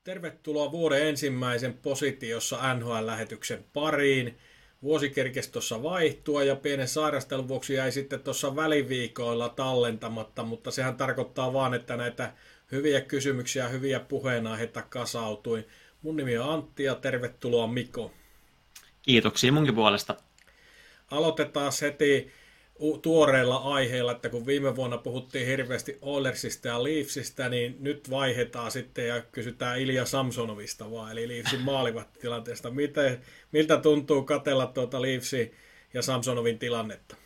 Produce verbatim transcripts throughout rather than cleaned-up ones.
Tervetuloa vuoden ensimmäisen positiossa N H L-lähetyksen pariin. Vuosi kerkesi tuossa vaihtua ja pienen sairastelun vuoksi jäi sitten tuossa väliviikoilla tallentamatta, mutta sehän tarkoittaa vaan, että näitä hyviä kysymyksiä ja hyviä puheenaiheita kasautui. Mun nimi on Antti ja tervetuloa Miko. Kiitoksia munkin puolesta. Aloitetaan heti tuoreilla aiheilla, että kun viime vuonna puhuttiin hirveästi Oilersista ja Leafsistä, niin nyt vaihdetaan sitten ja kysytään Ilja Samsonovista vaan, eli Leafsin maalivahtitilanteesta. Miten, miltä tuntuu katsella tuota Leafsin ja Samsonovin tilannetta?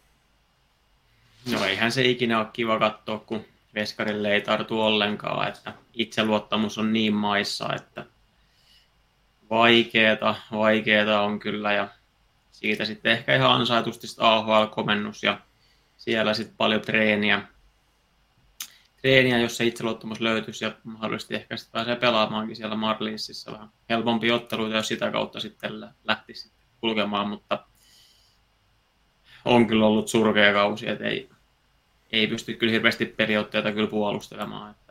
No eihän se ikinä ole kiva katsoa, kun veskarille ei tartu ollenkaan, että itseluottamus on niin maissa, että vaikeeta, vaikeeta on kyllä ja siitä sitten ehkä ihan ansaitusti A H L-komennus ja siellä sitten paljon treeniä, treeniä, jos se itseluottamus löytyisi ja mahdollisesti ehkä sitten pääsee pelaamaankin siellä Marlinsissa vähän helpompi otteluita, jos sitä kautta sitten lähtisi kulkemaan, mutta on kyllä ollut surkea kausi, että ei, ei pysty kyllä hirveästi periaatteita kyllä puolustelemaan, että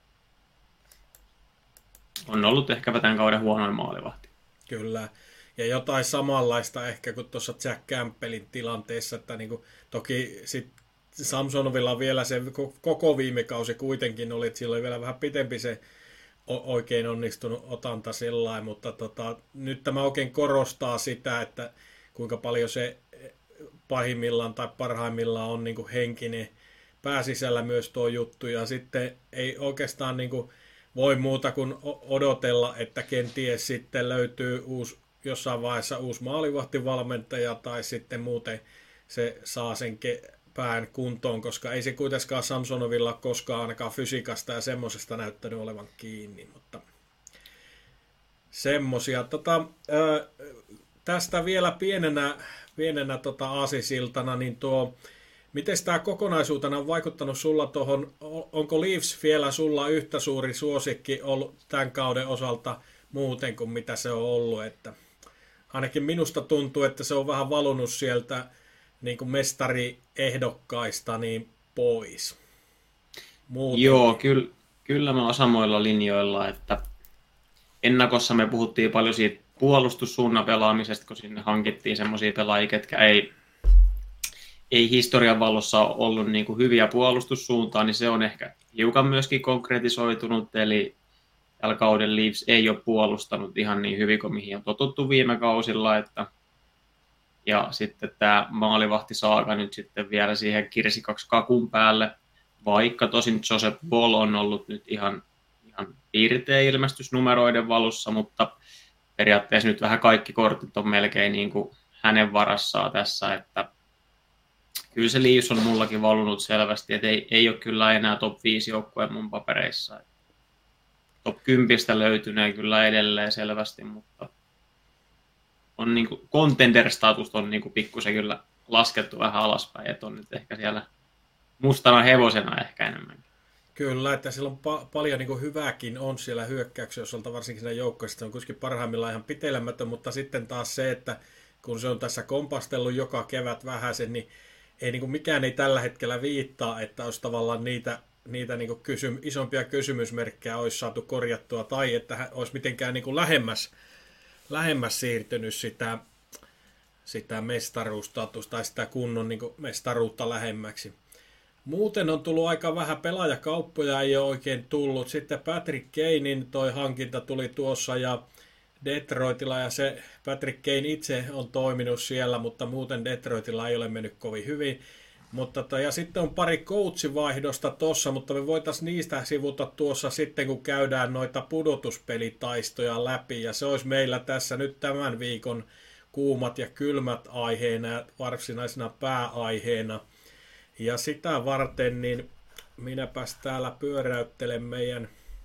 on ollut ehkäpä tämän kauden huonoin maalivahti. Kyllä. Ja jotain samanlaista ehkä kuin tuossa Jack Campbellin tilanteessa, että niin kuin, toki sit Samsonovilla vielä se koko viime kausi kuitenkin oli, että sillä oli vielä vähän pitempi se oikein onnistunut otanta sellainen, mutta tota, nyt tämä oikein korostaa sitä, että kuinka paljon se pahimmillaan tai parhaimmillaan on niin kuin henkinen pääsisällä myös tuo juttu, ja sitten ei oikeastaan niin kuin voi muuta kuin odotella, että kenties sitten löytyy uusi jossain vaiheessa uusi maalivahtivalmentaja tai sitten muuten se saa sen ke- pään kuntoon, koska ei se kuitenkaan Samsonovilla koskaan ainakaan fysiikasta ja semmoisesta näyttänyt olevan kiinni, mutta semmosia. Tota, ää, tästä vielä pienenä, pienenä tota aasisiltana, niin tuo, miten tämä kokonaisuutena on vaikuttanut sulla tuohon, onko Leafs vielä sulla yhtä suuri suosikki ollut tämän kauden osalta muuten kuin mitä se on ollut, että ainakin minusta tuntuu, että se on vähän valunut sieltä niin kuin mestariehdokkaista niin pois. Muutenkin. Joo, kyllä, kyllä mä oon samoilla linjoilla, että ennakossa me puhuttiin paljon siitä puolustussuunnan pelaamisesta, kun sinne hankittiin semmoisia pelaajia, ketkä ei, ei historian valossa ole ollut niin kuin hyviä puolustussuuntaa, niin se on ehkä hiukan myöskin konkretisoitunut, eli tällä kauden Leafs ei ole puolustanut ihan niin hyvin kuin mihin on totuttu viime kausilla, että ja sitten tämä maalivahtisaaga nyt sitten vielä siihen kirsi kaksi kakun päälle, vaikka tosin Joseph Woll on ollut nyt ihan, ihan piirtein ilmestysnumeroiden valossa, mutta periaatteessa nyt vähän kaikki kortit on melkein niin kuin hänen varassaan tässä, että kyllä se Leafs on mullakin valunut selvästi, että ei, ei ole kyllä enää top viisi joukkueen mun papereissa. Top kymmenen löytyneen kyllä edelleen selvästi, mutta on niinku contender-status on niinku pikkusen kyllä laskettu vähän alaspäin, että on nyt ehkä siellä mustana hevosena ehkä enemmänkin. Kyllä, että siellä on pa- paljon niinku hyvääkin on siellä hyökkäyksen osalta, varsinkin siinä joukkueessa, se on kuitenkin parhaimmillaan ihan pitelemätön, mutta sitten taas se, että kun se on tässä kompastellut joka kevät vähäsen, niin ei niinku mikään ei tällä hetkellä viittaa, että olisi tavallaan niitä niitä niin kuin kysym- isompia kysymysmerkkejä olisi saatu korjattua tai että olisi mitenkään niin kuin lähemmäs, lähemmäs siirtynyt sitä, sitä mestaruustatusta tai sitä kunnon niin kuin mestaruutta lähemmäksi. Muuten on tullut aika vähän pelaajakauppoja, ei ole oikein tullut. Sitten Patrick Kanein toi hankinta tuli tuossa ja Detroitilla ja se Patrick Kane itse on toiminut siellä, mutta muuten Detroitilla ei ole mennyt kovin hyvin. Mutta to, ja sitten on pari coachivaihdosta tuossa, mutta me voitaisiin niistä sivuta tuossa sitten, kun käydään noita pudotuspelitaistoja läpi. Ja se olisi meillä tässä nyt tämän viikon kuumat ja kylmät aiheena, varsinaisena pääaiheena. Ja sitä varten, niin minäpäs täällä pyöräyttelen meidän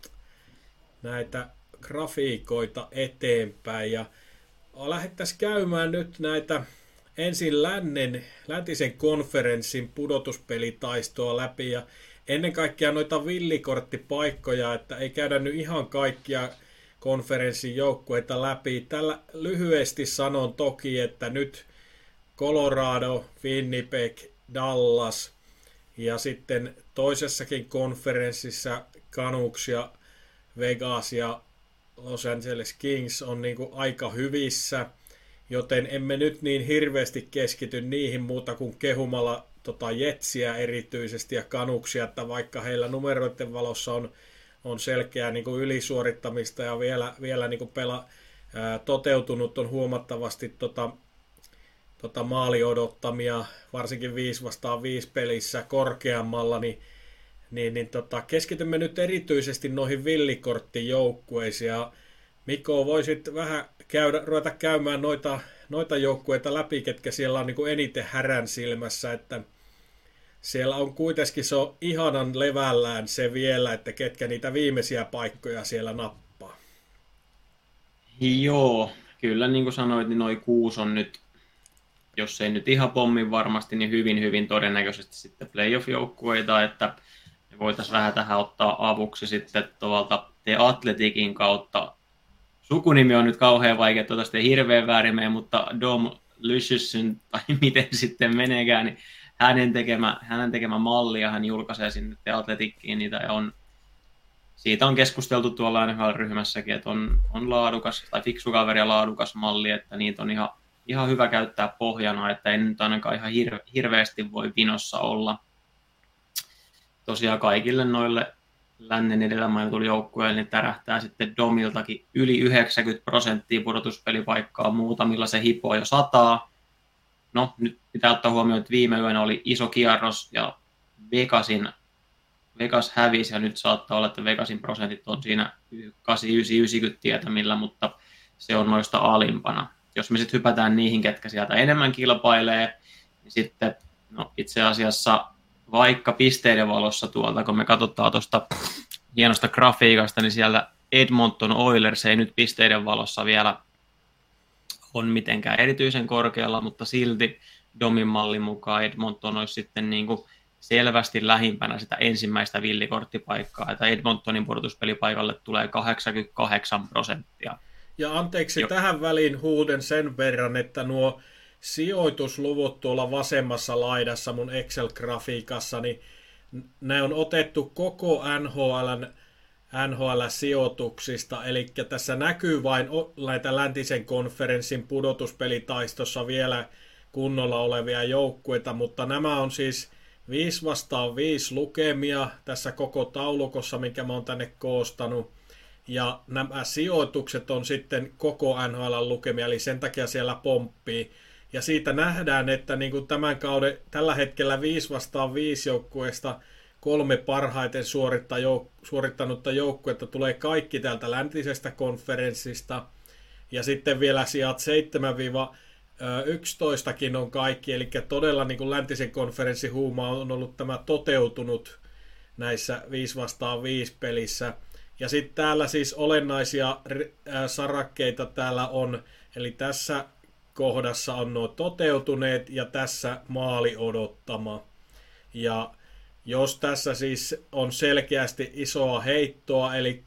näitä grafiikoita eteenpäin. Ja lähdettäisiin käymään nyt näitä ensin lännen, läntisen konferenssin pudotuspelitaistoa läpi ja ennen kaikkea noita villikorttipaikkoja, että ei käydä nyt ihan kaikkia konferenssin joukkueita läpi. Tällä lyhyesti sanon toki, että nyt Colorado, Winnipeg, Dallas ja sitten toisessakin konferenssissa Canucks ja Vegas ja Los Angeles Kings on niin kuin aika hyvissä, joten emme nyt niin hirveästi keskity niihin muuta kuin kehumalla tota Jetsiä erityisesti ja Kanuksia, että vaikka heillä numeroiden valossa on, on selkeää niin kuin ylisuorittamista ja vielä, vielä niin kuin pela, ää, toteutunut on huomattavasti tota, tota maali odottamia, varsinkin viisi vastaan viisi pelissä korkeammalla, niin, niin, niin tota, keskitymme nyt erityisesti noihin villikorttijoukkueisiin. Ja Mikko, voisit vähän käydä, ruveta käymään noita, noita joukkueita läpi, ketkä siellä on niin kuin eniten härän silmässä, että siellä on kuitenkin se on ihanan levällään se vielä, että ketkä niitä viimeisiä paikkoja siellä nappaa. Joo, kyllä niin kuin sanoit, niin noin kuusi on nyt, jos ei nyt ihan pommin varmasti, niin hyvin hyvin todennäköisesti sitten playoff-joukkueita, että me voitaisiin vähän tähän ottaa avuksi sitten tuolta The Athletikin kautta. Sukunimi on nyt kauhean vaikea, tuota sitten hirveän väärin mene, mutta Dom Luciusyn, tai miten sitten meneekään, niin hänen tekemä, hänen tekemä malli, ja hän julkaisee sinne The Athletickiin niitä, ja on, siitä on keskusteltu tuolla N H L-ryhmässäkin, että on, on laadukas, tai fiksu kaveri ja laadukas malli, että niitä on ihan, ihan hyvä käyttää pohjana, että ei nyt ainakaan ihan hirve, hirveästi voi vinossa olla. Tosiaan kaikille noille lännen edellä mainituille joukkueille niin tärähtää sitten Domiltakin yli yhdeksänkymmentä prosenttia pudotuspelipaikkaa, muutamilla se hipoo jo sataa. No, nyt pitää ottaa huomioon, että viime yönä oli iso kierros ja Vegasin, Vegas hävisi ja nyt saattaa olla, että Vegasin prosentit on siinä kahdeksankymmentä yhdeksänkymmentä tietämillä, mutta se on noista alimpana. Jos me sitten hypätään niihin, ketkä sieltä enemmän kilpailee, niin sitten no, itse asiassa vaikka pisteiden valossa tuolta, kun me katsotaan tuosta hienosta grafiikasta, niin siellä Edmonton Oilers ei nyt pisteiden valossa vielä on mitenkään erityisen korkealla, mutta silti Domin mallin mukaan Edmonton olisi sitten niin kuin selvästi lähimpänä sitä ensimmäistä villikorttipaikkaa, että Edmontonin pudotuspelipaikalle tulee kahdeksankymmentäkahdeksan prosenttia. Ja anteeksi jo. Tähän väliin huuden sen verran, että nuo sijoitusluvut tuolla vasemmassa laidassa mun Excel-grafiikassa, niin ne on otettu koko N H L:n N H L-sijoituksista, eli tässä näkyy vain näitä läntisen konferenssin pudotuspelitaistossa vielä kunnolla olevia joukkueita, mutta nämä on siis viisi vastaan viisi lukemia tässä koko taulukossa, minkä mä oon tänne koostanut, ja nämä sijoitukset on sitten koko N H L:n lukemia, eli sen takia siellä pomppii. Ja siitä nähdään, että niin kuin tämän kauden tällä hetkellä viisi vastaan viisi joukkueesta kolme parhaiten suorittanutta joukkuetta tulee kaikki täältä läntisestä konferenssista. Ja sitten vielä sijat seitsemän yksitoistakin on kaikki, eli todella niin kuin läntisen konferenssin huuma on ollut tämä toteutunut näissä viisi vastaan viisi pelissä. Ja sitten täällä siis olennaisia sarakkeita täällä on, eli tässä kohdassa on nuo toteutuneet ja tässä maali odottama. Ja jos tässä siis on selkeästi isoa heittoa, eli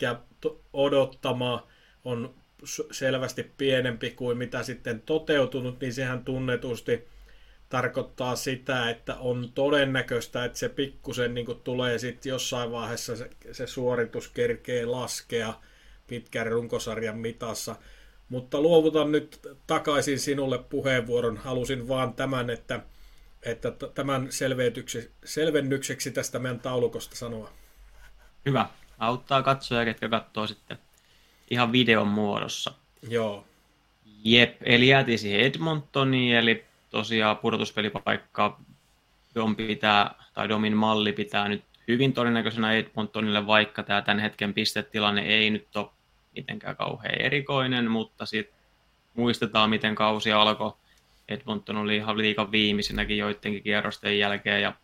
odottama on selvästi pienempi kuin mitä sitten toteutunut, niin sehän tunnetusti tarkoittaa sitä, että on todennäköistä, että se pikkusen niin kuin tulee sitten jossain vaiheessa se, se suoritus kerkee laskea pitkän runkosarjan mitassa. Mutta luovutan nyt takaisin sinulle puheenvuoron. Halusin vaan tämän, että, että tämän selvennykseksi tästä meidän taulukosta sanoa. Hyvä. Auttaa katsoja, ketkä katsoo sitten ihan videon muodossa. Joo. Jep, eli jäätiin siihen Edmontoniin, eli tosiaan pudotuspelipaikkaa Dom pitää, tai Domin malli pitää nyt hyvin todennäköisenä Edmontonille, vaikka tämä tämän hetken pistetilanne ei nyt ole mitenkään kauhean erikoinen, mutta sitten muistetaan, miten kausi alkoi. Edmonton oli ihan liigan viimeisinäkin joidenkin kierrosten jälkeen, ja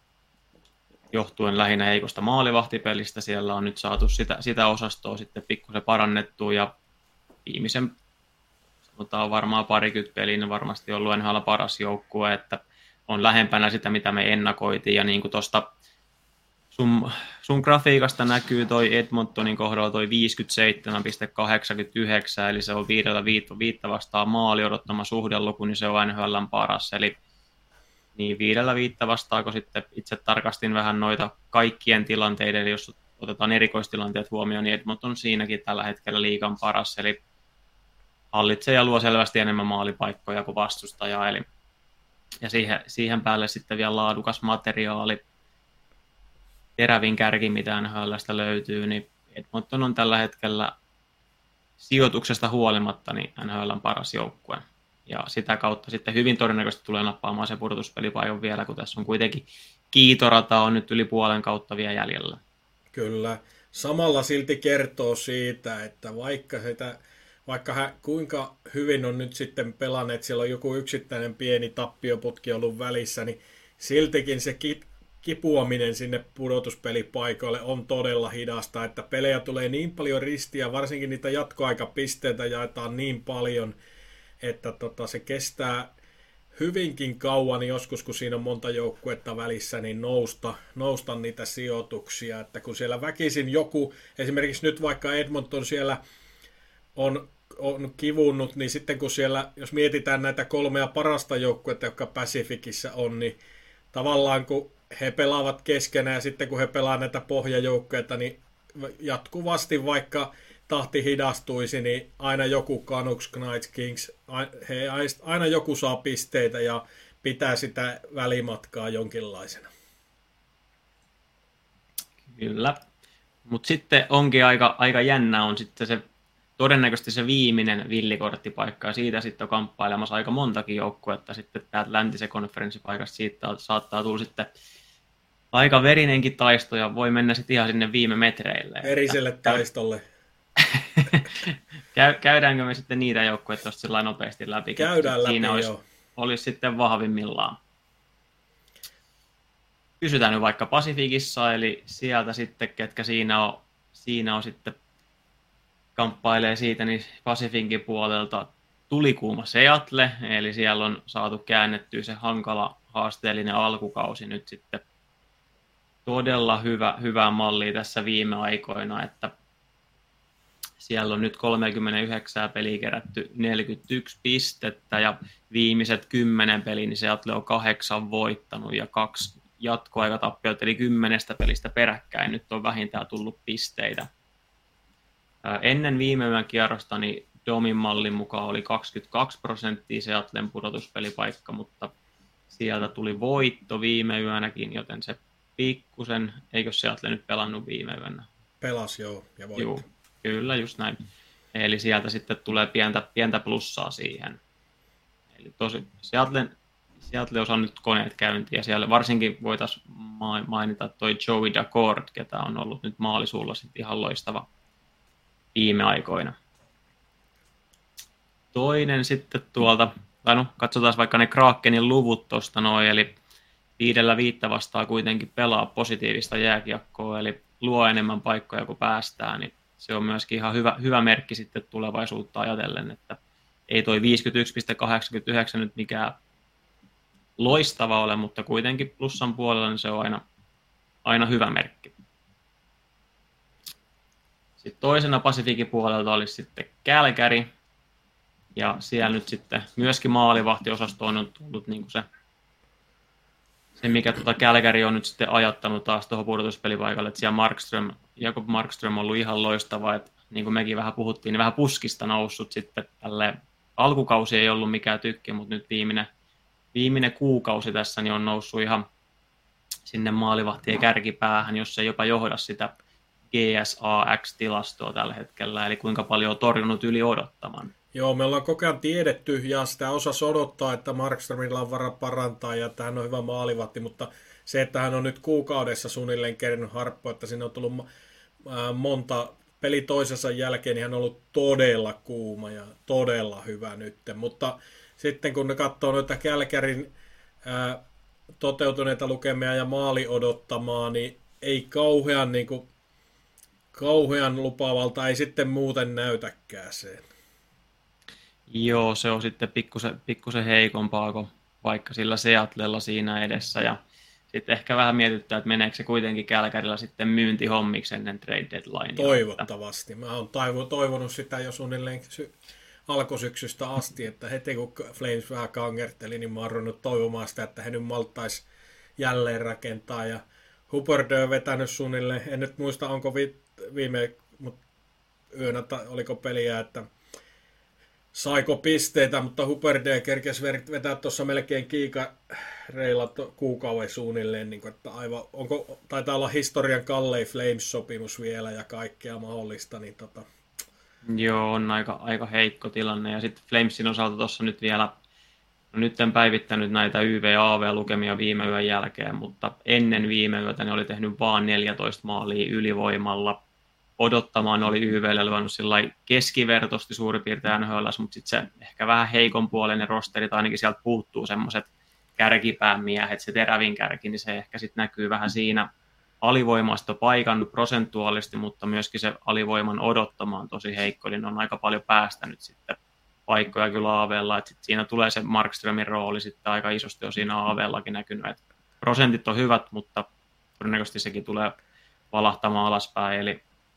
johtuen lähinnä heikosta maalivahtipelistä siellä on nyt saatu sitä, sitä osastoa sitten pikkusen parannettua, ja viimeisen sanotaan varmaan parikymmentä peliin varmasti ollut N H L paras joukkue, että on lähempänä sitä, mitä me ennakoitiin, ja niin kuin tuosta sun, sun grafiikasta näkyy toi Edmontonin kohdalla toi viisikymmentäseitsemän pilkku kahdeksankymmentäyhdeksän, eli se on viidellä viittä vastaan maali odottama suhdeluku, niin se on N H L:n paras, eli niin viidellä viittä vastaan, kun sitten itse tarkastin vähän noita kaikkien tilanteiden, eli jos otetaan erikoistilanteet huomioon, niin Edmonton on siinäkin tällä hetkellä liigan paras, eli hallitsee ja luo selvästi enemmän maalipaikkoja kuin vastustaja, eli ja siihen, siihen päälle sitten vielä laadukas materiaali, terävin kärki, mitä N H L:stä löytyy, niin Edmonton on tällä hetkellä sijoituksesta huolimatta niin N H L:n paras joukkue. Ja sitä kautta sitten hyvin todennäköisesti tulee nappaamaan se pudotuspelipaikan vielä, kun tässä on kuitenkin kiitorata on nyt yli puolen kautta vielä jäljellä. Kyllä. Samalla silti kertoo siitä, että vaikka sitä Vaikka hän kuinka hyvin on nyt sitten pelanneet, siellä on joku yksittäinen pieni tappioputki ollut välissä, niin siltikin se kipuaminen sinne pudotuspelipaikoille on todella hidasta, että pelejä tulee niin paljon ristiä, varsinkin niitä jatkoaikapisteitä jaetaan niin paljon, että tota, se kestää hyvinkin kauan joskus, kun siinä on monta joukkuetta välissä, niin nousta, nousta niitä sijoituksia, että kun siellä väkisin joku, esimerkiksi nyt vaikka Edmonton siellä on, on kivunnut, niin sitten kun siellä, jos mietitään näitä kolmea parasta joukkuetta, jotka Pacificissa on, niin tavallaan kun he pelaavat keskenään ja sitten kun he pelaavat näitä pohjajoukkueita, niin jatkuvasti vaikka tahti hidastuisi, niin aina joku Canucks, Knights, Kings, he, aina joku saa pisteitä ja pitää sitä välimatkaa jonkinlaisena. Kyllä, mutta sitten onkin aika, aika jännä on sitten se todennäköisesti se viimeinen villikorttipaikka, ja siitä sitten on kamppailemassa aika montakin joukkuetta sitten täältä läntisen konferenssipaikasta, siitä saattaa tulla sitten aika verinenkin taisto, ja voi mennä sitten ihan sinne viime metreille. Veriselle että, taistolle. Käy, käydäänkö me sitten niitä joukkueita tuosta sillä nopeasti läpi? Käydään läpi, siinä olisi, joo. olisi sitten vahvimmillaan. Pysytään nyt vaikka Pacificissa, eli sieltä sitten, ketkä siinä on, siinä on sitten kamppailee siitä, niin Pacificin puolelta tulikuuma Seattle, eli siellä on saatu käännettyä se hankala haasteellinen alkukausi nyt sitten todella hyvä, hyvää mallia tässä viime aikoina, että siellä on nyt kolmekymmentäyhdeksän peliä kerätty neljäkymmentäyksi pistettä ja viimeiset kymmenen peliä, niin Seattle on kahdeksan voittanut ja kaksi jatkoaikatappiota, eli kymmenestä pelistä peräkkäin nyt on vähintään tullut pisteitä. Ennen viime yön kierrosta niin Domin mallin mukaan oli kaksikymmentäkaksi prosenttia Seattlen pudotuspelipaikka, mutta sieltä tuli voitto viime yönäkin, joten se pikkusen, eikö Seattle nyt pelannut viime yönä? Pelas, joo, ja voitto. Joo, kyllä, just näin. Eli sieltä sitten tulee pientä, pientä plussaa siihen. Eli tosi, Seattle, Seattle osaa nyt koneet käyntiin, ja siellä varsinkin voitaisiin mainita toi Joey Daccord, ketä on ollut nyt maalisuulla sitten ihan loistava viime aikoina. Toinen sitten tuolta, tai no, katsotaan vaikka ne Krakenin luvut tuosta noin, eli viidellä viittä vastaa kuitenkin pelaa positiivista jääkiekkoa, eli luo enemmän paikkoja kuin päästään, niin se on myöskin ihan hyvä, hyvä merkki sitten tulevaisuutta ajatellen, että ei toi viisikymmentäyksi pilkku kahdeksankymmentäyhdeksän nyt mikään loistava ole, mutta kuitenkin plussan puolella niin se on aina, aina hyvä merkki. Sitten toisena Pacificin puolelta olisi sitten Calgary, ja siellä nyt sitten myöskin maalivahtiosastoon on tullut niin kuin se, se, mikä tuota Calgary on nyt sitten ajattanut taas tuohon pudotuspelipaikalle, että siellä Markström, Jakob Markström on ollut ihan loistava, että niin kuin mekin vähän puhuttiin, niin vähän puskista noussut sitten tälle alkukausi ei ollut mikään tykki, mutta nyt viimeinen, viimeinen kuukausi tässä niin on noussut ihan sinne maalivahtien kärkipäähän, jos se jopa johda sitä G S A X-tilastoa tällä hetkellä, eli kuinka paljon on torjunut yli odottaman. Joo, me ollaan koko ajan tiedetty ja sitä osasi odottaa, että Markströmillä on varaa parantaa ja että hän on hyvä maalivahti, mutta se, että hän on nyt kuukaudessa suunnilleen kerännyt harppoa, että sinne on tullut monta peli toisensa jälkeen, niin hän on ollut todella kuuma ja todella hyvä nyt. Mutta sitten kun ne katsoo noita Calgaryn ää, toteutuneita lukemia ja maali odottamaa, niin ei kauhean, niin kuin, kauhean lupaavalta ei sitten muuten näytäkään sen. Joo, se on sitten pikkusen, pikkusen heikompaa kuin vaikka sillä Seattlella siinä edessä. Ja sitten ehkä vähän mietittää, että meneekö se kuitenkin Calgarylla sitten myyntihommiksi ennen trade deadlinea. Toivottavasti. Mä oon toivonut sitä jo suunnilleen sy- alkusyksystä asti, että heti kun Flames vähän kangerteli, niin mä oon ruvennut toivomaan sitä, että he nyt malttaisi jälleen rakentaa ja Hubbard on vetänyt suunnilleen, en nyt muista onko vi, viime mut yönä ta, oliko peliä, että saiko pisteitä, mutta Hubbard kerkesi vetää tuossa melkein kiikareilla kuukauden suunnilleen, niin kuin, että aivan, onko, taitaa olla historian kallein Flames-sopimus vielä ja kaikkea mahdollista, niin tota... Joo, on aika, aika heikko tilanne, ja sitten Flamesin osalta tuossa nyt vielä, no nyt en päivittänyt näitä Y V A V-lukemia viime yön jälkeen, mutta ennen viime yötä ne oli tehnyt vaan neljätoista maalia ylivoimalla. Odottamaan oli Y V:lle luvannut keskivertosti suurin piirtein N H L, mutta sitten se ehkä vähän heikon puolinen rosteri, tai ainakin sieltä puuttuu semmoiset kärkipään miehet, se terävin kärki, niin se ehkä sitten näkyy vähän siinä. Alivoimasta paikannut prosentuaalisesti, mutta myöskin se alivoiman odottamaan tosi heikko, niin on aika paljon päästänyt sitten paikkoja kyllä A V:lla, että siinä tulee se Markströmin rooli sitten aika isosti on siinä A V:llakin näkynyt, että prosentit on hyvät, mutta todennäköisesti sekin tulee valahtamaan alaspäin, eli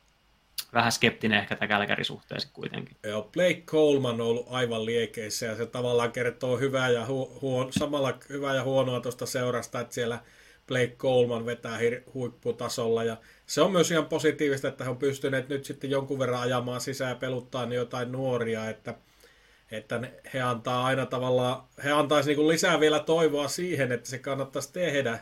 vähän skeptinen ehkä tämä Kälkäri-suhteessa kuitenkin. Joo, Blake Coleman on ollut aivan liekeissä ja se tavallaan kertoo hyvää ja hu- huon, samalla hyvää ja huonoa tuosta seurasta, että siellä Blake Coleman vetää hir- huipputasolla ja se on myös ihan positiivista, että he on pystyneet nyt sitten jonkun verran ajamaan sisään ja peluttaa niin jotain nuoria, että, että he antaa aina tavallaan, he antaisi niin kuin lisää vielä toivoa siihen, että se kannattaisi tehdä,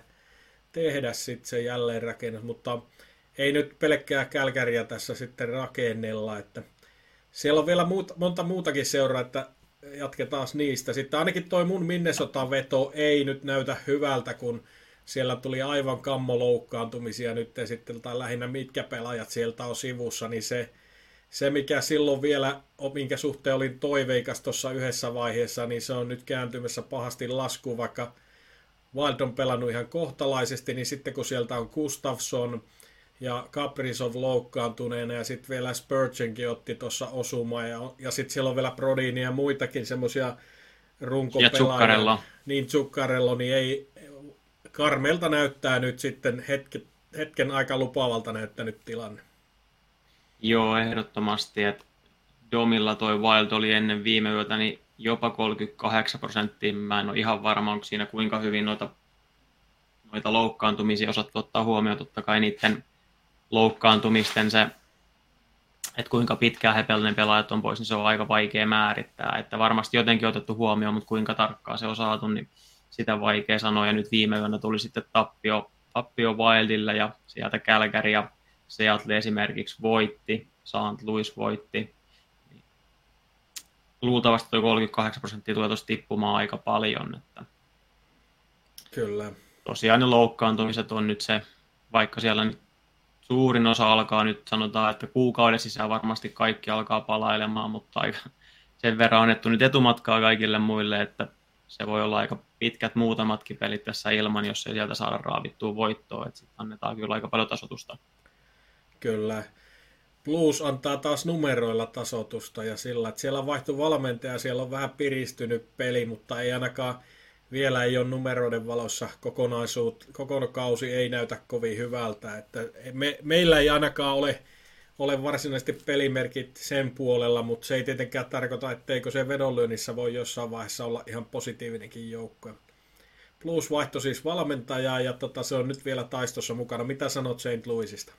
tehdä sitten se jälleenrakennus, mutta ei nyt pelkkää Kälkäriä tässä sitten rakennella, että siellä on vielä muut, monta muutakin seuraa, että jatketaan niistä. Sitten ainakin toi mun Minnesota-veto ei nyt näytä hyvältä, kun siellä tuli aivan kammoloukkaantumisia nyt sitten, tai lähinnä mitkä pelaajat sieltä on sivussa, niin se, se mikä silloin vielä, minkä suhteen olin toiveikas tuossa yhdessä vaiheessa, niin se on nyt kääntymässä pahasti laskuun, vaikka Wild on pelannut ihan kohtalaisesti, niin sitten kun sieltä on Gustafsson ja Kaprizov loukkaantuneena ja sitten vielä Spurgeonkin otti tuossa osumaan ja, ja sitten siellä on vielä Brodini ja muitakin semmoisia runkopelaajia. Ja Zuccarello. Niin Zuccarello, niin ei, karmeelta näyttää nyt sitten hetken, hetken aika lupaavalta näyttänyt tilanne. Joo, ehdottomasti, että Domilla toi Wild oli ennen viime yötä niin jopa kolmekymmentäkahdeksan prosenttia. Mä en ole ihan varma, onko siinä kuinka hyvin noita, noita loukkaantumisia osattu ottaa huomioon. Totta kai niiden loukkaantumisten se, että kuinka pitkään hepellinen pelaajat on pois, niin se on aika vaikea määrittää. Että varmasti jotenkin otettu huomioon, mutta kuinka tarkkaan se on saatu, niin sitä vaikea sanoa. Ja nyt viime yönä tuli sitten tappio, tappio Wildille ja sieltä Calgary ja Seattle esimerkiksi voitti, Saint Louis voitti. Luultavasti tuo kolmekymmentäkahdeksan prosenttia tulee tuossa tippumaan aika paljon. Että Kyllä. Tosiaan ne loukkaantumiset on nyt se, vaikka siellä nyt suurin osa alkaa nyt sanotaan, että kuukauden sisään varmasti kaikki alkaa palailemaan, mutta aika sen verran on annettu nyt etumatkaa kaikille muille, että se voi olla aika pitkät muutamatkin pelit tässä ilman, jos ei sieltä saada raavittua voittoa, että sitten annetaan kyllä aika paljon tasoitusta. Kyllä. Blues antaa taas numeroilla tasoitusta ja sillä, että siellä on vaihtu valmentaja, siellä on vähän piristynyt peli, mutta ei ainakaan vielä ei ole numeroiden valossa kokonaisuut, kokonakausi ei näytä kovin hyvältä. Että me, meillä ei ainakaan ole, ole varsinaisesti pelimerkit sen puolella, mutta se ei tietenkään tarkoita, etteikö se vedonlyönnissä voi jossain vaiheessa olla ihan positiivinenkin joukko. Blues vaihto siis valmentajaa ja tota, se on nyt vielä taistossa mukana. Mitä sanot Saint Louisista?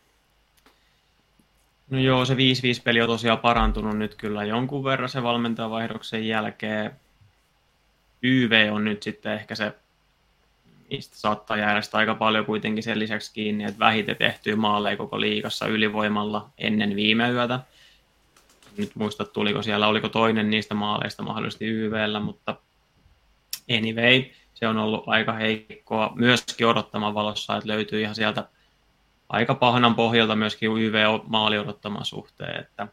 No joo, se viisi viisi peli on tosiaan parantunut nyt kyllä jonkun verran se valmentajavaihdoksen jälkeen. Y V on nyt sitten ehkä se, mistä saattaa jäädä sitä aika paljon kuitenkin sen lisäksi kiinni, että vähiten tehtyä maaleja koko liigassa ylivoimalla ennen viime yötä. Nyt muista, tuliko siellä, oliko toinen niistä maaleista mahdollisesti Y V:llä, mutta anyway, se on ollut aika heikkoa myöskin odottaman valossa, että löytyy ihan sieltä aika pahnan pohjalta myöskin Y V-maali odottaman suhteen, että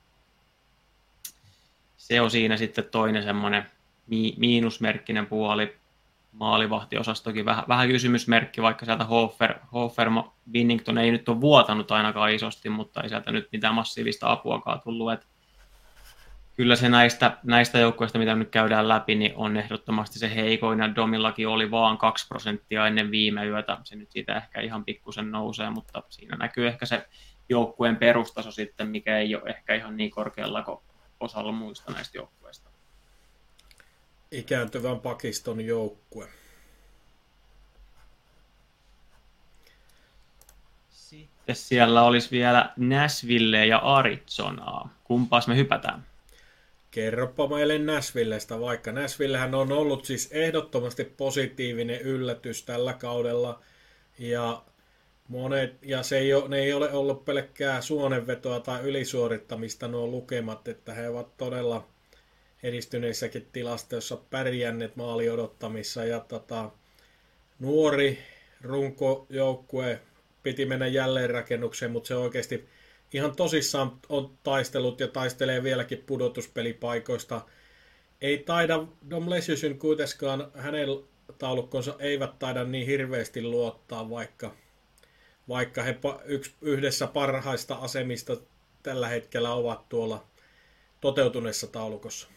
se on siinä sitten toinen semmoinen miinusmerkkinen puoli. Maalivahtiosastokin vähän, vähän kysymysmerkki, vaikka sieltä Hofer, Hofer Binnington ei nyt ole vuotanut ainakaan isosti, mutta ei sieltä nyt mitään massiivista apuakaan tullut. Että kyllä se näistä, näistä joukkueista, mitä nyt käydään läpi, niin on ehdottomasti se heikoin, ja Domillakin oli vaan kaksi prosenttia ennen viime yötä. Se nyt siitä ehkä ihan pikkusen nousee, mutta siinä näkyy ehkä se joukkueen perustaso sitten, mikä ei ole ehkä ihan niin korkealla kuin osalla muista näistä joukkueista. Ikääntyvän pakiston joukkue. Sitten siellä olisi vielä Nashville ja Arizonaa. Kumpaas me hypätään? Kerropa meille Nashvillestä, vaikka Nashvillehän on ollut siis ehdottomasti positiivinen yllätys tällä kaudella. Ja, monet, ja se ei ole, ne ei ole ollut pelkkää suonenvetoa tai ylisuorittamista nuo lukemat, että he ovat todella edistyneissäkin tilastoissa pärjänneet maali odottamissa. Ja tota, nuori runkojoukkue piti mennä jälleenrakennukseen, mutta se oikeasti ihan tosissaan on taistellut ja taistelee vieläkin pudotuspelipaikoista. Ei taida Dom Lesjusyn kuitenkaan, hänen taulukkonsa eivät taida niin hirveästi luottaa, vaikka, vaikka he yks, yhdessä parhaista asemista tällä hetkellä ovat tuolla toteutuneessa taulukossa.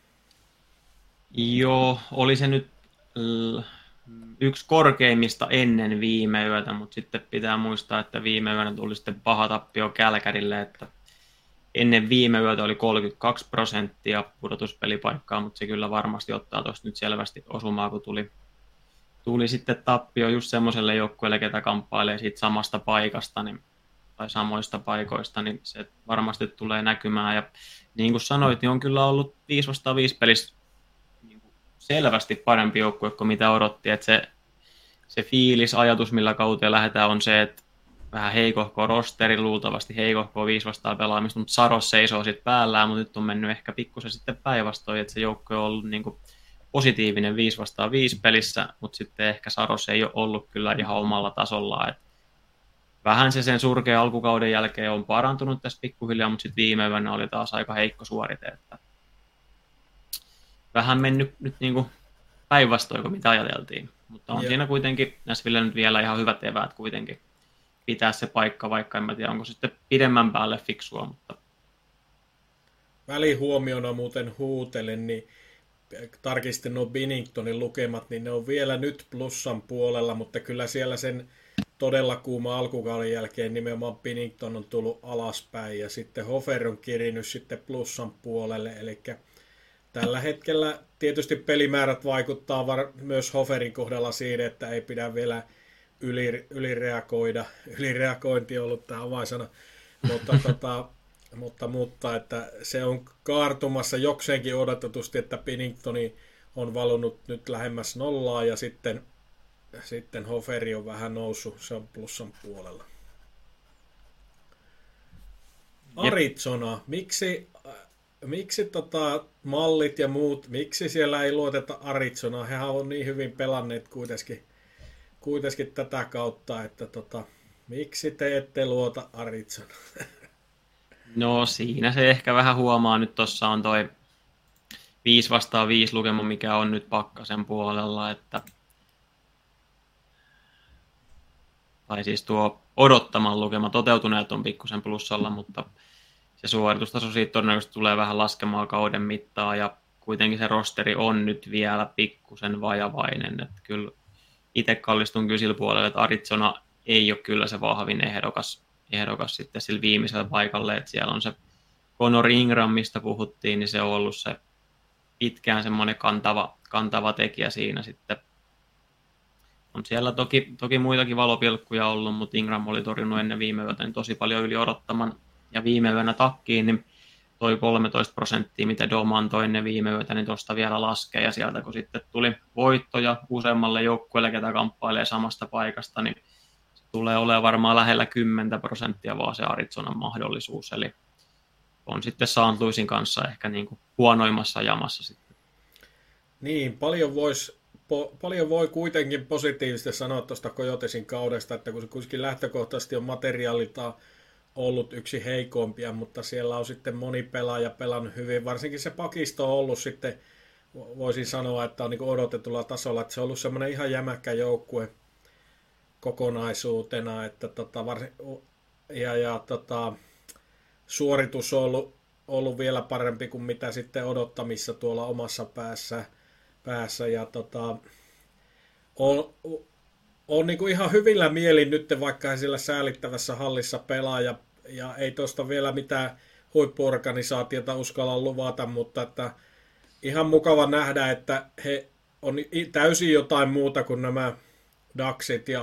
Joo, oli se nyt l- yksi korkeimmista ennen viime yötä, mutta sitten pitää muistaa, että viime yönä tuli sitten paha tappio Kälkärille, että ennen viime yötä oli kolmekymmentäkaksi prosenttia pudotuspelipaikkaa, mutta se kyllä varmasti ottaa tuosta nyt selvästi osumaa, kun tuli, tuli sitten tappio just semmoiselle joukkueelle, ketä kamppailee siitä samasta paikasta niin, tai samoista paikoista, niin se varmasti tulee näkymään. Ja niin kuin sanoit, niin on kyllä ollut viisi vastaan viisi pelissä selvästi parempi joukkue kuin mitä odotti, että se, se fiilis, ajatus, millä kauteen lähdetään, on se, että vähän heikohko rosteri, luultavasti heikohko viisi vastaan pelaamista, mutta Saros seisoo sitten päällään, mutta nyt on mennyt ehkä pikkusen sitten päinvastoin, että se joukkue on ollut niin kuin positiivinen viisi vastaan viisi pelissä, mutta sitten ehkä Saros ei ole ollut kyllä ihan omalla tasollaan, että vähän se sen surkea alkukauden jälkeen on parantunut tässä pikkuhiljaa, mutta sitten viime yönä oli taas aika heikko suorite, että vähän mennyt nyt niin kuin päinvastoin kuin mitä ajateltiin, mutta on ja siinä kuitenkin Nashville nyt vielä ihan hyvät eväät kuitenkin pitää se paikka, vaikka en mä tiedä, onko sitten pidemmän päälle fiksua, mutta välihuomiona muuten huutelen, niin tarkistin nuo Binningtonin lukemat, niin ne on vielä nyt plussan puolella, mutta kyllä siellä sen todella kuuma alkukauden jälkeen nimenomaan Binnington on tullut alaspäin ja sitten Hofer on kirinyt sitten plussan puolelle, eli tällä hetkellä tietysti pelimäärät vaikuttaa var- myös Hoferin kohdalla siitä, että ei pidä vielä yli, ylireagoida. Ylireagointi on ollut tämä avainsana, mutta, tota, mutta, mutta että se on kaartumassa jokseenkin odotetusti, että Binningtoni on valunut nyt lähemmäs nollaa ja sitten, sitten Hoferi on vähän noussut, se on plussan puolella. Arizona, miksi... Miksi tota, mallit ja muut, miksi siellä ei luoteta Arizonaan? Hehän on niin hyvin pelanneet kuitenkin, kuitenkin tätä kautta, että tota, miksi te ette luota Arizonaan? No siinä se ehkä vähän huomaa. Nyt tuossa on toi viisi vastaan viisi lukema, mikä on nyt Pakkasen puolella. Että... Tai siis tuo odottaman lukema, toteutuneet on pikkusen plussalla, mutta se suoritustaso siitä todennäköisesti tulee vähän laskemaan kauden mittaan ja kuitenkin se rosteri on nyt vielä pikkusen vajavainen. Että kyllä itse kallistun kyllä sillä puolella, että Arizona ei ole kyllä se vahvin ehdokas, ehdokas sitten sillä viimeisellä paikalle. Että siellä on se Connor Ingram, mistä puhuttiin, niin se on ollut se pitkään semmoinen kantava, kantava tekijä siinä sitten. On siellä toki, toki muitakin valopilkkuja ollut, mutta Ingram oli torjunut ennen viime yötä niin tosi paljon yli odottaman. Ja viime yönä takkiin, niin toi kolmetoista prosenttia, mitä Dom antoi ennen viime yötä, niin tuosta vielä laskee. Ja sieltä kun sitten tuli voittoja useammalle joukkueelle, ketä kamppailee samasta paikasta, niin se tulee olemaan varmaan lähellä kymmenen prosenttia vaan se Arizonan mahdollisuus. Eli on sitten Saint Louisin kanssa ehkä niin kuin huonoimmassa jamassa sitten. Niin, paljon, vois, po, paljon voi kuitenkin positiivisesti sanoa tuosta Coyotesin kaudesta, että kun se kuitenkin lähtökohtaisesti on materiaaliltaan ollut yksi heikompia, mutta siellä on sitten moni pelaaja pelannut hyvin. Varsinkin se pakisto on ollut sitten, voisin sanoa, että on niin odotetulla tasolla, että se on ollut semmoinen ihan jämäkkä joukkue kokonaisuutena, että tota, varsin, ja, ja tota, suoritus on ollut, ollut vielä parempi kuin mitä sitten odottamissa tuolla omassa päässä, päässä ja tota, on, on niin kuin ihan hyvillä mielin nyt, vaikka he sillä säälittävässä hallissa pelaa ja, ja ei tuosta vielä mitään huippuorganisaatiota uskalla luvata, mutta että ihan mukava nähdä, että he on täysin jotain muuta kuin nämä Ducksit ja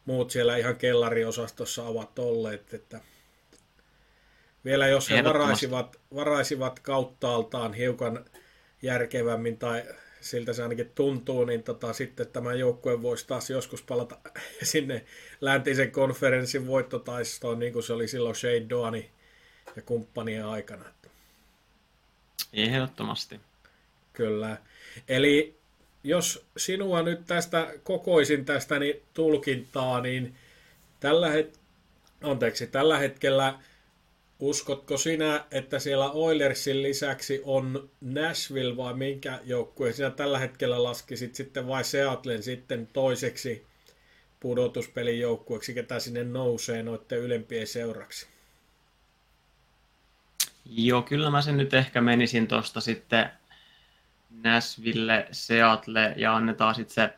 muut siellä ihan kellariosastossa ovat olleet. Että vielä jos he varaisivat, varaisivat kauttaaltaan hiukan järkevämmin tai siltä se ainakin tuntuu, niin tota, sitten tämä joukkue voisi taas joskus palata sinne läntisen konferenssin voittotaistoon, niin kuin se oli silloin Shane Doanin ja kumppanien aikana. Ehdottomasti. Kyllä. Eli jos sinua nyt tästä kokoisin tästä niin tulkintaa, niin tällä, het- Anteeksi, tällä hetkellä uskotko sinä, että siellä Oilersin lisäksi on Nashville vai minkä joukkue sinä tällä hetkellä laskisit sitten vai Seattlen sitten toiseksi pudotuspelin joukkueeksi, ketä sinne nousee noiden ylempien seuraksi? Joo, kyllä mä sen nyt ehkä menisin tuosta sitten Nashville, Seattle ja annetaan sitten se,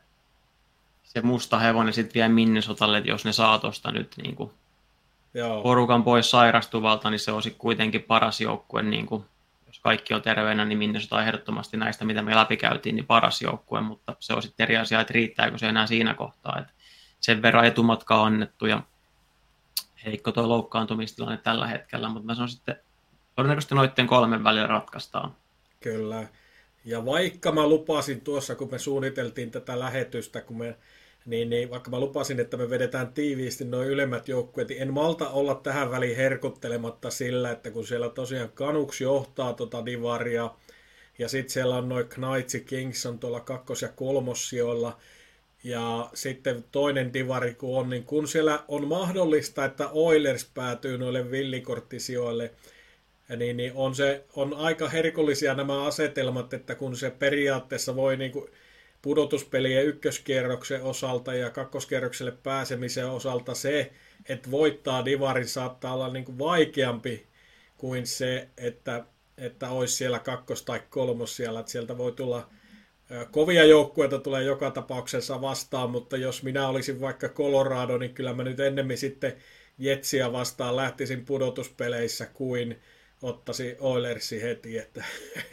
se musta hevonen sitten vielä Minnesotalle, että jos ne saa tuosta nyt niin kuin Joo. porukan pois sairastuvalta, niin se olisi kuitenkin paras joukkue, niin kuin, jos kaikki on terveenä, niin Minnesota ehdottomasti näistä, mitä me läpikäytiin, niin paras joukkue, mutta se on sitten eri asia, että riittääkö se enää siinä kohtaa, että sen verran etumatka on annettu ja heikko tuo loukkaantumistilanne tällä hetkellä, mutta mä sanon sitten, todennäköisesti noiden kolmen välillä ratkaistaan. Kyllä, ja vaikka mä lupasin tuossa, kun me suunniteltiin tätä lähetystä, kun me Niin, niin, vaikka mä lupasin, että me vedetään tiiviisti nuo ylemmät joukkueet, niin en malta olla tähän väliin herkuttelematta sillä, että kun siellä tosiaan Canucks johtaa tota divaria, ja sitten siellä on noin Knights Kings on tuolla kakkos- ja kolmossijoilla, ja sitten toinen divari kun on, niin kun siellä on mahdollista, että Oilers päätyy noille villikorttisijoille, niin, niin on, se, on aika herkullisia nämä asetelmat, että kun se periaatteessa voi niinku pudotuspelien ykköskierroksen osalta ja kakkoskierrokselle pääsemisen osalta se, että voittaa divarin saattaa olla niin kuin vaikeampi kuin se, että, että olisi siellä kakkos- tai kolmos siellä. Että sieltä voi tulla kovia joukkueita tulee joka tapauksessa vastaan, mutta jos minä olisin vaikka Colorado, niin kyllä mä nyt ennemmin sitten Jetsiä vastaan lähtisin pudotuspeleissä kuin ottaisin Oilersi heti, että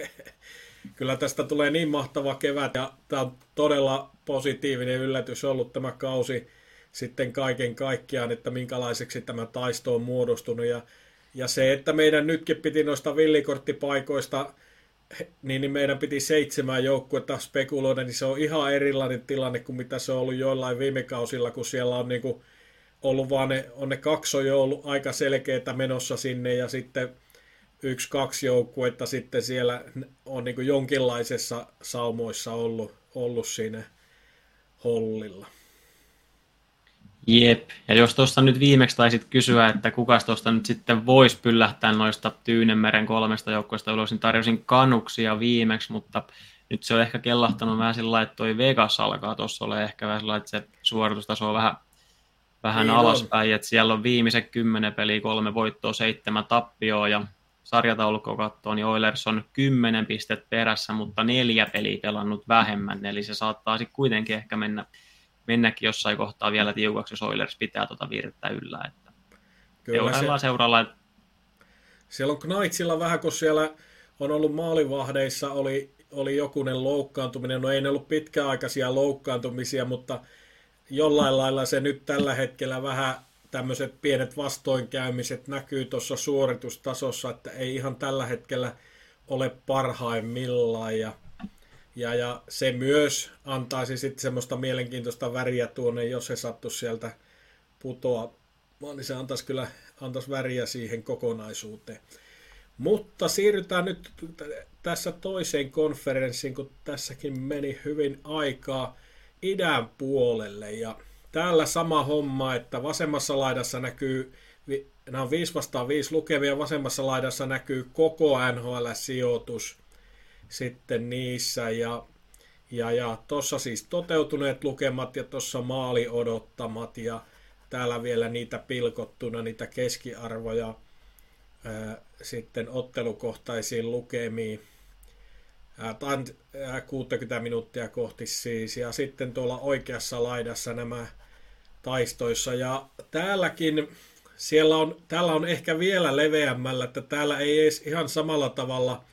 kyllä tästä tulee niin mahtava kevät ja tämä on todella positiivinen yllätys ollut tämä kausi sitten kaiken kaikkiaan, että minkälaiseksi tämä taisto on muodostunut ja, ja se, että meidän nytkin piti noista villikorttipaikoista, niin, niin meidän piti seitsemän joukkuetta spekuloida, niin se on ihan erilainen tilanne kuin mitä se on ollut joillain viime kausilla, kun siellä on niin kuin ollut vaan ne, on ne kaksi on jo ollut aika selkeitä menossa sinne ja sitten yksi, kaksi joukkuetta sitten siellä on niin kuin jonkinlaisessa saumoissa ollut, ollut siinä hollilla. Jep, ja jos tuosta nyt viimeksi taisit kysyä, että kuka tuosta nyt sitten voisi pyllähtää noista Tyynenmeren kolmesta joukkueesta ylös, niin tarjosin Canucksia viimeksi, mutta nyt se on ehkä kellahtanut vähän sillä lailla, että toi Vegas alkaa tuossa olla ehkä vähän sillä lailla, että se suoritustaso on vähän, vähän niin alaspäin, on. Että siellä on viimeiset kymmenen peliä, kolme voittoa, seitsemän tappioa ja sarjataulukko katsoo, niin Oilers on kymmenen pistet perässä, mutta neljä peliä pelannut vähemmän, eli se saattaa sitten kuitenkin ehkä mennä, mennäkin jossain kohtaa vielä tiukaksi, jos Oilers pitää tuota virrettä yllä. Että seuraillaan se, seuraillaan. Siellä on Knightsilla vähän, kun siellä on ollut maalivahdeissa, oli, oli jokunen loukkaantuminen, no ei ne ollut pitkäaikaisia loukkaantumisia, mutta jollain lailla se nyt tällä hetkellä vähän tämmöiset pienet vastoinkäymiset näkyy tuossa suoritustasossa, että ei ihan tällä hetkellä ole parhaimmillaan. Ja, ja, ja se myös antaisi sitten semmoista mielenkiintoista väriä tuonne, jos se sattuisi sieltä putoa, niin se antaisi kyllä antaisi väriä siihen kokonaisuuteen. Mutta siirrytään nyt tässä toiseen konferenssiin, kun tässäkin meni hyvin aikaa idän puolelle. Ja täällä sama homma, että vasemmassa laidassa näkyy, nämä on viisi vastaan viisi lukevia, vasemmassa laidassa näkyy koko N H L-sijoitus sitten niissä. Ja, ja, ja tuossa siis toteutuneet lukemat ja tuossa maali odottamat ja täällä vielä niitä pilkottuna, niitä keskiarvoja ää, sitten ottelukohtaisiin lukemiin. kuusikymmentä minuuttia kohti siis, ja sitten tuolla oikeassa laidassa nämä taistoissa, ja täälläkin siellä on, täällä on ehkä vielä leveämmällä, että täällä ei edes ihan samalla tavalla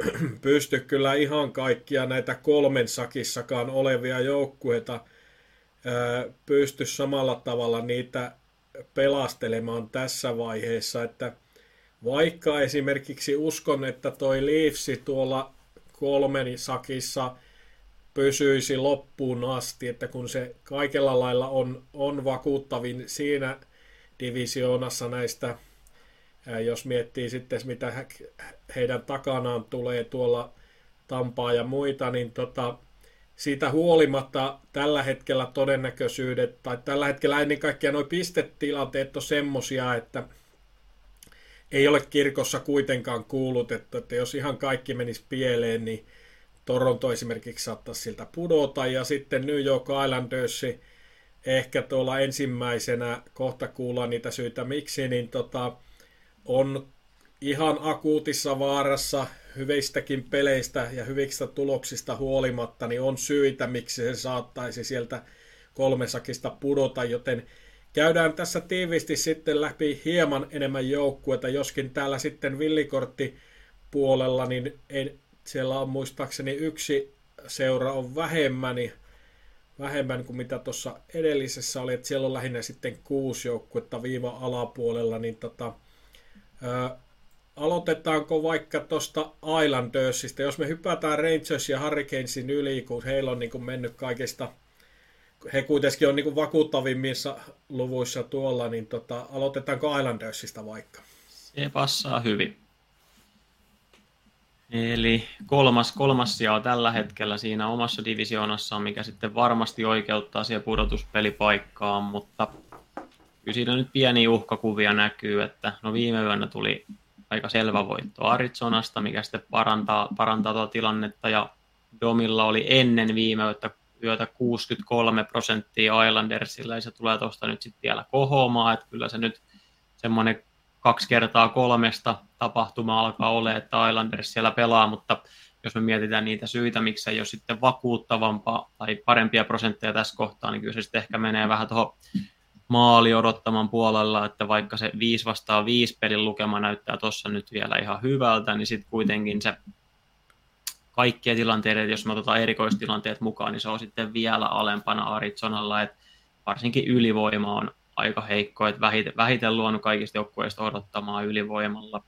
pysty kyllä ihan kaikkia näitä kolmen sakissakaan olevia joukkueita pysty samalla tavalla niitä pelastelemaan tässä vaiheessa, että vaikka esimerkiksi uskon, että toi Leafsi tuolla kolmen sakissa pysyisi loppuun asti, että kun se kaikella lailla on, on vakuuttavin siinä divisioonassa näistä, jos miettii sitten mitä heidän takanaan tulee tuolla Tampaa ja muita, niin tota, siitä huolimatta tällä hetkellä todennäköisyydet, tai tällä hetkellä ennen kaikkea nuo pistetilanteet on semmosia, että ei ole kirkossa kuitenkaan kuulutettu, että jos ihan kaikki menisi pieleen, niin Toronto esimerkiksi saattaisi siltä pudota, ja sitten New York Islanders ehkä tuolla ensimmäisenä, kohta kuullaan niitä syitä miksi, niin tota, on ihan akuutissa vaarassa hyvistäkin peleistä ja hyvistä tuloksista huolimatta, niin on syitä, miksi se saattaisi sieltä kolmesakista pudota, joten käydään tässä tiiviisti sitten läpi hieman enemmän joukkuetta, joskin täällä sitten villikorttipuolella, niin ei, siellä on muistaakseni yksi seura on vähemmän, niin vähemmän kuin mitä tuossa edellisessä oli, että siellä on lähinnä sitten kuusi joukkuetta viiva alapuolella, niin tota, ää, aloitetaanko vaikka tuosta Islandersista, jos me hypätään Rangers ja Hurricanesin yli, kun heillä on niin kuin mennyt kaikista, he kuitenkin on niin kuin vakuuttavimmissa luvuissa tuolla, niin tota, aloitetaanko Islandersista vaikka? Se passaa hyvin. Eli kolmas, kolmas sija on tällä hetkellä siinä omassa divisioonassaan, mikä sitten varmasti oikeuttaa siihen pudotuspelipaikkaan, mutta kyllä siinä nyt pieniä uhkakuvia näkyy, että no viime yönä tuli aika selvä voitto Arizonasta, mikä sitten parantaa, parantaa tuota tilannetta, ja Domilla oli ennen viime yötä, yötä kuusikymmentäkolme prosenttia Islandersilla, ja se tulee tuosta nyt sitten vielä kohoamaan, että kyllä se nyt semmoinen kaksi kertaa kolmesta tapahtuma alkaa olla, että Islanders siellä pelaa, mutta jos me mietitään niitä syitä, miksi ei ole sitten vakuuttavampaa tai parempia prosentteja tässä kohtaa, niin kyllä se sitten ehkä menee vähän tuohon maali odottaman puolella, että vaikka se viisi vastaan viisi pelin lukema näyttää tuossa nyt vielä ihan hyvältä, niin sitten kuitenkin se kaikkia tilanteita, jos me otetaan erikoistilanteet mukaan, niin se on sitten vielä alempana Arizonalla, että varsinkin ylivoima on aika heikko, että vähiten, vähiten luonut kaikista joukkueista odottamaan ylivoimalla.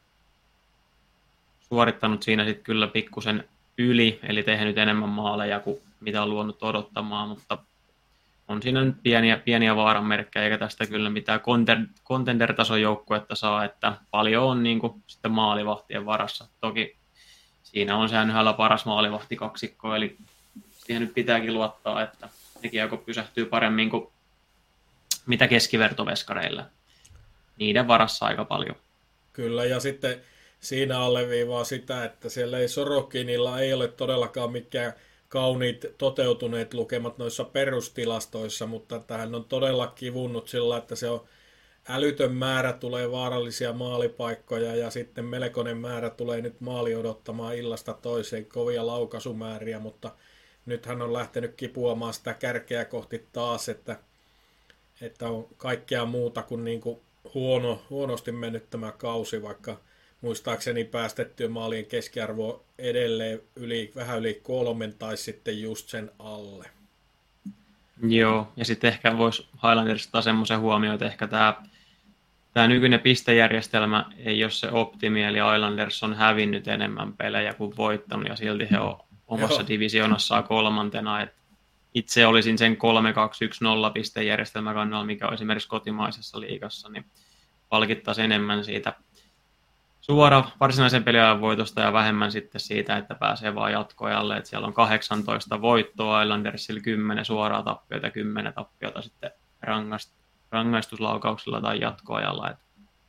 Suorittanut siinä sitten kyllä pikkusen yli, eli tehnyt enemmän maaleja kuin mitä on luonut odottamaan, mutta on siinä nyt pieniä, pieniä vaaranmerkkejä, eikä tästä kyllä mitään contender-tason joukkuetta saa, että paljon on niin kuin sitten maalivahtien varassa. Toki siinä on se N H L paras maalivahtikaksikko, eli siihen nyt pitääkin luottaa, että nekin joko pysähtyy paremmin kuin mitä keskivertoveskareilla. Niiden varassa aika paljon. Kyllä, ja sitten siinä alleviivaa sitä, että siellä ei Sorokinilla ei ole todellakaan mikään kauniit toteutuneet lukemat noissa perustilastoissa, mutta tähän on todella kivunnut sillä, että se on älytön määrä tulee vaarallisia maalipaikkoja ja sitten melkoinen määrä tulee nyt maali odottamaan illasta toiseen kovia laukaisumääriä, mutta nyt hän on lähtenyt kipuamaan sitä kärkeä kohti taas, että, että on kaikkea muuta kuin, niin kuin huono, huonosti mennyt tämä kausi, vaikka muistaakseni päästettyä maalien keskiarvo edelleen yli, vähän yli kolmen tai sitten just sen alle. Joo, ja sitten ehkä voisi Highlandersista semmoisen huomioon, että ehkä tämä, tämä nykyinen pistejärjestelmä ei ole se optimi, eli Islanders on hävinnyt enemmän pelejä kuin voittanut, ja silti he on omassa divisionassaan kolmantena. Et itse olisin sen kolme kaksi yksi nolla pistejärjestelmä kannalla, mikä on esimerkiksi kotimaisessa liigassa, niin palkittaisiin enemmän siitä suora varsinaisen peliajan voitosta ja vähemmän sitten siitä, että pääsee vaan jatkoajalle. Että siellä on kahdeksantoista voittoa, Islandersilla kymmenen suoraa tappiota ja kymmenen tappiota sitten rangaistuslaukauksilla tai jatkoajalla. Et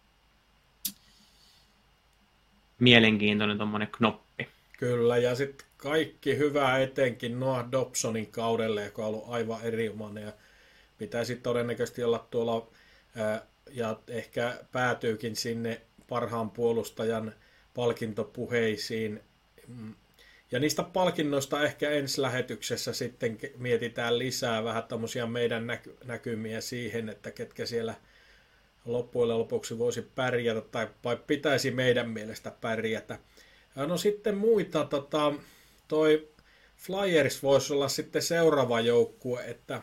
mielenkiintoinen tuommoinen knoppi. Kyllä, ja sitten kaikki hyvää etenkin Noah Dobsonin kaudelle, joka on ollut aivan erinomainen ja pitäisi todennäköisesti olla tuolla ää, ja ehkä päätyykin sinne parhaan puolustajan palkintopuheisiin. Ja niistä palkinnoista ehkä ensi lähetyksessä sitten mietitään lisää vähän tämmöisiä meidän näky- näkymiä siihen, että ketkä siellä loppujen lopuksi voisi pärjätä tai pitäisi meidän mielestä pärjätä. No sitten muita, tota, toi Flyers voisi olla sitten seuraava joukkue, että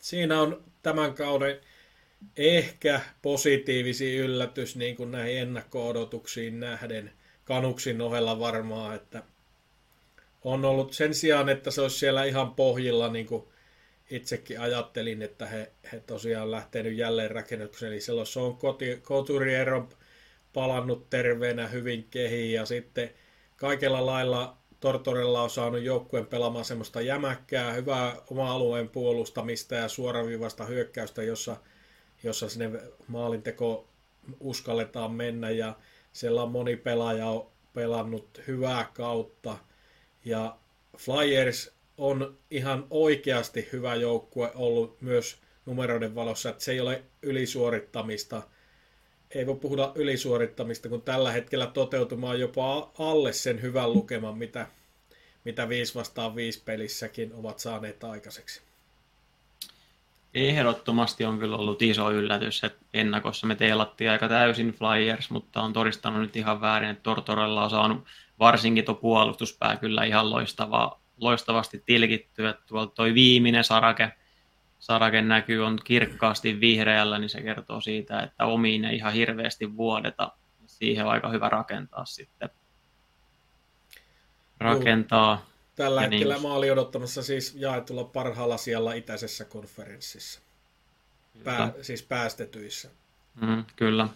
Siinä on tämän kauden ehkä positiivisi yllätys niin kuin näihin ennakko-odotuksiin nähden. Kanuksin ohella varmaan, että on ollut sen sijaan, että se olisi siellä ihan pohjilla, niin kuin itsekin ajattelin, että he, he tosiaan lähtenyt jälleen rakennukseen. Eli silloin se on Couturier palannut terveenä hyvin kehiin ja sitten kaikella lailla Tortorella on saanut joukkueen pelaamaan semmoista jämäkkää, hyvää oma alueen puolustamista ja suoraviivasta hyökkäystä, jossa, jossa sinne maalinteko uskalletaan mennä ja siellä on moni pelaaja on pelannut hyvää kautta ja Flyers on ihan oikeasti hyvä joukkue ollut myös numeroiden valossa, että se ei ole ylisuorittamista. Ei voi puhuta ylisuorittamista, kun tällä hetkellä toteutumaan jopa alle sen hyvän lukeman, mitä, mitä viisi vastaan viisi pelissäkin ovat saaneet aikaiseksi. Ehdottomasti on kyllä ollut iso yllätys, että ennakossa me teilattiin aika täysin Flyers, mutta on todistanut nyt ihan väärin, että Tortorella on saanut varsinkin tuo puolustuspää kyllä ihan loistavaa, loistavasti tilkittyä. Tuolta toi viimeinen sarake, sarake näkyy on kirkkaasti vihreällä, niin se kertoo siitä, että omiin ei ihan hirveästi vuodeta. Siihen on aika hyvä rakentaa sitten. Rakentaa. Tällä ja hetkellä niin. mä olin odottamassa siis jaetulla parhaalla siellä itäisessä konferenssissa. Pää, siis päästetyissä. Mm, kyllä.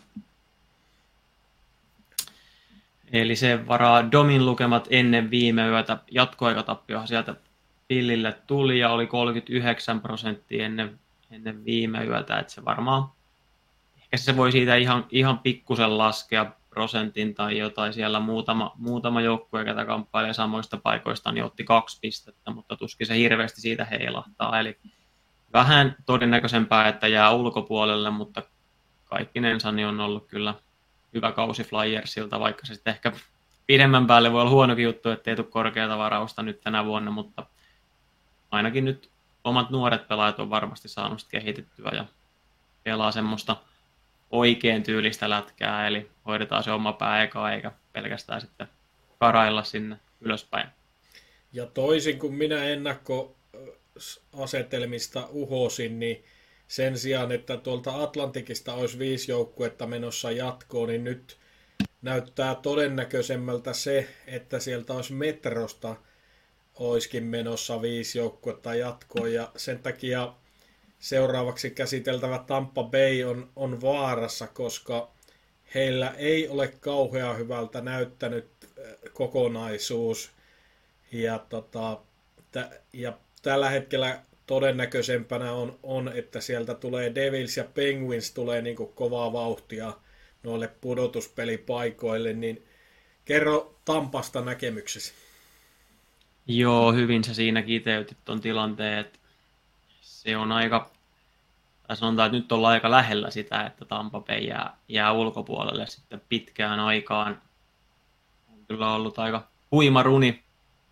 Eli se varaa Domin lukemat ennen viime yötä. Jatkoaikatappiohan sieltä Pillille tuli ja oli kolmekymmentäyhdeksän prosenttia ennen, ennen viime yötä. Että se varmaan, ehkä se voi siitä ihan, ihan pikkusen laskea prosentin tai jotain. Siellä muutama, muutama joukkue, joka kamppailee samoista paikoista, niin otti kaksi pistettä, mutta tuskin se hirveästi siitä heilahtaa. Eli vähän todennäköisempää, että jää ulkopuolelle, mutta kaikkinensa niin on ollut kyllä hyvä kausi Flyersilta, vaikka se sitten ehkä pidemmän päälle voi olla huonokin juttu, ettei tule korkeata varausta nyt tänä vuonna, mutta ainakin nyt omat nuoret pelaajat on varmasti saanut kehitettyä ja pelaa semmoista oikein tyylistä lätkää, eli hoidetaan se oma pää eka, eikä pelkästään sitten karailla sinne ylöspäin. Ja toisin kuin minä ennakkoasetelmista uhosin, niin sen sijaan, että tuolta Atlantikista olisi viisi joukkuetta menossa jatkoon, niin nyt näyttää todennäköisemmältä se, että sieltä olisi Metrosta olisikin menossa viisi joukkuetta jatkoon. Ja sen takia seuraavaksi käsiteltävä Tampa Bay on, on vaarassa, koska heillä ei ole kauhean hyvältä näyttänyt kokonaisuus. Ja, tota, t- ja tällä hetkellä todennäköisempänä on, on, että sieltä tulee Devils ja Penguins tulee niin kuin kovaa vauhtia noille pudotuspelipaikoille, niin kerro Tampasta näkemyksesi. Joo, hyvin sä siinä kiteytit tuon tilanteen, että se on aika, tai sanotaan, että nyt ollaan aika lähellä sitä, että Tampa Bay jää, jää ulkopuolelle sitten pitkään aikaan. On kyllä ollut aika huima runi,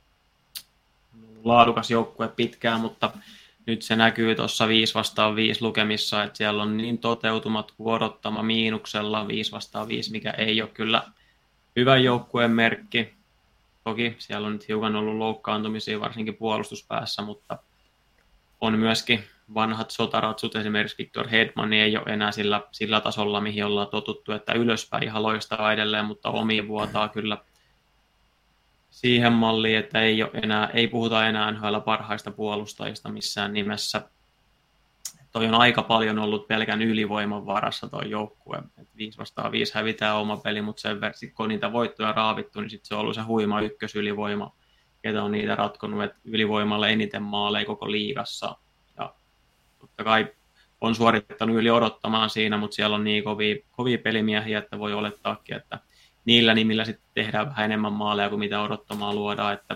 laadukas joukkue pitkään, mutta nyt se näkyy tuossa viisi vastaan viisi lukemissa, että siellä on niin toteutumat kuin odottama miinuksella viisi vastaan viisi, mikä ei ole kyllä hyvän joukkueen merkki. Toki siellä on nyt hiukan ollut loukkaantumisia, varsinkin puolustuspäässä, mutta on myöskin vanhat sotaratsut, esimerkiksi Victor Hedman ei ole enää sillä, sillä tasolla, mihin ollaan totuttu, että ylöspäin ihan loistaa edelleen, mutta omi vuotaa kyllä siihen malliin, että ei, ole enää, ei puhuta enää N H L parhaista puolustajista missään nimessä. Toi on aika paljon ollut pelkän ylivoiman varassa toi joukkue. viisi vastaan viisi hävitään oma peli, mutta sen verran, kun on niitä voittoja raavittu, niin sit se on ollut se huima ykkösylivoima, ketä on niitä ratkonut, että ylivoimalla eniten maaleja koko liigassa. Ja totta kai on suorittanut yli odottamaan siinä, mutta siellä on niin kovia, kovia pelimiehiä, että voi olettaakin, että niillä nimillä sitten tehdään vähän enemmän maaleja kuin mitä odottamaan luodaan, että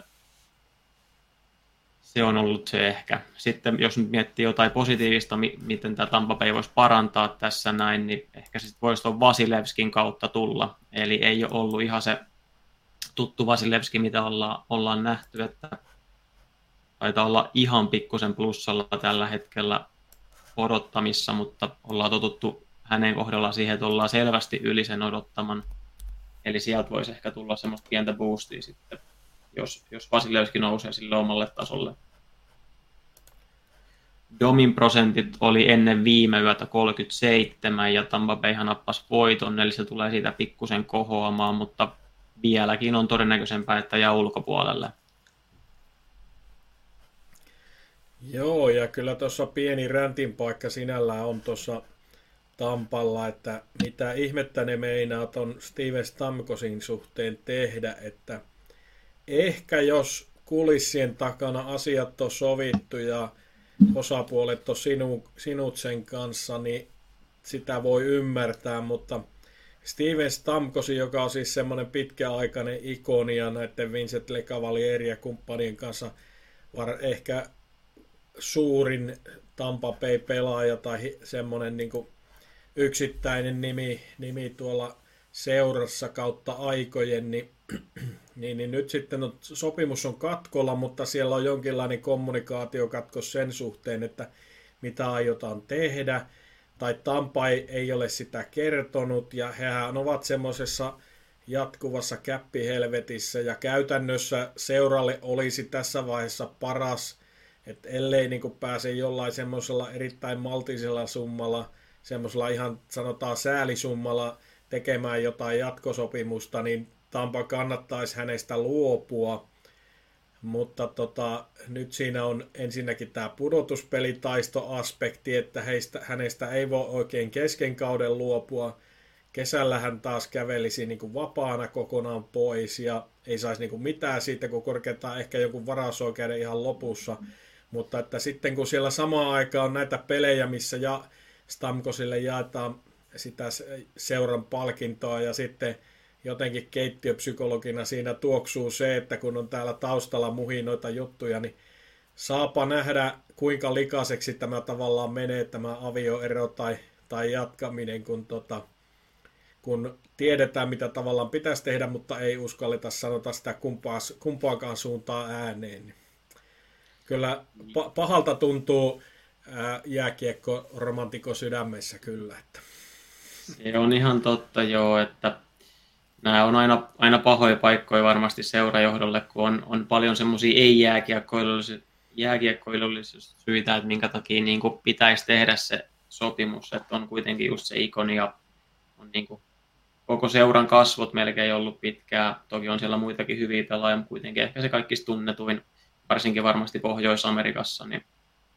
se on ollut se ehkä. Sitten jos nyt miettii jotain positiivista, miten tämä Tampa Bay voisi parantaa tässä näin, niin ehkä se voisi tuon Vasilevskin kautta tulla. Eli ei ole ollut ihan se tuttu Vasilevski, mitä ollaan, ollaan nähty, että taitaa olla ihan pikkusen plussalla tällä hetkellä odottamissa, mutta ollaan totuttu hänen kohdallaan siihen, että ollaan selvästi yli sen odottaman. Eli sieltä voisi ehkä tulla semmoista pientä boostia sitten, jos, jos Vasilevski nousee sille omalle tasolle. Domin prosentit oli ennen viime yötä kolmekymmentäseitsemän ja Tampa Bayhan nappasi voiton, eli se tulee siitä pikkusen kohoamaan, mutta vieläkin on todennäköisempää, että jää ulkopuolelle. Joo, ja kyllä tuossa pieni räntin paikka sinällään on tuossa Tampalla, että mitä ihmettä ne meinaa ton Steven Stamkosin suhteen tehdä, että ehkä jos kulissien takana asiat on sovittu ja osapuolet on sinu, sinut sen kanssa, niin sitä voi ymmärtää, mutta Steven Stamkosi, joka on siis semmoinen pitkäaikainen ikonia näiden Vincent LeCavalier ja kumppanien kanssa, var ehkä suurin Tampa Bay-pelaaja tai semmoinen niin kuin yksittäinen nimi, nimi tuolla seurassa kautta aikojen, niin, niin, niin nyt sitten on, sopimus on katkolla, mutta siellä on jonkinlainen kommunikaatiokatkos sen suhteen, että mitä aiotaan tehdä, tai Tampa ei, ei ole sitä kertonut, ja hehän ovat semmoisessa jatkuvassa käppihelvetissä, ja käytännössä seuralle olisi tässä vaiheessa paras, että ellei niin kuin pääse jollain semmoisella erittäin maltisella summalla, semmoisella ihan sanotaan säälisummalla tekemään jotain jatkosopimusta, niin Tampa kannattaisi hänestä luopua. Mutta tota, nyt siinä on ensinnäkin tämä pudotuspelitaistoaspekti, että heistä, hänestä ei voi oikein kesken kauden luopua. Kesällä hän taas kävelisi niin kuin vapaana kokonaan pois ja ei saisi niin kuin mitään siitä, kun korkeintaan ehkä jonkun varausoikeuden ihan lopussa. Mutta että sitten kun siellä samaan aikaan on näitä pelejä, missä ja Stamkosille jaetaan sitä seuran palkintoa ja sitten jotenkin keittiöpsykologina siinä tuoksuu se, että kun on täällä taustalla muhinoita juttuja, niin saapa nähdä, kuinka likaiseksi tämä tavallaan menee, tämä avioero tai, tai jatkaminen, kun, tota, kun tiedetään, mitä tavallaan pitäisi tehdä, mutta ei uskalleta sanota sitä kumpaa, kumpaakaan suuntaan ääneen. Kyllä pahalta tuntuu jääkiekko romantikko sydämessä kyllä. Että. Se on ihan totta joo, että nämä on aina, aina pahoja paikkoja varmasti seurajohdolle, kun on, on paljon semmoisia ei-jääkiekkoilullisia syitä, että minkä takia niin kuin pitäisi tehdä se sopimus, että on kuitenkin just se ikoni ja on niin kuin koko seuran kasvot melkein ollut pitkään. Toki on siellä muitakin hyviä pelaajia, mutta kuitenkin ehkä se kaikista tunnetuin, varsinkin varmasti Pohjois-Amerikassa, niin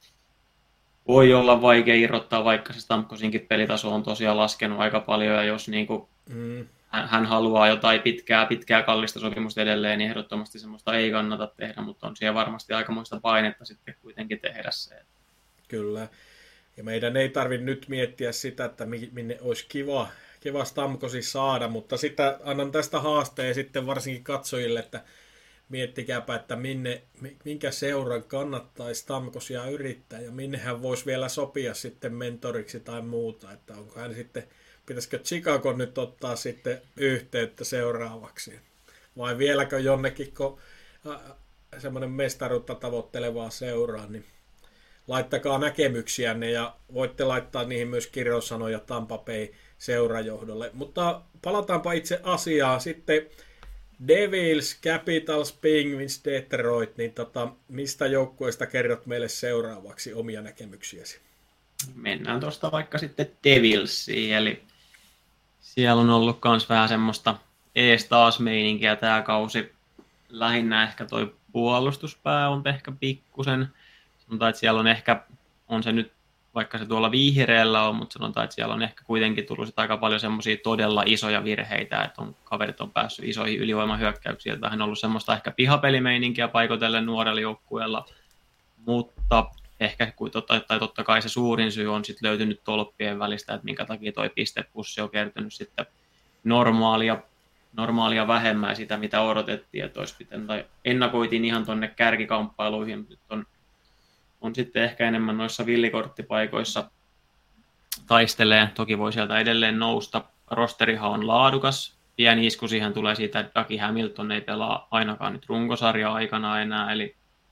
voi olla vaikea irrottaa, vaikka se Stamkosinkin pelitaso on tosiaan laskenut aika paljon, ja jos niin kuin mm. hän haluaa jotain pitkää, pitkää kallista sopimusta edelleen, niin ehdottomasti semmoista ei kannata tehdä, mutta on siellä varmasti aikamoista painetta sitten kuitenkin tehdä se. Kyllä, ja meidän ei tarvitse nyt miettiä sitä, että minne olisi kiva, kiva Stamkosi saada, mutta sitä annan tästä haasteen sitten varsinkin katsojille, että miettikääpä, että minne, minkä seuran kannattaisi Stamkosia yrittää ja minne hän voisi vielä sopia sitten mentoriksi tai muuta. Että onko hän sitten, pitäisikö Chicago nyt ottaa sitten yhteyttä seuraavaksi? Vai vieläkö jonnekin, kun semmoinen mestaruutta tavoittelevaa seuraa, niin laittakaa näkemyksiänne ja voitte laittaa niihin myös kirjosanoja Tampa Bay seurajohdolle. Mutta palataanpa itse asiaan sitten. Devils, Capitals, Penguins, Detroit, niin tota, mistä joukkueesta kerrot meille seuraavaksi omia näkemyksiäsi? Mennään tuosta vaikka sitten Devilsiin, eli siellä on ollut myös vähän semmoista ees taas meininkiä tämä kausi. Lähinnä ehkä toi puolustuspää on ehkä pikkusen, sanotaan, että siellä on ehkä, on se nyt vaikka se tuolla vihreällä on, mutta sanotaan, että siellä on ehkä kuitenkin tullut aika paljon semmoisia todella isoja virheitä, että on, kaverit on päässyt isoihin ylivoimahyökkäyksiin, että vähän ollut semmoista ehkä pihapelimeininkiä paikotellen nuorella joukkueella, mutta ehkä totta, tai totta kai se suurin syy on sitten löytynyt tolppien välistä, että minkä takia toi pistepussi on kertynyt sitten normaalia, normaalia vähemmän sitä, mitä odotettiin, että olisi pitänyt, tai ennakoitiin ihan tuonne kärkikamppailuihin, nyt on on sitten ehkä enemmän noissa villikorttipaikoissa taistelee. Toki voi sieltä edelleen nousta. Rosterihan on laadukas. Pieni isku siihen tulee siitä, että Dougie Hamilton ei pelaa ainakaan nyt runkosarjaa aikana enää, eli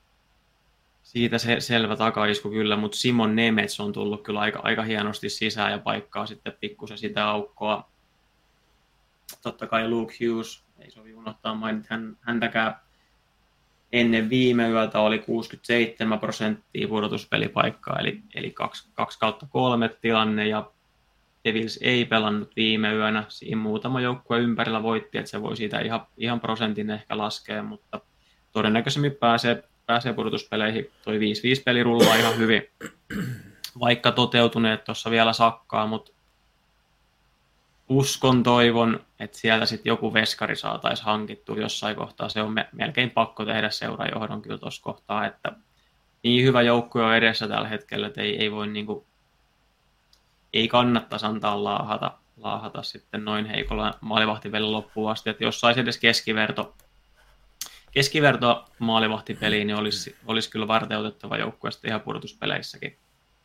siitä se selvä takaisku kyllä, mutta Simon Nemets on tullut kyllä aika, aika hienosti sisään ja paikkaa sitten pikkusen sitä aukkoa. Totta kai Luke Hughes, ei sovi unohtaa mainita häntäkään. ennen viime yötä oli kuusikymmentäseitsemän prosenttia pudotuspelipaikkaa, eli, eli kaksi kautta kolme tilanne, ja Devils ei pelannut viime yönä. Siinä muutama joukkue ympärillä voitti, että se voi siitä ihan, ihan prosentin ehkä laskea, mutta todennäköisemmin pääsee, pääsee pudotuspeleihin. Toi viisi viisi peli rullaa ihan hyvin, vaikka toteutuneet tuossa vielä sakkaa, mutta uskon, toivon, että sieltä sitten joku veskari saataisiin hankittua jossain kohtaa. Se on me, melkein pakko tehdä seurajohdon kyllä tuossa kohtaa, että niin hyvä joukkue on edessä tällä hetkellä, että ei, ei voi niinku, ei kannattaisi antaa laahata, laahata sitten noin heikolla maalivahtipelin loppuun asti, että jos saisi edes keskiverto, keskiverto maalivahtipeliin, niin olisi, olisi kyllä varteutettava joukkue sitten ihan pudotuspeleissäkin.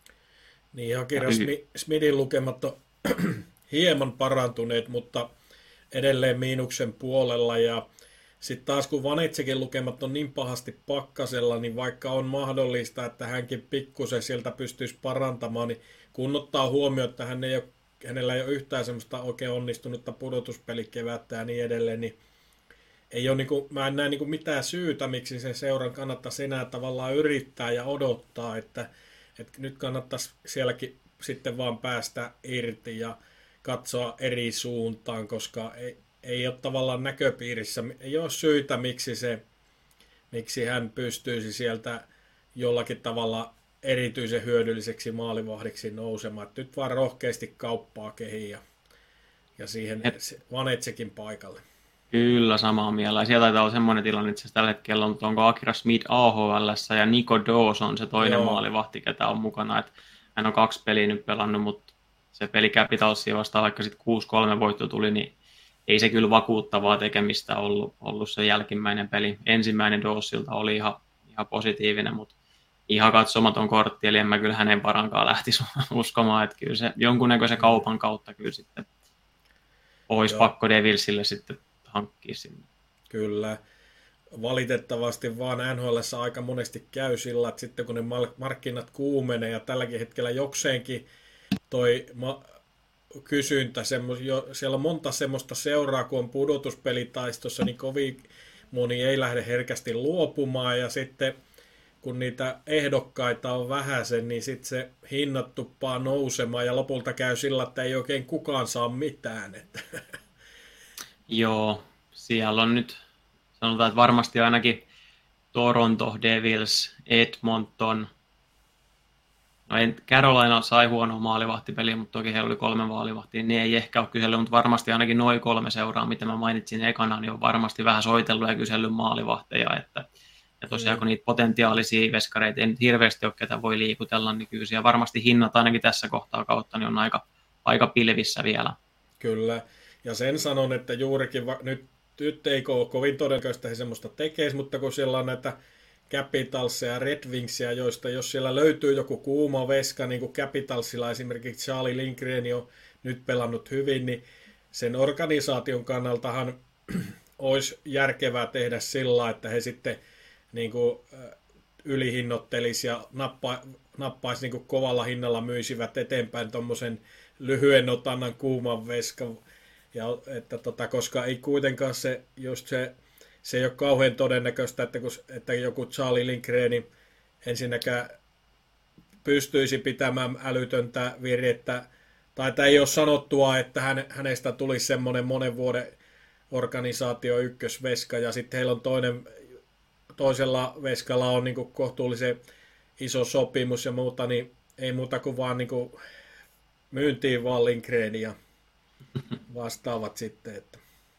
Niin ihan kirja Smidin lukemat on hieman parantuneet, mutta edelleen miinuksen puolella, ja sitten taas kun Vanetsekin lukemat on niin pahasti pakkasella, niin vaikka on mahdollista, että hänkin pikkusen sieltä pystyisi parantamaan, niin kun ottaa huomioon, että hän ei ole, hänellä ei ole yhtään semmoista oikein onnistunutta pudotuspelikevättä ja niin edelleen, niin ei ole, niin kuin, mä en näe niin kuin mitään syytä, miksi sen seuran kannattaisi enää tavallaan yrittää ja odottaa, että, että nyt kannattaisi sielläkin sitten vaan päästä irti ja katsoa eri suuntaan, koska ei, ei ole tavallaan näköpiirissä, ei ole syytä, miksi, se, miksi hän pystyisi sieltä jollakin tavalla erityisen hyödylliseksi maalivahdiksi nousemaan. Että nyt vaan rohkeasti kauppaa kehiin ja, ja siihen Et, Vanetsekin paikalle. Kyllä, samaa mieltä. Siellä taitaa olla semmoinen tilanne, että tällä hetkellä on, onko Akira Smith A H L:ssä ja Nico Dawes on se toinen Joo. maalivahti, ketä on mukana. Että hän on kaksi peliä nyt pelannut, mutta se peli Capitalsia vastaan, vaikka sitten kuusi kolme voitto tuli, niin ei se kyllä vakuuttavaa tekemistä ollut, ollut se jälkimmäinen peli. Ensimmäinen Dawesilta oli ihan, ihan positiivinen, mutta ihan katsomaton kortti, eli en mä kyllä hänen parankaan lähtisi uskomaan, että kyllä se jonkunnäköisen kaupan kautta kyllä sitten olisi pakko Devilsille sitten hankkia sinne. Kyllä. Valitettavasti vaan N H L:ssä aika monesti käy sillä, että sitten kun ne markkinat kuumenee ja tälläkin hetkellä jokseenkin toi ma- kysyntä, semmos, jo, siellä on monta semmoista seuraa, kun on pudotuspelitaistossa, niin kovin moni ei lähde herkästi luopumaan ja sitten kun niitä ehdokkaita on vähäsen, niin sitten se hinnat tuppaa nousemaan ja lopulta käy sillä, että ei oikein kukaan saa mitään. Että. Joo, siellä on nyt, sanotaan, että varmasti ainakin Toronto, Devils, Edmonton, no en, Carolina sai huonoa maalivahtipeliä, mutta toki heillä oli kolme maalivahtia, niin ei ehkä ole kysellyt, mutta varmasti ainakin noin kolme seuraa, mitä mä mainitsin ekana, niin on varmasti vähän soitellut ja kysellyt maalivahteja, että ja tosiaan kun niitä potentiaalisia veskareita ei nyt hirveästi ole, ketä voi liikutella, niin kyllä siellä varmasti hinnat ainakin tässä kohtaa kautta niin on aika, aika pilvissä vielä. Kyllä, ja sen sanon, että juurikin va- nyt, nyt ei ole kovin todennäköistä he semmoista tekisi, mutta kun siellä on näitä Capitalsia ja Red Wingsia, joista jos siellä löytyy joku kuuma veska, niin kuin Capitalsilla esimerkiksi Charlie Lindgren on nyt pelannut hyvin, niin sen organisaation kannaltahan olisi järkevää tehdä sillä, että he sitten niin kuin ylihinnoittelisi ja nappa, nappaisi niin kuin kovalla hinnalla myisivät eteenpäin tuommoisen lyhyen otannan kuuman veskan. Ja, että tota, koska ei kuitenkaan se, just se, se ei ole kauhean todennäköistä, että, kun, että joku Charlie Lindgren ensinnäkään pystyisi pitämään älytöntä virjettä, tai että ei ole sanottua, että hän, hänestä tulisi semmoinen monen vuoden organisaatio ykkösveska, ja sitten heillä on toinen toisella veskalla on niin kuin kohtuullisen iso sopimus ja muuta, niin ei muuta kuin vaan niin kuin myyntiin vaan Lindgren ja vastaavat sitten. Että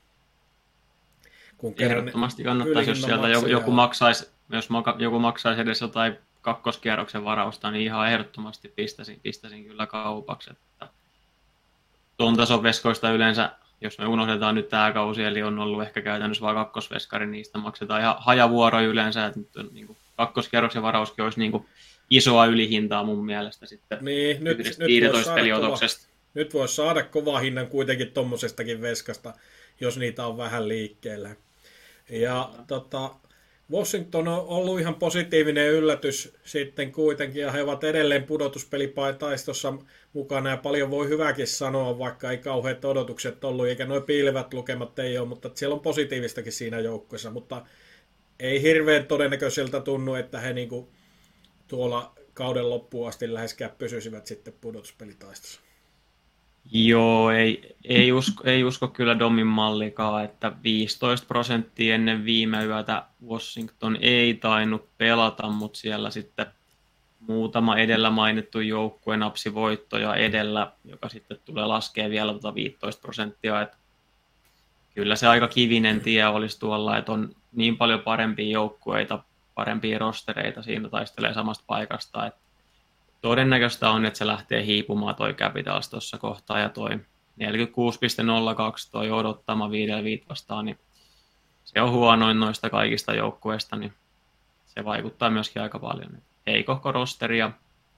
kun ehdottomasti kannattaisi, jos sieltä joku, joku, maksaisi, jos joku maksaisi edes jotain kakkoskierroksen varausta, niin ihan ehdottomasti pistäisin, pistäisin kyllä kaupaksi. Että tuon tason veskoista yleensä, jos me unohdetaan nyt tämä kausi, eli on ollut ehkä käytännössä vain kakkosveskari, niistä maksetaan ihan hajavuoroja yleensä, että nyt niin kuin kakkoskierroksen varauskin olisi niin kuin isoa ylihintaa mun mielestä sitten niin, nyt, nyt viisitoista peliotoksesta. Nyt voisi saada kova hinnan kuitenkin tuommoisestakin veskasta, jos niitä on vähän liikkeellä. Ja no. tota, Washington on ollut ihan positiivinen yllätys sitten kuitenkin, ja he ovat edelleen pudotuspelitaistossa mukana, ja paljon voi hyväkin sanoa, vaikka ei kauheat odotukset ollut, eikä nuo piilevät lukemat ei ole, mutta siellä on positiivistakin siinä joukkueessa, mutta ei hirveän todennäköiseltä tunnu, että he niinku tuolla kauden loppuun asti läheskään pysyisivät sitten pudotuspelitaistossa. Joo, ei, ei, usko, ei usko kyllä Domin mallikaan, että viisitoista prosenttia ennen viime yötä Washington ei tainnut pelata, mutta siellä sitten muutama edellä mainittu joukkue napsi voittoja edellä, joka sitten tulee laskea vielä tuota viisitoista prosenttia. Että kyllä se aika kivinen tie olisi tuolla, että on niin paljon parempia joukkueita, parempia rostereita siinä taistelee samasta paikasta, että todennäköistä on, että se lähtee hiipumaan toi Capitals tuossa kohtaa ja toi neljäkymmentäkuusi pilkku nolla kaksi toi odottama viidellä viit vastaan, niin se on huonoin noista kaikista joukkueista, niin se vaikuttaa myöskin aika paljon. Heikohko rosteri ja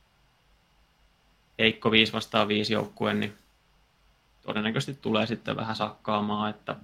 heikko viisi vastaan viisi joukkue, niin todennäköisesti tulee sitten vähän sakkaamaan, että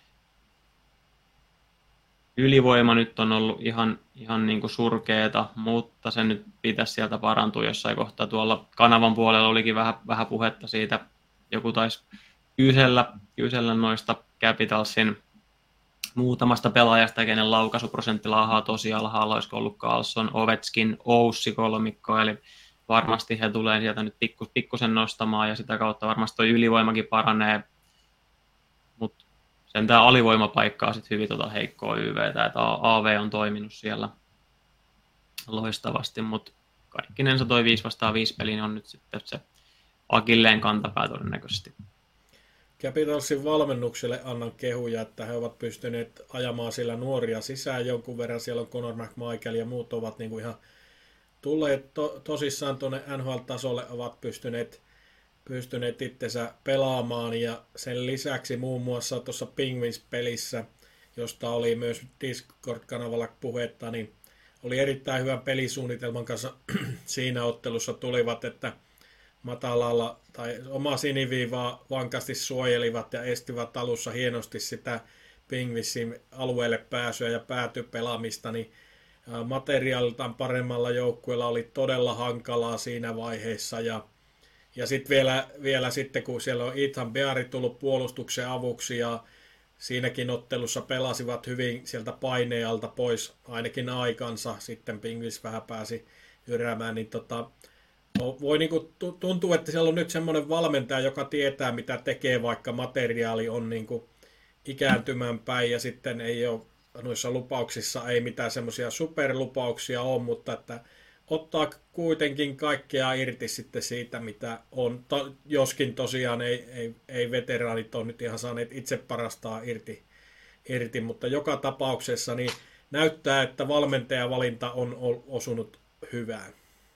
ylivoima nyt on ollut ihan, ihan niin kuin surkeeta, mutta se nyt pitäisi sieltä parantua jossain kohtaa. Tuolla kanavan puolella olikin vähän, vähän puhetta siitä. Joku taisi kysellä, kysellä noista Capitalsin muutamasta pelaajasta, kenen laukaisuprosentti laahaa tosi alhaalla. Olisiko ollut Carlson, Ovechkin, Oussi kolmikko, eli varmasti he tulee sieltä nyt pikku, pikkusen nostamaan ja sitä kautta varmasti tuo ylivoimakin paranee. Mutta sen tämä alivoima paikkaa sitten hyvin tuota heikkoa Y V:tä, että A V on toiminut siellä loistavasti, mutta kaikkinensa toi viisi vastaan viisi peli on nyt sitten se akilleen kantapää todennäköisesti. Capitalsin valmennukselle annan kehuja, että he ovat pystyneet ajamaan sillä nuoria sisään jonkun verran. Siellä on Conor McMichael ja muut ovat niinku ihan tulleet to- tosissaan tuonne N H L-tasolle, ovat pystyneet pystyneet itsensä pelaamaan ja sen lisäksi muun muassa tuossa Penguins-pelissä, josta oli myös Discord-kanavalla puhetta, niin oli erittäin hyvän pelisuunnitelman kanssa siinä ottelussa tulivat, että matalalla tai oma siniviivaa vankasti suojelivat ja estivät alussa hienosti sitä Penguinsin alueelle pääsyä ja päätypelaamista, niin materiaaliltaan paremmalla joukkueella oli todella hankalaa siinä vaiheessa ja Ja sitten vielä, vielä sitten, kun siellä on Ethan Beari tullut puolustuksen avuksi ja siinäkin ottelussa pelasivat hyvin sieltä painealta pois ainakin aikansa, sitten Penguins vähän pääsi jyräämään, niin tota, voi niinku tuntua, että siellä on nyt semmoinen valmentaja, joka tietää mitä tekee, vaikka materiaali on niinku ikääntymään päin ja sitten ei ole noissa lupauksissa ei mitään semmoisia superlupauksia ole, mutta että ottaa kuitenkin kaikkea irti sitten siitä, mitä on. To, joskin tosiaan ei, ei, ei veteraanit ole nyt ihan saaneet itse parastaa irti, irti, mutta joka tapauksessa niin näyttää, että valmentajavalinta on osunut hyvään.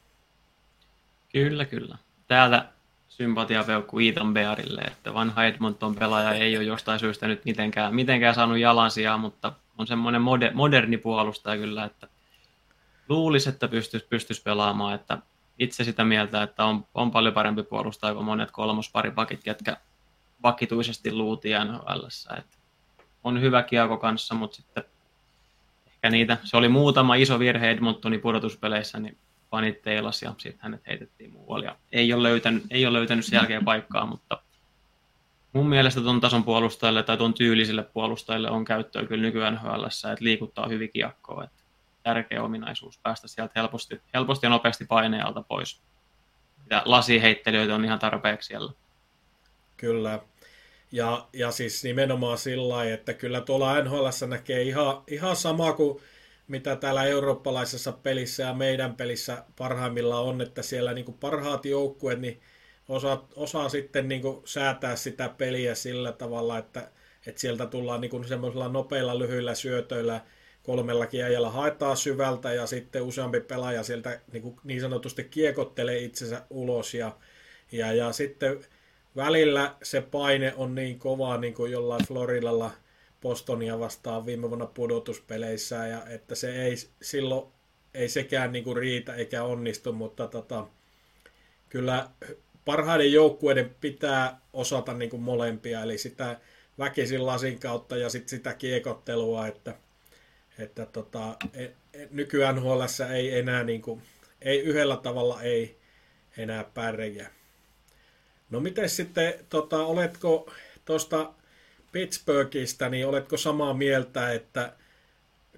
Kyllä, kyllä. Täältä sympatiapeukku Ethan Bearille, että vanha Edmonton pelaaja ei ole jostain syystä nyt mitenkään, mitenkään saanut jalansijaa, mutta on semmoinen moder, moderni puolustaja kyllä, että luulisi, että pystyisi, pystyisi pelaamaan, että itse sitä mieltä, että on, on paljon parempi puolustaja kuin monet kolmosparipakit, ketkä vakituisesti luutiin N H L:ssä. Että on hyvä kiekko kanssa, mutta sitten ehkä niitä, se oli muutama iso virhe Edmontonin pudotuspeleissä, niin fanit teilas ja sitten hänet heitettiin muualle. Ja ei ole löytänyt, ei ole löytänyt sen jälkeen paikkaa, mutta mun mielestä tuon tason puolustajille tai tuon tyylisille puolustajille on käyttöä kyllä nykyään N H L:ssä, että liikuttaa hyvin kiekkoa. Että tärkeä ominaisuus päästä sieltä helposti, helposti ja nopeasti painealta pois. Ja lasiheittelijöitä on ihan tarpeeksi siellä. Kyllä. Ja, ja siis nimenomaan sillä lailla, että kyllä tuolla N H L:ssä näkee ihan, ihan sama kuin mitä täällä eurooppalaisessa pelissä ja meidän pelissä parhaimmillaan on, että siellä niin kuin parhaat joukkueet niin osaa, osaa sitten niin kuin säätää sitä peliä sillä tavalla, että, että sieltä tullaan niin kuin semmoisilla nopeilla lyhyillä syötöillä kolmellakin äijällä haetaan syvältä ja sitten useampi pelaaja sieltä niin, kuin niin sanotusti kiekottelee itsensä ulos ja, ja, ja sitten välillä se paine on niin kova niin kuin jollain Floridalla Bostonia vastaan viime vuonna pudotuspeleissä ja että se ei silloin ei sekään niin kuin riitä eikä onnistu, mutta tota, kyllä parhaiden joukkueiden pitää osata niin kuin molempia, eli sitä väkisin lasin kautta ja sitten sitä kiekottelua, että että tota, nykyään N H L:ssä ei enää niin kuin, ei yhdellä tavalla ei enää pärjää. No miten sitten, tota, oletko tuosta Pittsburghista, niin oletko samaa mieltä, että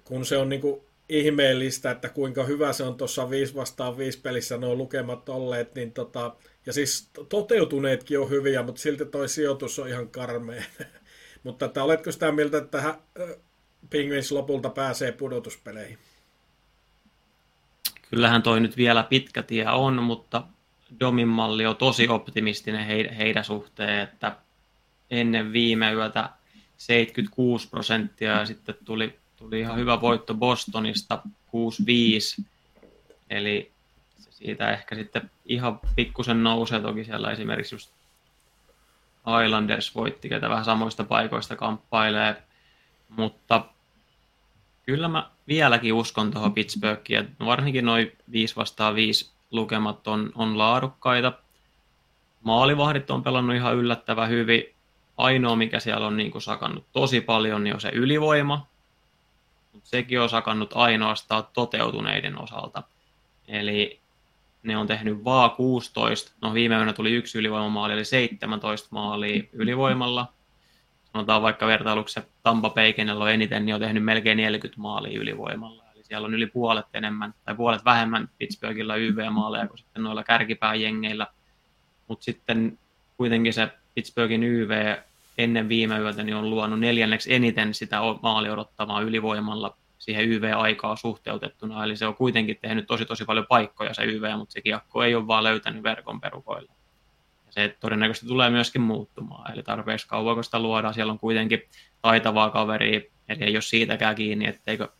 kun se on niin kuin ihmeellistä, että kuinka hyvä se on tuossa viisi vastaan viisi pelissä nuo lukemat olleet, niin tota, ja siis toteutuneetkin on hyviä, mutta silti toi sijoitus on ihan karmea. Mutta että oletko sitä mieltä, että Penguins lopulta pääsee pudotuspeleihin? Kyllähän toi nyt vielä pitkä tie on, mutta Domin malli on tosi optimistinen heidän suhteen, että ennen viime yötä seitsemänkymmentäkuusi prosenttia ja sitten tuli, tuli ihan hyvä voitto Bostonista kuusi viisi, eli siitä ehkä sitten ihan pikkusen nousee, toki siellä esimerkiksi just Islanders voitti, ketä vähän samoista paikoista kamppailee, mutta kyllä mä vieläkin uskon tuohon Pittsburghiin, että varsinkin noin viisi vastaan viisi lukemat on, on laadukkaita. Maalivahdit on pelannut ihan yllättävän hyvin. Ainoa, mikä siellä on niin kuin sakannut tosi paljon, niin on se ylivoima, mutta sekin on sakannut ainoastaan toteutuneiden osalta. Eli ne on tehnyt vaan kuusitoista, no viime yönä tuli yksi ylivoimamaali, eli seitsemäntoista maalia ylivoimalla. Sanotaan vaikka vertailuksi se Tampa Bay, kenellä on eniten, niin on tehnyt melkein neljäkymmentä maalia ylivoimalla. Eli siellä on yli puolet enemmän, tai puolet vähemmän Pittsburghilla Y V-maaleja kuin sitten noilla kärkipääjengeillä. Mutta sitten kuitenkin se Pittsburghin Y V ennen viime yötä niin on luonut neljänneksi eniten sitä maali odottamaa ylivoimalla siihen Y V-aikaa suhteutettuna. Eli se on kuitenkin tehnyt tosi tosi paljon paikkoja se Y V, mutta se kiekko ei ole vaan löytänyt verkon perukoilla. Ja se todennäköisesti tulee myöskin muuttumaan. Eli tarpeeksi kauan, kun sitä luodaan, siellä on kuitenkin taitavaa kaveria, eli ei ole siitäkään kiinni, etteikö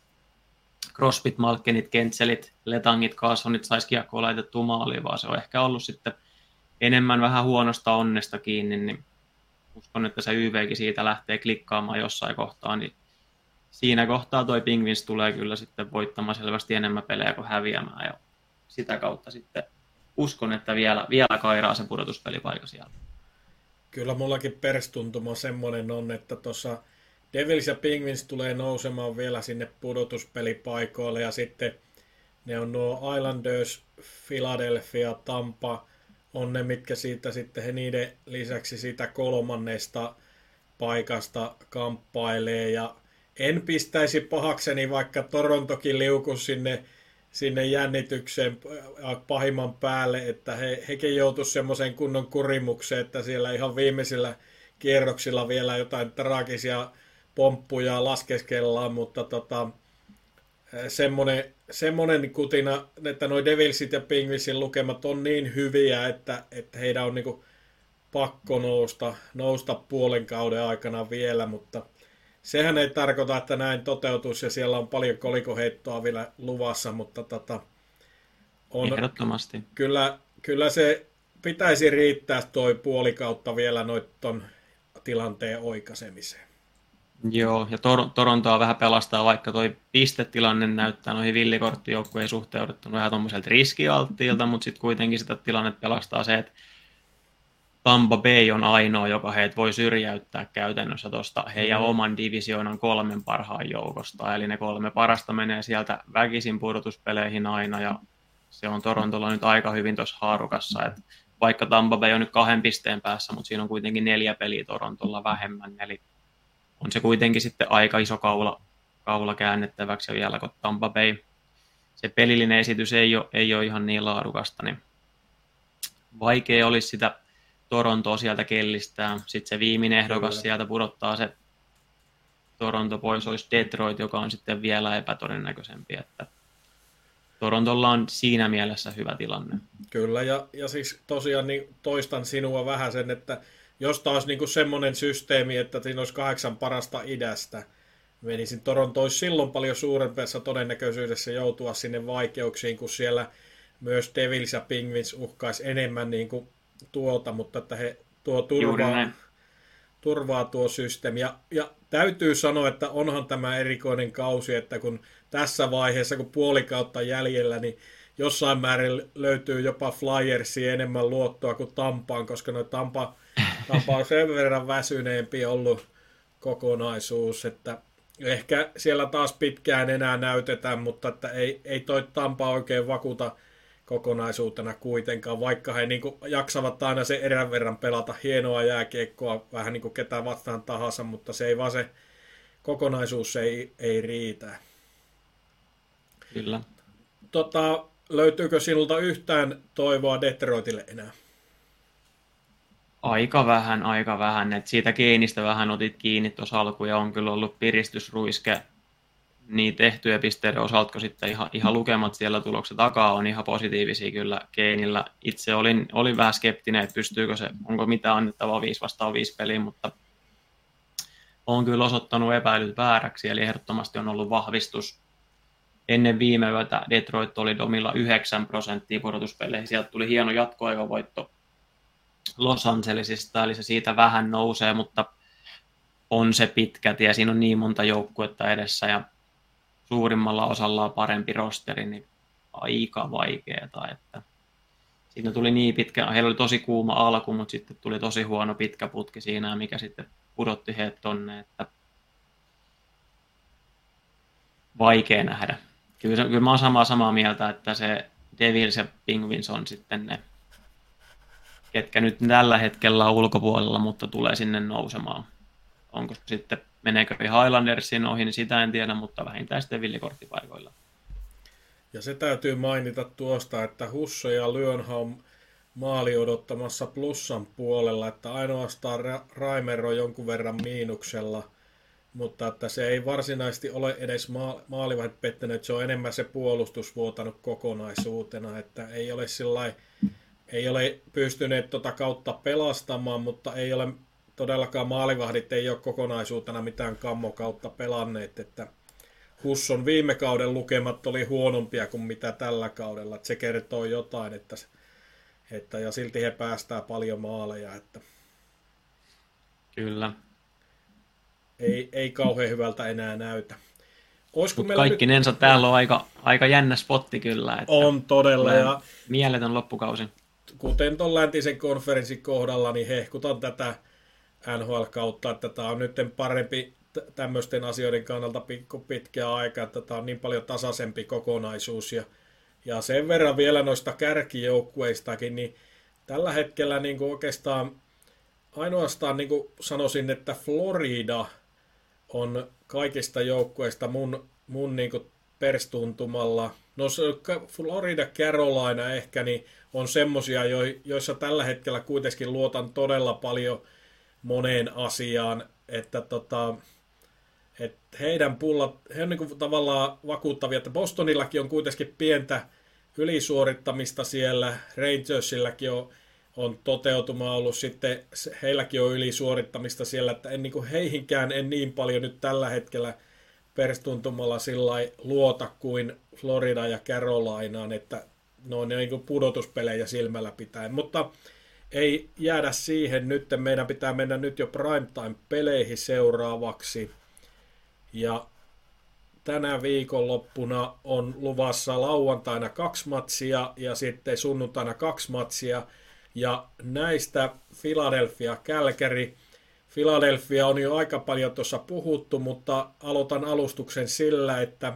Crosbyt, Malkinit, Kentselit, Letangit, Carsonit saisi kiekkoa laitettua maaliin, vaan se on ehkä ollut sitten enemmän vähän huonosta onnesta kiinni, niin uskon, että se Y V:kin siitä lähtee klikkaamaan jossain kohtaa, niin siinä kohtaa toi Penguins tulee kyllä sitten voittamaan selvästi enemmän pelejä kuin häviämään, ja sitä kautta sitten uskon, että vielä, vielä kairaa se pudotuspelipaikka siellä. Kyllä mullakin perstuntuma semmoinen on, että tuossa Devils ja Penguins tulee nousemaan vielä sinne pudotuspelipaikoille, ja sitten ne on nuo Islanders, Philadelphia, Tampa, on ne, mitkä siitä sitten he niiden lisäksi siitä kolmannesta paikasta kamppailee, ja en pistäisi pahakseni, vaikka Torontokin liukuisi sinne, sinne jännitykseen pahimman päälle, että he, hekin joutuisi semmoiseen kunnon kurimukseen, että siellä ihan viimeisillä kierroksilla vielä jotain traagisia pomppuja laskeskellaan, mutta tota, semmoinen, semmoinen kutina, että nuo Devilsit ja Penguinsin lukemat on niin hyviä, että, että heidän on niinku pakko nousta, nousta puolen kauden aikana vielä, mutta sehän ei tarkoita, että näin toteutuisi, ja siellä on paljon kolikoheittoa vielä luvassa, mutta tota, on, ehdottomasti. Kyllä, kyllä se pitäisi riittää toi puolikautta vielä noitten tilanteen oikaisemiseen. Joo, ja Tor- Torontoa vähän pelastaa, vaikka toi pistetilanne näyttää noihin villikorttijoukkueen suhteutettuna vähän tuommoiselta riskialttiilta, mutta sitten kuitenkin sitä tilannetta pelastaa se, että Tampa Bay on ainoa, joka heitä voi syrjäyttää käytännössä tuosta heidän oman divisioonan kolmen parhaan joukosta. Eli ne kolme parasta menee sieltä väkisin pudotuspeleihin aina, ja se on Torontolla nyt aika hyvin tuossa haarukassa. Et vaikka Tampa Bay on nyt kahden pisteen päässä, mutta siinä on kuitenkin neljä peliä Torontolla vähemmän. Eli on se kuitenkin sitten aika iso kaula, kaula käännettäväksi, ja vielä kun Tampa Bay, se pelillinen esitys ei ole, ei ole ihan niin laadukasta, niin vaikea olisi sitä Torontoa sieltä kellistää. Sitten se viimeinen ehdokas Kyllä. sieltä pudottaa se Toronto pois, olisi Detroit, joka on sitten vielä epätodennäköisempi. Että Torontolla on siinä mielessä hyvä tilanne. Kyllä, ja, ja siis tosiaan niin toistan sinua vähän sen, että jos taas niin kuin semmoinen systeemi, että siinä olisi kahdeksan parasta idästä, menisin Toronto olisi silloin paljon suurempassa todennäköisyydessä joutua sinne vaikeuksiin, kun siellä myös Devils ja Penguins uhkaisi enemmän niin kuin tuota, mutta että he tuo turvaa, turvaa tuo systeemi. Ja, ja täytyy sanoa, että onhan tämä erikoinen kausi, että kun tässä vaiheessa, kun puolikautta jäljellä, niin jossain määrin löytyy jopa Flyersiin enemmän luottoa kuin Tampaan, koska no Tampa, Tampa on sen verran väsyneempi ollut kokonaisuus, että ehkä siellä taas pitkään enää näytetään, mutta että ei, ei toi Tampa oikein vakuuta kokonaisuutena kuitenkaan, vaikka he niin kuin jaksavat aina sen erän verran pelata hienoa jääkiekkoa, vähän niin kuin ketä vastaan tahansa, mutta se ei vaan se kokonaisuus ei, ei riitä. Kyllä. Tota, löytyykö sinulta yhtään toivoa Detroitille enää? Aika vähän, aika vähän. Et siitä Keinistä vähän otit kiinni tuossa alkuun ja on kyllä ollut piristysruiske niin tehtyjä pisteiden osalta, kun sitten ihan, ihan lukemat siellä tuloksen takaa on ihan positiivisia kyllä Keinillä. Itse olin, olin vähän skeptinen, että pystyykö se, onko mitään annettavaa viisi vastaan viisi peliä, mutta on kyllä osoittanut epäilyt vääräksi, eli ehdottomasti on ollut vahvistus. Ennen viime yötä Detroit oli domilla yhdeksän prosenttia pudotuspeleihin. Sieltä tuli hieno jatkoaikavoitto Los Angelesista, eli se siitä vähän nousee, mutta on se pitkä tie. Siinä on niin monta joukkuetta edessä ja suurimmalla osalla on parempi rosteri, niin aika vaikeaa. Että siinä tuli niin pitkä, heillä oli tosi kuuma alku, mutta sitten tuli tosi huono pitkä putki siinä, mikä sitten pudotti heidät tonne, että vaikea nähdä. Kyllä, kyllä mä oon samaa, samaa mieltä, että se Devils ja Penguins on sitten ne, ketkä nyt tällä hetkellä on ulkopuolella, mutta tulee sinne nousemaan. Onko sitten, meneekö Highlandersin ohi, niin sitä en tiedä, mutta vähintään sitten villikorttipaikoilla. Ja se täytyy mainita tuosta, että Husso ja Lyönha on maali odottamassa plussan puolella, että ainoastaan Raimer on jonkun verran miinuksella, mutta että se ei varsinaisesti ole edes maalivahdit pettänyt, se on enemmän se puolustus vuotanut kokonaisuutena, että ei ole sillai, ei ole pystyneet tota kautta pelastamaan, mutta ei ole todellakaan maalivahdit ei ole kokonaisuutena mitään kammo kautta pelanneet, että Husson viime kauden lukemat oli huonompia kuin mitä tällä kaudella, että se kertoo jotain, että, että ja silti he päästää paljon maaleja, että kyllä. Ei, ei kauhean hyvältä enää näytä. Mutta kaikkinensa nyt täällä on aika, aika jännä spotti kyllä. Että on todella. Ja mieletön loppukausi. Kuten tuon läntisen konferenssin kohdalla, niin hehkutan tätä N H L-kautta, että tämä on nyt parempi tämmöisten asioiden kannalta pitkä aika, että tämä on niin paljon tasaisempi kokonaisuus. Ja, ja sen verran vielä noista kärkijoukkueistakin, niin tällä hetkellä niin kuin oikeastaan ainoastaan niin kuin sanoisin, että Florida on kaikista joukkueista mun, mun niin kuin perstuntumalla. No Florida, Carolina ehkä niin on semmosia, joissa tällä hetkellä kuitenkin luotan todella paljon moneen asiaan, että tota, että heidän pullat, he on niin kuin tavallaan vakuuttavia, että Bostonillakin on kuitenkin pientä ylisuorittamista siellä, Rangersillakin on, on toteutuma ollut, sitten heilläkin on ylisuorittamista siellä, että en niin kuin heihinkään en niin paljon nyt tällä hetkellä perstuntumalla sillai luota kuin Florida ja Carolinaan, että ne on niin kuin pudotuspelejä silmällä pitäen, mutta ei jäädä siihen nyt, meidän pitää mennä nyt jo primetime-peleihin seuraavaksi. Ja tänä viikonloppuna on luvassa lauantaina kaksi matsia ja sitten sunnuntaina kaksi matsia. Ja näistä Philadelphia, Calgary. Philadelphia on jo aika paljon tuossa puhuttu, mutta aloitan alustuksen sillä, että,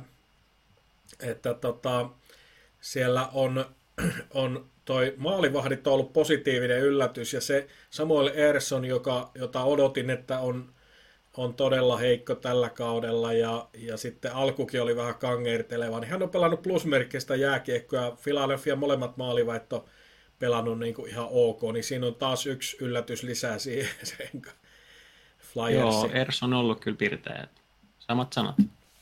että tota, siellä on, on toi maalivahdit on ollut positiivinen yllätys, ja se Samuel Ersson, joka, jota odotin, että on, on todella heikko tällä kaudella, ja, ja sitten alkukin oli vähän kangerteleva, niin hän on pelannut plusmerkkistä jääkiekkoa, ja Philadelphia molemmat maalivahdit on pelannut niin kuin ihan ok, niin siinä on taas yksi yllätys lisää siihen Flyersiin. Joo, Ersson on ollut kyllä pirteä, samat sanat.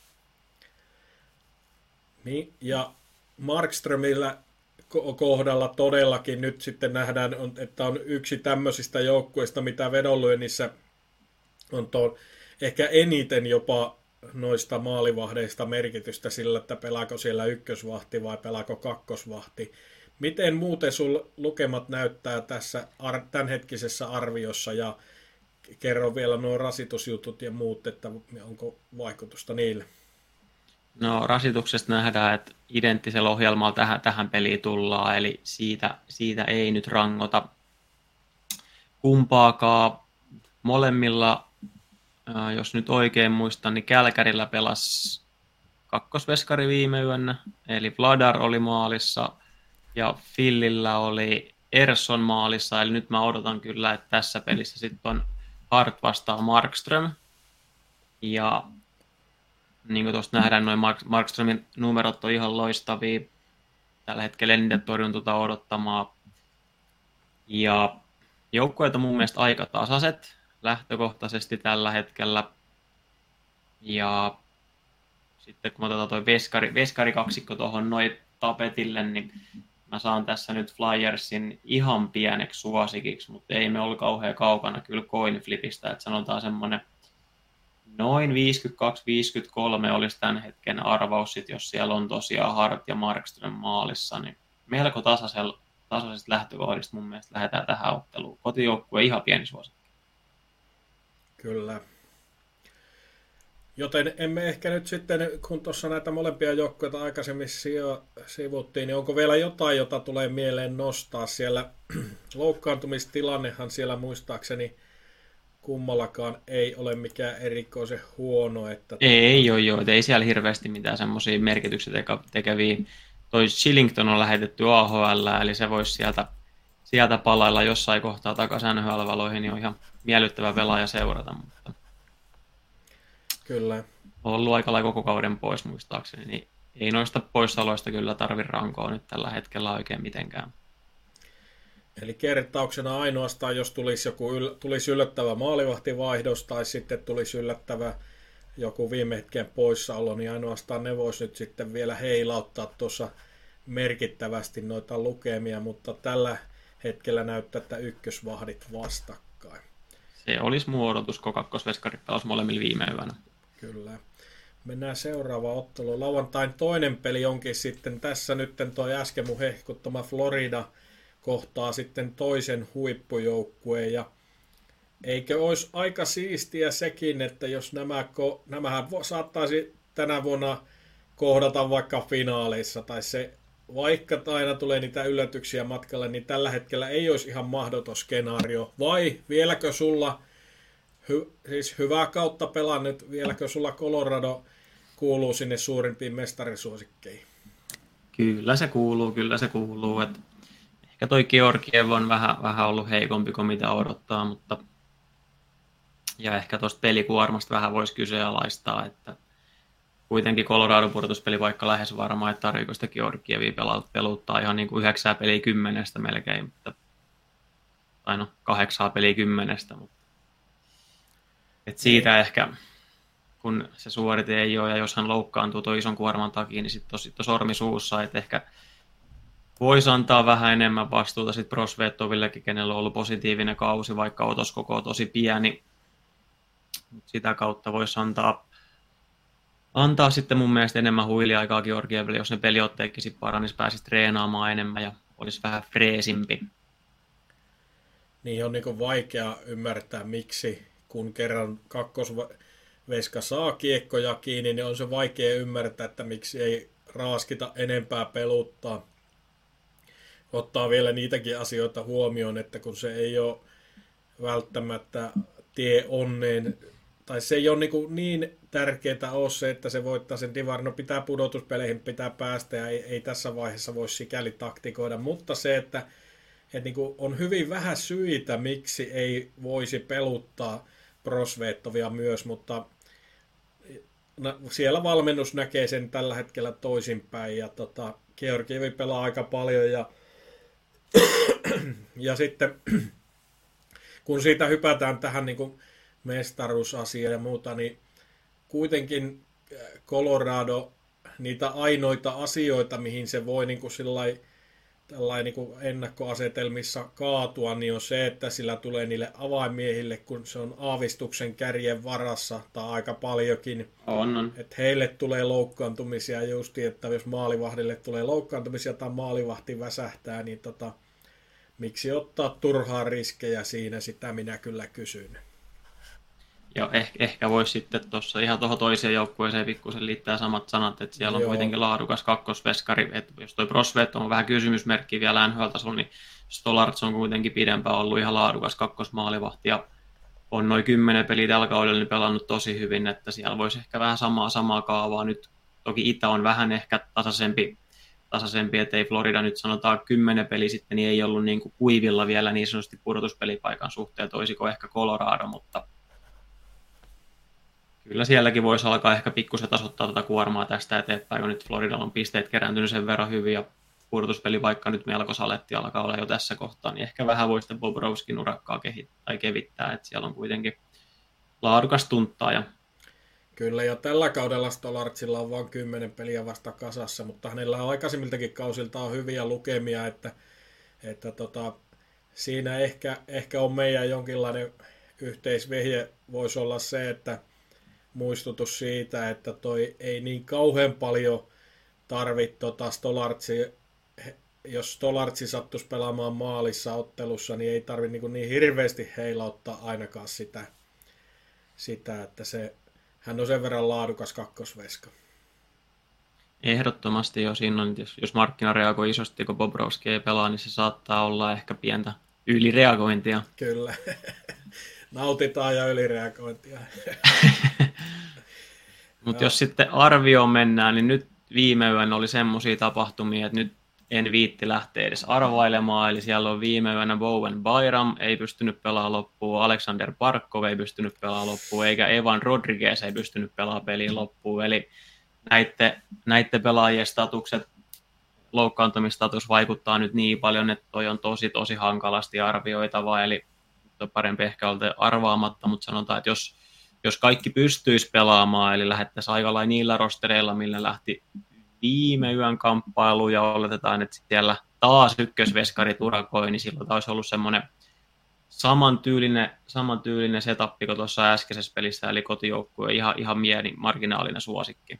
Niin, ja Markströmillä kohdalla todellakin nyt sitten nähdään, että on yksi tämmöisistä joukkueista, mitä vedonlyönnissä on tuon, ehkä eniten jopa noista maalivahdeista merkitystä sillä, että pelaako siellä ykkösvahti vai pelaako kakkosvahti. Miten muuten sul lukemat näyttää tässä ar- tämänhetkisessä arviossa ja kerro vielä nuo rasitusjutut ja muut, että onko vaikutusta niille? No rasituksesta nähdään, että identtisellä ohjelmalla tähän, tähän peliin tullaan, eli siitä, siitä ei nyt rangota kumpaakaan. Molemmilla, jos nyt oikein muistan, niin Kälkärillä pelasi kakkosveskari viime yönä, eli Vladar oli maalissa ja Philillä oli Ersson maalissa, eli nyt mä odotan kyllä, että tässä pelissä sitten on Hart vastaan Markström. Ja niin kuin tuosta nähdään, noin Mark, Markströmin numerot on ihan loistavia. Tällä hetkellä eniten torjuntuta odottamaa. Ja joukkueet on mun mielestä aika tasaiset lähtökohtaisesti tällä hetkellä. Ja sitten kun me otetaan toi veskari, veskarikaksikko tuohon noin tapetille, niin mä saan tässä nyt Flyersin ihan pieneksi suosikiksi, mutta ei me ole kauhean kaukana kyllä coin flipistä, että sanotaan semmoinen noin viisikymmentäkaksi viisikymmentäkolme olisi tämän hetken arvaus, sit jos siellä on tosiaan Hart ja Markström maalissa, niin melko tasaisella, tasaisesta lähtökohdista mun mielestä lähdetään tähän otteluun. Kotijoukkue ihan pieni suosikki. Kyllä. Joten emme ehkä nyt sitten, kun tuossa näitä molempia joukkueita aikaisemmin sivuttiin, niin onko vielä jotain, jota tulee mieleen nostaa? Siellä loukkaantumistilannehan siellä muistaakseni kummallakaan ei ole mikään erikoisen huono. Että ei ole joo, ei siellä hirveästi mitään semmoisia merkityksiä tekeviä. Toi Shillington on lähetetty A H L, eli se voisi sieltä, sieltä palailla jossain kohtaa takaisin N H L-valoihin, niin on ihan miellyttävä pelaaja seurata. Mutta kyllä. On ollut aika lailla koko kauden pois muistaakseni, niin ei noista poissaoloista kyllä tarvi rankoa nyt tällä hetkellä oikein mitenkään. Eli kertauksena ainoastaan, jos tulisi joku yl- tulisi yllättävä maalivahtivaihdos tai sitten tulisi yllättävä joku viime hetken poissaolo, niin ainoastaan ne vois nyt sitten vielä heilauttaa tuossa merkittävästi noita lukemia, mutta tällä hetkellä näyttää, että ykkösvahdit vastakkain. Se olisi mun odotus, kun kakkosveskarit pelasi molemmilla viime yönä. Kyllä. Mennään seuraavaan otteluun. Lauantain toinen peli onkin sitten tässä nyt toi äsken mun hehkuttama Florida kohtaa sitten toisen huippujoukkueen. Ja eikö olisi aika siistiä sekin, että jos nämä, nämähän saattaisi tänä vuonna kohdata vaikka finaaleissa, tai se vaikka aina tulee niitä yllätyksiä matkalle, niin tällä hetkellä ei olisi ihan mahdoton skenaario. Vai vieläkö sulla, hy, siis hyvää kautta pelannut, vieläkö sulla Colorado kuuluu sinne suurimpiin mestarisuosikkeihin? Kyllä se kuuluu, kyllä se kuuluu. Että ehkä toi Georgiev on vähän, vähän ollut heikompi kuin mitä odottaa, mutta ja ehkä tuosta pelikuormasta vähän voisi kyseenalaistaa, että kuitenkin Coloradon pudotuspeli vaikka lähes varmaan, että tarvitseeko sitä Georgievia peluttaa ihan niin kuin yhdeksää peliä kymmenestä melkein, mutta, tai no kahdeksaa peliä kymmenestä, mutta et siitä ehkä, kun se suorite ei ole, ja jos hän loukkaantuu tuon ison kuorman takia, niin sitten on, sit on sormi suussa, että ehkä voisi antaa vähän enemmän vastuuta sitten Prosvetovillekin, kenellä on ollut positiivinen kausi, vaikka otoskoko on tosi pieni. Sitä kautta voisi antaa, antaa sitten mun mielestä enemmän huiliaikaa Georgieville, jos ne peliotteetkin sitten paranisi, pääsisi treenaamaan enemmän ja olisi vähän freesimpi. Niin on niin vaikea ymmärtää, miksi kun kerran kakkosveska saa kiekkoja kiinni, niin on se vaikea ymmärtää, että miksi ei raaskita enempää peluttaa. Ottaa vielä niitäkin asioita huomioon, että kun se ei ole välttämättä tie onneen, tai se ei ole niin, niin tärkeää ole se, että se voittaa sen divarin, no pitää pudotuspeleihin, pitää päästä ja ei, ei tässä vaiheessa voi sikäli taktikoida, mutta se, että, että niin on hyvin vähän syitä, miksi ei voisi peluttaa Prosvetovia myös, mutta no, siellä valmennus näkee sen tällä hetkellä toisinpäin ja tota, Georgievi pelaa aika paljon ja ja sitten kun siitä hypätään tähän niin kuin mestaruusasiaan ja muuta, niin kuitenkin Colorado, niitä ainoita asioita, mihin se voi niin kuin sillai, tällainen niin kuin ennakkoasetelmissa kaatua, niin on se, että sillä tulee niille avaimiehille, kun se on aavistuksen kärjen varassa, tai aika paljonkin. On, on. Että heille tulee loukkaantumisia justi, että jos maalivahdille tulee loukkaantumisia tai maalivahti väsähtää, niin tota, miksi ottaa turhaa riskejä siinä, sitä minä kyllä kysyn. Joo, ehkä, ehkä voisi sitten tuossa ihan tuohon toiseen joukkueeseen pikkusen liittää samat sanat, että siellä on Joo. kuitenkin laadukas kakkosveskari, että jos toi Prosvet on vähän kysymysmerkki vielä N H L-tasolla, niin Stolarz on kuitenkin pidempään ollut ihan laadukas kakkosmaalivahti ja on noin kymmenen peliä tällä kaudella niin pelannut tosi hyvin, että siellä voisi ehkä vähän samaa samaa kaavaa. Nyt toki Itä on vähän ehkä tasaisempi, tasaisempi ettei Florida nyt sanotaan kymmenen peliä sitten, niin ei ollut niin kuin kuivilla vielä niin sanotusti pudotuspelipaikan suhteen, toisiko ehkä Colorado, mutta kyllä sielläkin voisi alkaa ehkä pikkusen tasoittaa tätä kuormaa tästä eteenpäin, kun nyt Floridalla on pisteet kerääntynyt sen verran hyvin ja pudotuspeli vaikka nyt melko saletti alkaa olla jo tässä kohtaa, niin ehkä vähän voi sitten Bobrovskin urakkaa kehittää tai kevittää, että siellä on kuitenkin laadukas tuntaa. Kyllä, ja tällä kaudella Stolartsilla on vain kymmenen peliä vasta kasassa, mutta hänellä on aikaisemmiltakin kausilta on hyviä lukemia, että, että tota, siinä ehkä, ehkä on meidän jonkinlainen yhteisvehje voisi olla se, että muistutus siitä, että toi ei niin kauhean paljon tarvitse tota Stolartsi, jos Stolartsi sattuisi pelaamaan maalissa ottelussa, niin ei tarvitse niin, niin hirveästi heilauttaa ainakaan sitä, sitä, että se hän on sen verran laadukas kakkosveska. Ehdottomasti jo siinä on, jos, jos markkina reagoi isosti, kun Bobrovski ei pelaa, niin se saattaa olla ehkä pientä ylireagointia. Kyllä. Nautitaan ja ylireagointia. Mutta jos sitten arvioon mennään, niin nyt viime yönä oli semmoisia tapahtumia, että nyt en viitti lähteä edes arvailemaan, eli siellä on viime yönä Bowen Byram, ei pystynyt pelaamaan loppuun, Alexander Barkov ei pystynyt pelaamaan loppuun, eikä Evan Rodriguez ei pystynyt pelaamaan peliin loppuun, eli näiden, näiden pelaajien statukset, loukkaantumistatus vaikuttaa nyt niin paljon, että toi on tosi tosi hankalasti arvioitava, eli on parempi ehkä olla arvaamatta, mutta sanotaan, että jos, jos kaikki pystyisi pelaamaan, eli lähettäisiin aika lailla niillä rostereilla, millä lähti viime yön kamppailu ja oletetaan, että siellä taas ykkösveskari turakoi, niin silloin olisi ollut semmoinen samantyylinen, samantyylinen setappi kuin tuossa äskeisessä pelissä, eli kotijoukkue ihan, ihan mieni marginaalinen suosikki.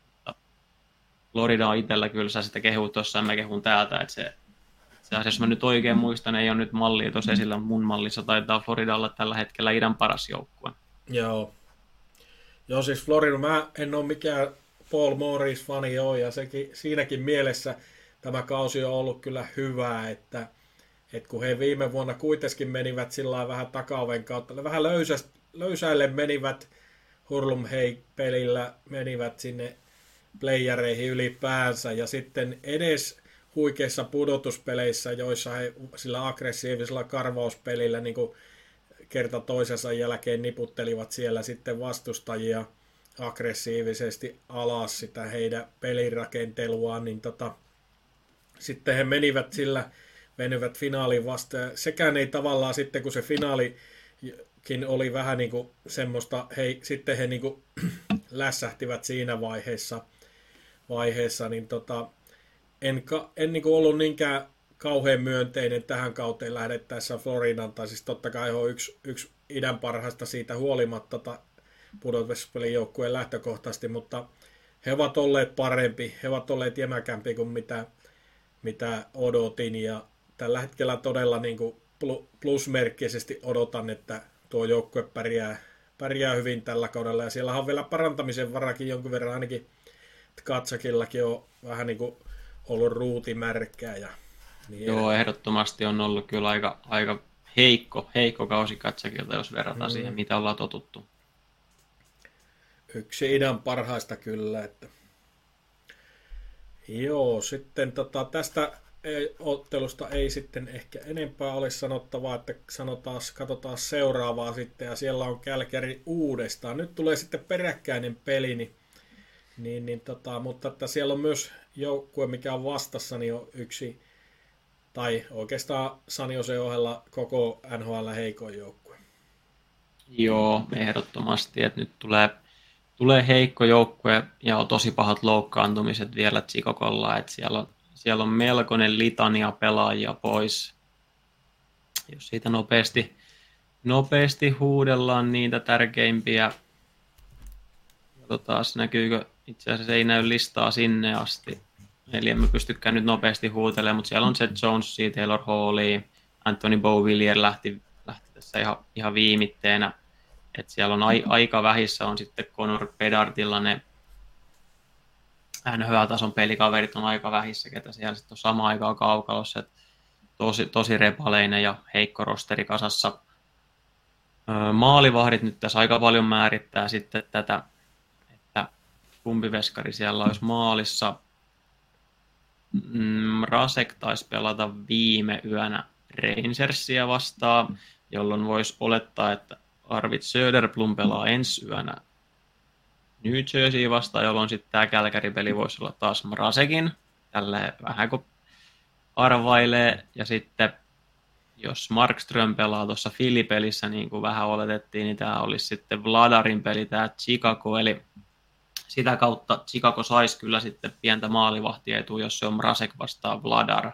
Florida on itsellä kyllä, sä sitä kehut tuossa ja mä kehun täältä, että se, se jos mä nyt oikein muistan, ei ole nyt mallia tuossa esillä, mun mallissa taitaa Florida olla tällä hetkellä idän paras joukkue. Joo. Joo, siis Florida, mä en ole mikään Paul Maurice-fani joo, ja sekin, siinäkin mielessä tämä kausi on ollut kyllä hyvä, että, että kun he viime vuonna kuitenkin menivät sillä vähän takaoven kautta, vähän löysä, löysäille menivät Hurlum Hei-pelillä, menivät sinne playereihin ylipäänsä, ja sitten edes huikeissa pudotuspeleissä, joissa he sillä aggressiivisella karvauspelillä niin kuin kerta toisensa jälkeen niputtelivat siellä sitten vastustajia aggressiivisesti alas sitä heidän pelirakenteluaan, niin tota, sitten he menivät sillä, venyvät finaaliin vasta. Sekään ei tavallaan sitten, kun se finaalikin oli vähän niin kuin semmoista, he, sitten he niin kuin lässähtivät siinä vaiheessa, vaiheessa niin tota, en, en niin kuin ollut niinkään kauhean myönteinen tähän kauteen lähdettäessä Floridan, tai siis totta kai on yksi, yksi idän parhaista siitä huolimatta pudotuspelin joukkueen lähtökohtaisesti, mutta he ovat olleet parempi, he ovat olleet jämäkämpi kuin mitä, mitä odotin, ja tällä hetkellä todella niin kuin plusmerkkisesti odotan, että tuo joukkue pärjää, pärjää hyvin tällä kaudella, ja siellä on vielä parantamisen varakin jonkun verran, ainakin Katsakillakin on vähän niin kuin ollut ruutimärkkää. Ja niin Joo, ehdottomasti on ollut kyllä aika, aika heikko, heikko kausi Katsakilta, jos verrataan mm. siihen, mitä ollaan totuttu. Yksi idän parhaista kyllä. Että... Joo, sitten tota, tästä ei, ottelusta ei sitten ehkä enempää ole sanottavaa, että sanotaan, katsotaan seuraavaa sitten, ja siellä on Calgary uudestaan. Nyt tulee sitten peräkkäinen peli, niin, niin, niin tota, mutta että siellä on myös joukkue, mikä on vastassa, niin on yksi, tai oikeastaan San Jose ohella koko N H L heikoin joukkue. Joo, ehdottomasti, että nyt tulee Tulee heikko joukkue ja on tosi pahat loukkaantumiset vielä Chicagolla, että siellä on, siellä on melkoinen litania pelaajia pois. Jos siitä nopeasti, nopeasti huudellaan niitä tärkeimpiä, taas näkyykö, itse asiassa ei näy listaa sinne asti, eli en mä pystykään nyt nopeasti huutelemaan, mutta siellä on Seth Jonesia, Taylor Hallia, Anthony Beauvillier lähti, lähti tässä ihan, ihan viimitteenä. Että siellä on ai, aika vähissä on sitten Connor Bedardilla ne N H L-tason pelikaverit on aika vähissä, ketä siellä sitten on samaan aikaan kaukalossa. Tosi, tosi repaleinen ja heikko rosteri kasassa. Maalivahdit nyt tässä aika paljon määrittää sitten tätä, että kumpi veskari siellä olisi maalissa. Rasek taisi pelata viime yönä Rangersia vastaan, jolloin voisi olettaa, että Arvid Söderblom pelaa ensi yönä New Jersey vastaan, jolloin sitten tämä Kälkäri-peli voisi olla taas Mrazekin, tällä vähän kuin arvailee, ja sitten jos Markström pelaa tuossa Philly-pelissä, niin kuin vähän oletettiin, niin tämä olisi sitten Vladarin peli, tämä Chicago, eli sitä kautta Chicago saisi kyllä sitten pientä maalivahtietua, jos se on Mrazek vastaan Vladar.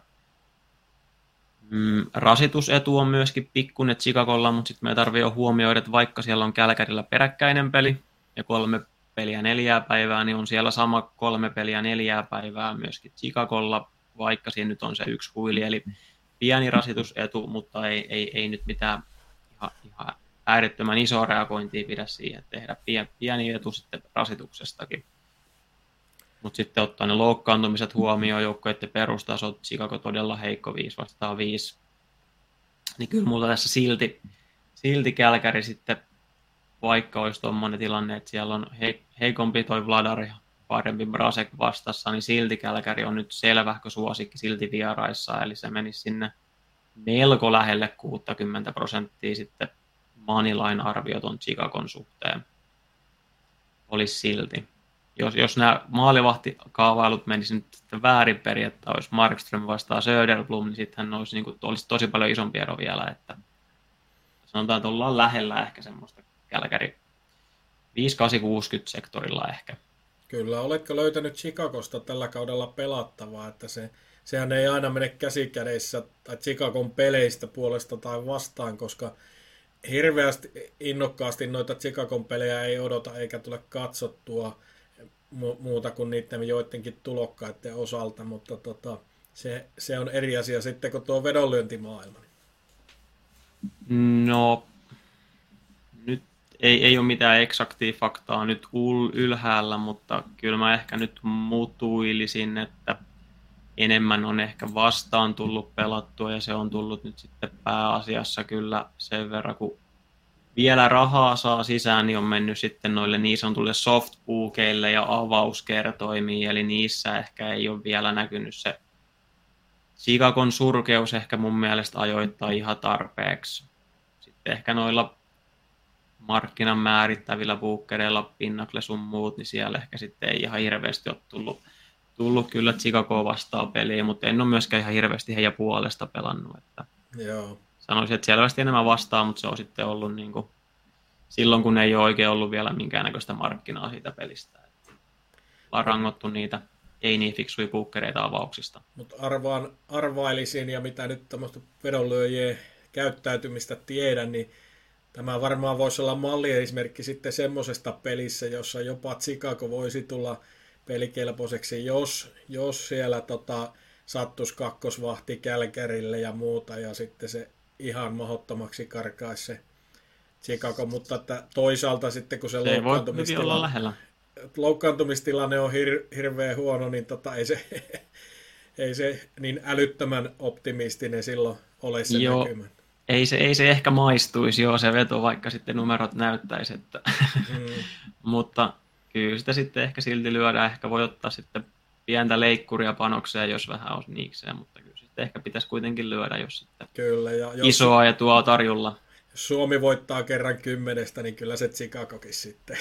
Mm, rasitusetu on myöskin pikkuinen Chicagolla, mutta sitten me tarvitsee huomioida, että vaikka siellä on Kälkärillä peräkkäinen peli ja kolme peliä neljää päivää, niin on siellä sama kolme peliä neljää päivää myöskin Chicagolla, vaikka siinä nyt on se yksi huili, eli pieni rasitusetu, mutta ei, ei, ei nyt mitään ihan, ihan äärettömän isoa reagointia pidä siihen, että tehdä pieni, pieni etu sitten rasituksestakin. Mutta sitten ottaa ne loukkaantumiset huomioon, joukkoiden perustasot, Chicago todella heikko viisi vastaan viisi. Niin kyllä mulla tässä silti, silti Kälkäri sitten, vaikka olisi tuommoinen tilanne, että siellä on heikompi toi Vladar ja parempi Mrazek vastassa, niin silti Kälkäri on nyt selvähkö suosikki silti vieraissa, eli se menisi sinne melko lähelle kuusikymmentä prosenttia sitten moneyline arviot on Chicagon suhteen. Olisi silti. Jos, jos nämä maalivahtikaavailut menisivät nyt väärin perin, että olisi Markström vastaan Söderblom, niin sittenhän olisi, niin kuin, olisi tosi paljon isompi ero vielä. Että sanotaan, että ollaan lähellä ehkä semmoista Kälkäri viisi kahdeksan kuusikymmentä sektorilla ehkä. Kyllä, oletko löytänyt Chicagosta tällä kaudella pelattavaa, että se, sehän ei aina mene käsikädessä tai Chicagon peleistä puolesta tai vastaan, koska hirveästi innokkaasti noita Chicagon pelejä ei odota eikä tule katsottua muuta kuin niiden joidenkin tulokkaiden osalta, mutta tota, se, se on eri asia sitten kuin tuo vedonlyöntimaailma. No, nyt ei, ei ole mitään eksaktia faktaa nyt ylhäällä, mutta kyllä mä ehkä nyt muuttuilisin, että enemmän on ehkä vastaan tullut pelattua ja se on tullut nyt sitten pääasiassa kyllä sen verran, kun vielä rahaa saa sisään, niin on mennyt sitten noille niin sanotuille softbookeille ja avauskertoimiin, eli niissä ehkä ei ole vielä näkynyt se Chicagon surkeus ehkä mun mielestä ajoittaa ihan tarpeeksi. Sitten ehkä noilla markkinan määrittävillä bookereilla, Pinnacle sun muut, niin siellä ehkä sitten ei ihan hirveästi ole tullut, tullut kyllä Chicagoa vastaan peliä, mutta en ole myöskään ihan hirveästi heidän puolesta pelannut. Että Joo. Sanoisin, että selvästi enemmän vastaan, mutta se on sitten ollut niin kuin silloin, kun ei ole oikein ollut vielä minkäännäköistä markkinaa siitä pelistä. Ollaan rangottu niitä ei niin fiksuja puukkereita avauksista. Mutta arvaan, arvailisin, ja mitä nyt tämmöistä vedonlyöjien käyttäytymistä tiedän, niin tämä varmaan voisi olla malliesimerkki sitten semmoisesta pelissä, jossa jopa Chicago voisi tulla pelikelpoiseksi, jos, jos siellä tota, sattuisi kakkosvahti Kälkärille ja muuta, ja sitten se ihan mahdottomaksi karkaisi se Chicago, mutta että toisaalta sitten kun se, se loukkaantumistilanne, loukkaantumistilanne on hir, hirveän huono, niin tota, ei, se, ei se niin älyttömän optimistinen silloin ole se Joo. näkymä. Ei se, ei se ehkä maistuisi, joo, se veto, vaikka sitten numerot näyttäisi, että mm. mutta kyllä sitä sitten ehkä silti lyödään, ehkä voi ottaa sitten pientä leikkuria panokseen, jos vähän on niikseen, mutta kyllä sitten ehkä pitäisi kuitenkin lyödä, jos sitten kyllä, ja jos isoa etua tarjolla. Jos Suomi voittaa kerran kymmenestä, niin kyllä se Chicagokin sitten.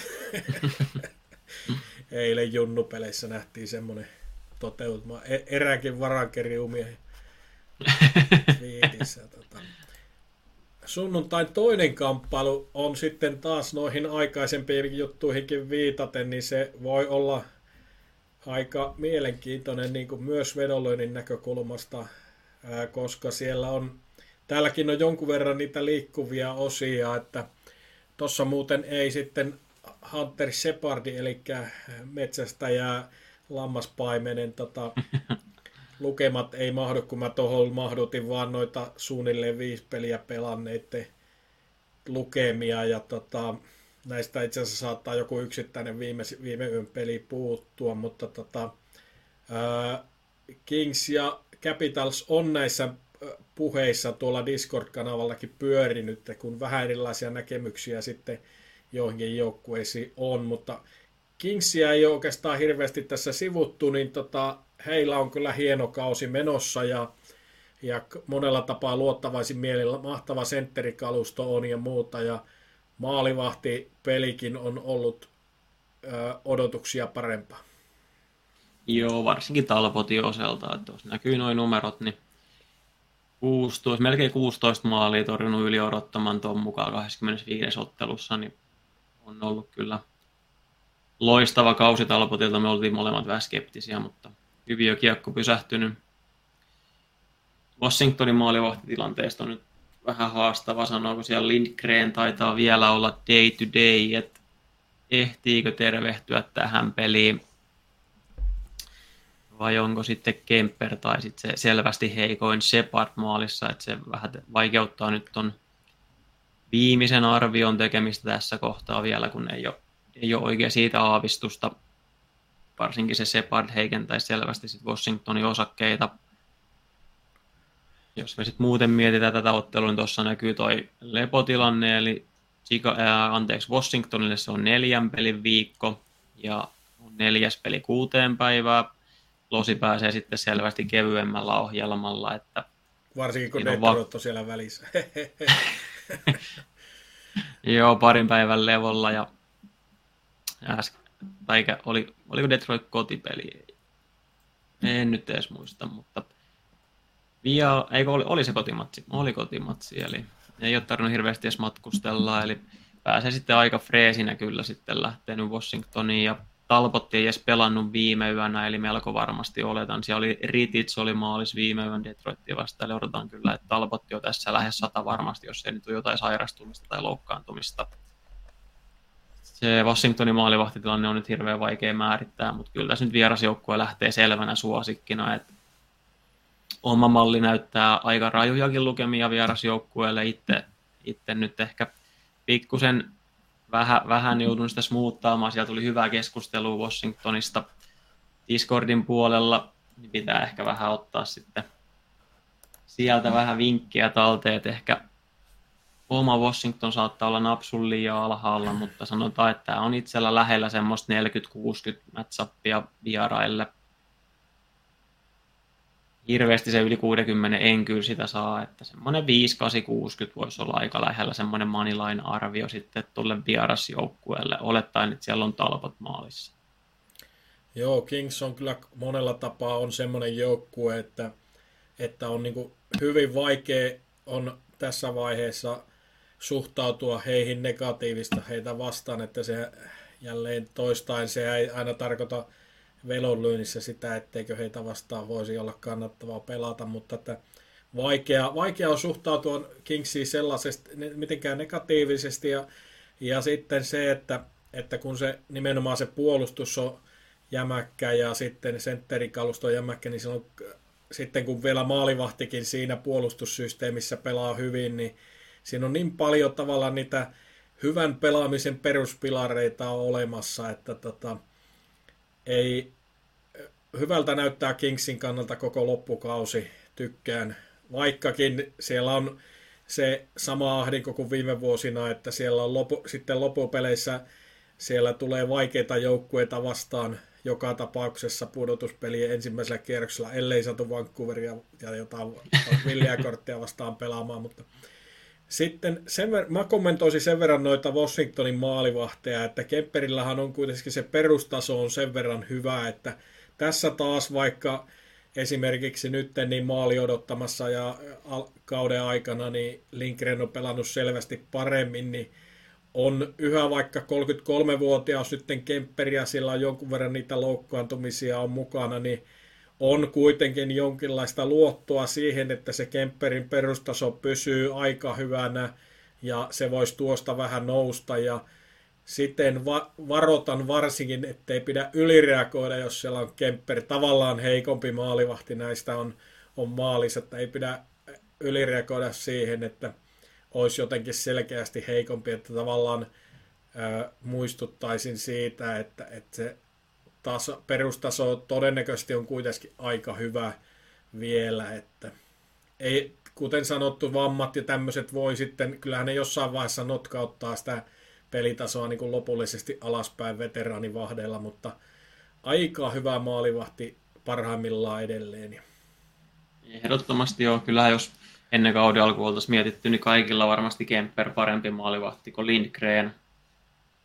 Eilen junnupeleissä nähtiin semmoinen toteutuma. Erääkin varankeriumiehen viitissä. Tota. Sunnuntain toinen kamppailu on sitten taas noihin aikaisempiin juttuihinkin viitaten, niin se voi olla aika mielenkiintoinen niin kuin myös vedonlyönnin näkökulmasta, ää, koska siellä on, täälläkin on jonkun verran niitä liikkuvia osia, että tuossa muuten ei sitten Hunter Shepardi, eli metsästäjä lammaspaimenen tota, lukemat ei mahdu, kun mä tuohon mahdutin vaan noita suunnilleen viisi peliä pelanneiden lukemia, ja tota, näistä itse asiassa saattaa joku yksittäinen viime, viime yön peli puuttua, mutta tota, ää, Kings ja Capitals on näissä puheissa tuolla Discord-kanavallakin pyörinyt, kun vähän erilaisia näkemyksiä sitten joihinkin joukkueisiin on, mutta Kingsia ei ole oikeastaan hirveästi tässä sivuttu, niin tota, heillä on kyllä hieno kausi menossa ja, ja monella tapaa luottavaisin mielellä mahtava sentterikalusto on ja muuta, ja maalivahtipelikin on ollut ö, odotuksia parempaa. Joo, varsinkin Talbotin osalta, että jos näkyy nuo numerot, niin kuusitoista, melkein kuusitoista maalia torjunut yli odottaman tuon mukaan kaksikymmentäviisi ottelussa, niin on ollut kyllä loistava kausi Talbotilta. Me oltiin molemmat vähän skeptisiä, mutta hyvin jo kiekko pysähtynyt. Washingtonin maalivahtitilanteesta on nyt vähän haastava sanoa, kun siellä Lindgren taitaa vielä olla day to day, että ehtiikö tervehtyä tähän peliin. Vai onko sitten Kemper tai sitten se selvästi heikoin Shepard maalissa, että se vähän vaikeuttaa nyt ton viimeisen arvion tekemistä tässä kohtaa vielä, kun ei ole, ei ole oikein siitä aavistusta. Varsinkin se Shepard heikentäisi selvästi sit Washingtonin osakkeita. Jos me sitten muuten mietitään tätä ottelua, niin tuossa näkyy toi lepotilanne, eli Chica, ää, anteeksi, Washingtonille se on neljän pelin viikko ja on neljäs peli kuuteen päivää. Losi pääsee sitten selvästi kevyemmällä ohjelmalla. Että varsinkin kun Detroit va- on siellä välissä. Joo, parin päivän levolla. Ja äsken, tai oli, oliko Detroit kotipeli? En nyt edes muista, mutta via, eikö oli, oli se kotimatsi? Oli kotimatsi, eli ei ole tarvinnut hirveästi edes matkustella. Eli pääsee sitten aika freesinä kyllä sitten lähtenyt Washingtoniin ja Talbot ei edes pelannut viime yönä, eli melko varmasti oletan. Siellä oli Rittich oli maalis viime yön Detroitia vastaan, eli odotan kyllä, että Talbot on tässä lähes sata varmasti, jos ei nyt ole jotain sairastumista tai loukkaantumista. Se Washingtonin maalivahtitilanne on nyt hirveän vaikea määrittää, mutta kyllä tässä nyt vierasjoukkue lähtee selvänä suosikkina, että oma malli näyttää aika rajujakin lukemia vierasjoukkueelle. Itse, itse nyt ehkä pikkusen Vähän, vähän joudun sitä smoothaamaan. Sieltä tuli hyvää keskustelua Washingtonista Discordin puolella. Niin pitää ehkä vähän ottaa sitten sieltä vähän vinkkiä talteen, että ehkä oma Washington saattaa olla napsun liian alhaalla, mutta sanotaan, että tämä on itsellä lähellä semmoista neljäkymmentä kuusikymmentä matchappia vieraille. Hirveästi se yli kuusikymmentä en kyllä sitä saa, että semmoinen viisi kahdeksan kuusikymmentä voisi olla aika lähellä semmoinen moneyline-arvio sitten tuolle vierasjoukkueelle, olettaen, että siellä on Talbot maalissa. Joo, Kings on kyllä monella tapaa on semmoinen joukkue, että, että on niin kuin hyvin vaikea on tässä vaiheessa suhtautua heihin negatiivista heitä vastaan, että se jälleen toistain se ei aina tarkoita velonlyönnissä sitä, etteikö heitä vastaan voisi olla kannattavaa pelata, mutta että vaikea, vaikea on suhtautua Kingsiin sellaisesti mitenkään negatiivisesti ja, ja sitten se, että, että kun se nimenomaan se puolustus on jämäkkä ja sitten sentterikalusto on jämäkkä, niin silloin, sitten kun vielä maalivahtikin siinä puolustussysteemissä pelaa hyvin, niin siinä on niin paljon tavallaan niitä hyvän pelaamisen peruspilareita on olemassa, että tota, ei hyvältä näyttää Kingsin kannalta koko loppukausi, tykkään. Vaikkakin siellä on se sama ahdinko kuin viime vuosina, että siellä on lopu, sitten loppupeleissä siellä tulee vaikeita joukkueita vastaan joka tapauksessa pudotuspelien ensimmäisellä kierroksella, ellei satu Vancouveria ja jotain villiakorttia vastaan pelaamaan, mutta sitten sen ver- mä kommentoisin sen verran noita Washingtonin maalivahteja, että Kemperillähän on kuitenkin se perustaso on sen verran hyvä, että tässä taas vaikka esimerkiksi nyt niin maali odottamassa ja kauden aikana niin Lindgren on pelannut selvästi paremmin, niin on yhä vaikka kolmekymmentäkolmevuotias nyt Kemperi ja sillä on jonkun verran niitä loukkaantumisia on mukana, niin on kuitenkin jonkinlaista luottoa siihen, että se Kemperin perustaso pysyy aika hyvänä ja se voisi tuosta vähän nousta ja sitten va- varoitan varsinkin, ettei pidä ylireagoida, jos siellä on Kemper tavallaan heikompi maalivahti näistä on, on maalissa, että ei pidä ylireagoida siihen, että olisi jotenkin selkeästi heikompi, että tavallaan ää, muistuttaisin siitä, että, että se taso, perustaso todennäköisesti on kuitenkin aika hyvä vielä, että ei, kuten sanottu, vammat ja tämmöiset voi sitten, kyllähän ne jossain vaiheessa notkauttaa sitä pelitasoa niin kuin lopullisesti alaspäin veteraanivahdeilla, mutta aika hyvä maalivahti parhaimmillaan edelleen. Ehdottomasti joo, kyllähän jos ennen kauden alkuun oltaisiin mietitty, niin kaikilla varmasti Kemper parempi maalivahti kuin Lindgren.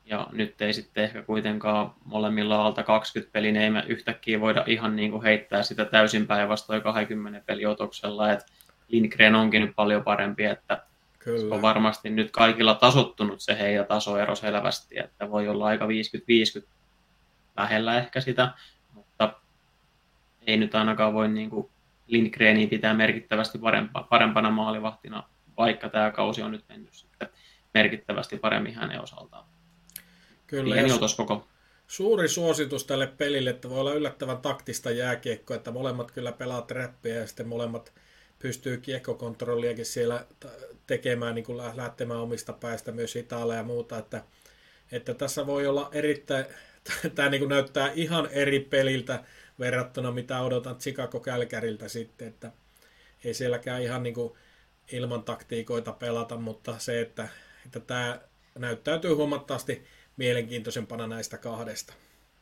Ja nyt ei sitten ehkä kuitenkaan molemmilla alta kaksikymmentä peliä, niin ei me yhtäkkiä voida ihan niin kuin heittää sitä täysin päinvastoin kaksikymmentä peliotoksella, että Lindgren onkin nyt paljon parempi, että Kyllä. on varmasti nyt kaikilla tasottunut se heidän tasoero selvästi, että voi olla aika viisikymmentä viisikymmentä lähellä ehkä sitä, mutta ei nyt ainakaan voi niin kuin Lindgreniä pitää merkittävästi parempana, parempana maalivahtina, vaikka tämä kausi on nyt mennyt sitten merkittävästi paremmin hänen osaltaan. Kyllä, Pieni otos koko. Suuri suositus tälle pelille, että voi olla yllättävän taktista jääkiekkoa, että molemmat kyllä pelaa trappia ja sitten molemmat pystyy kiekkokontrolliakin siellä tekemään, niin kuin lähtemään omista päästä myös Italia ja muuta, että, että tässä voi olla erittäin, tämä niin kuin näyttää ihan eri peliltä verrattuna mitä odotan Chicago Calgaryltä sitten, että ei sielläkään ihan niin kuin ilman taktiikoita pelata, mutta se, että, että tämä näyttäytyy huomattavasti mielenkiintoisempana näistä kahdesta.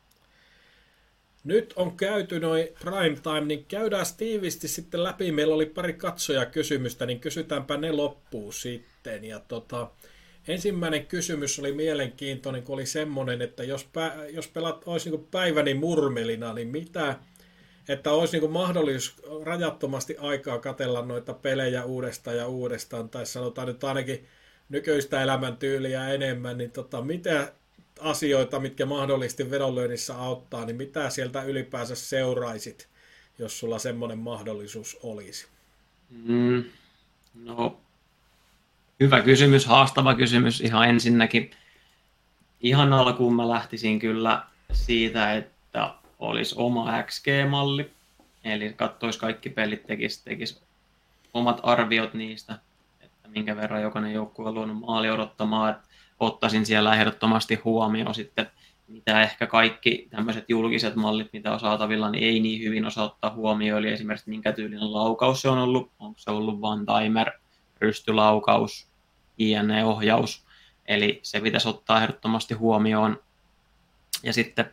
Nyt on käyty noin prime time, niin käydään tiivisti sitten läpi. Meillä oli pari katsojakysymystä, niin kysytäänpä ne loppuun sitten. Ja tota, ensimmäinen kysymys oli mielenkiintoinen, kun oli semmoinen, että jos, pä, jos pelat, olisi niin päiväni murmelina, niin mitä, että olisi niin mahdollisuus rajattomasti aikaa katsella noita pelejä uudestaan ja uudestaan, tai sanotaan nyt ainakin nykyistä elämäntyyliä enemmän, niin tota, mitä asioita, mitkä mahdollisesti vedonlyönnissä auttaa, niin mitä sieltä ylipäänsä seuraisit, jos sulla semmoinen mahdollisuus olisi? Mm, no, hyvä kysymys, haastava kysymys ihan ensinnäkin. Ihan alkuun mä lähtisin kyllä siitä, että olisi oma X G-malli, eli katsoisi kaikki pelit, tekisi, tekisi omat arviot niistä, että minkä verran jokainen joukkue on luonut maali odottamaan, että ottaisin siellä ehdottomasti huomioon sitten, mitä ehkä kaikki tämmöiset julkiset mallit, mitä on saatavilla, niin ei niin hyvin osaa ottaa huomioon, eli esimerkiksi minkä tyylinen laukaus se on ollut, onko se ollut one-timer, rystylaukaus, jne-ohjaus, eli se pitäisi ottaa ehdottomasti huomioon. Ja sitten,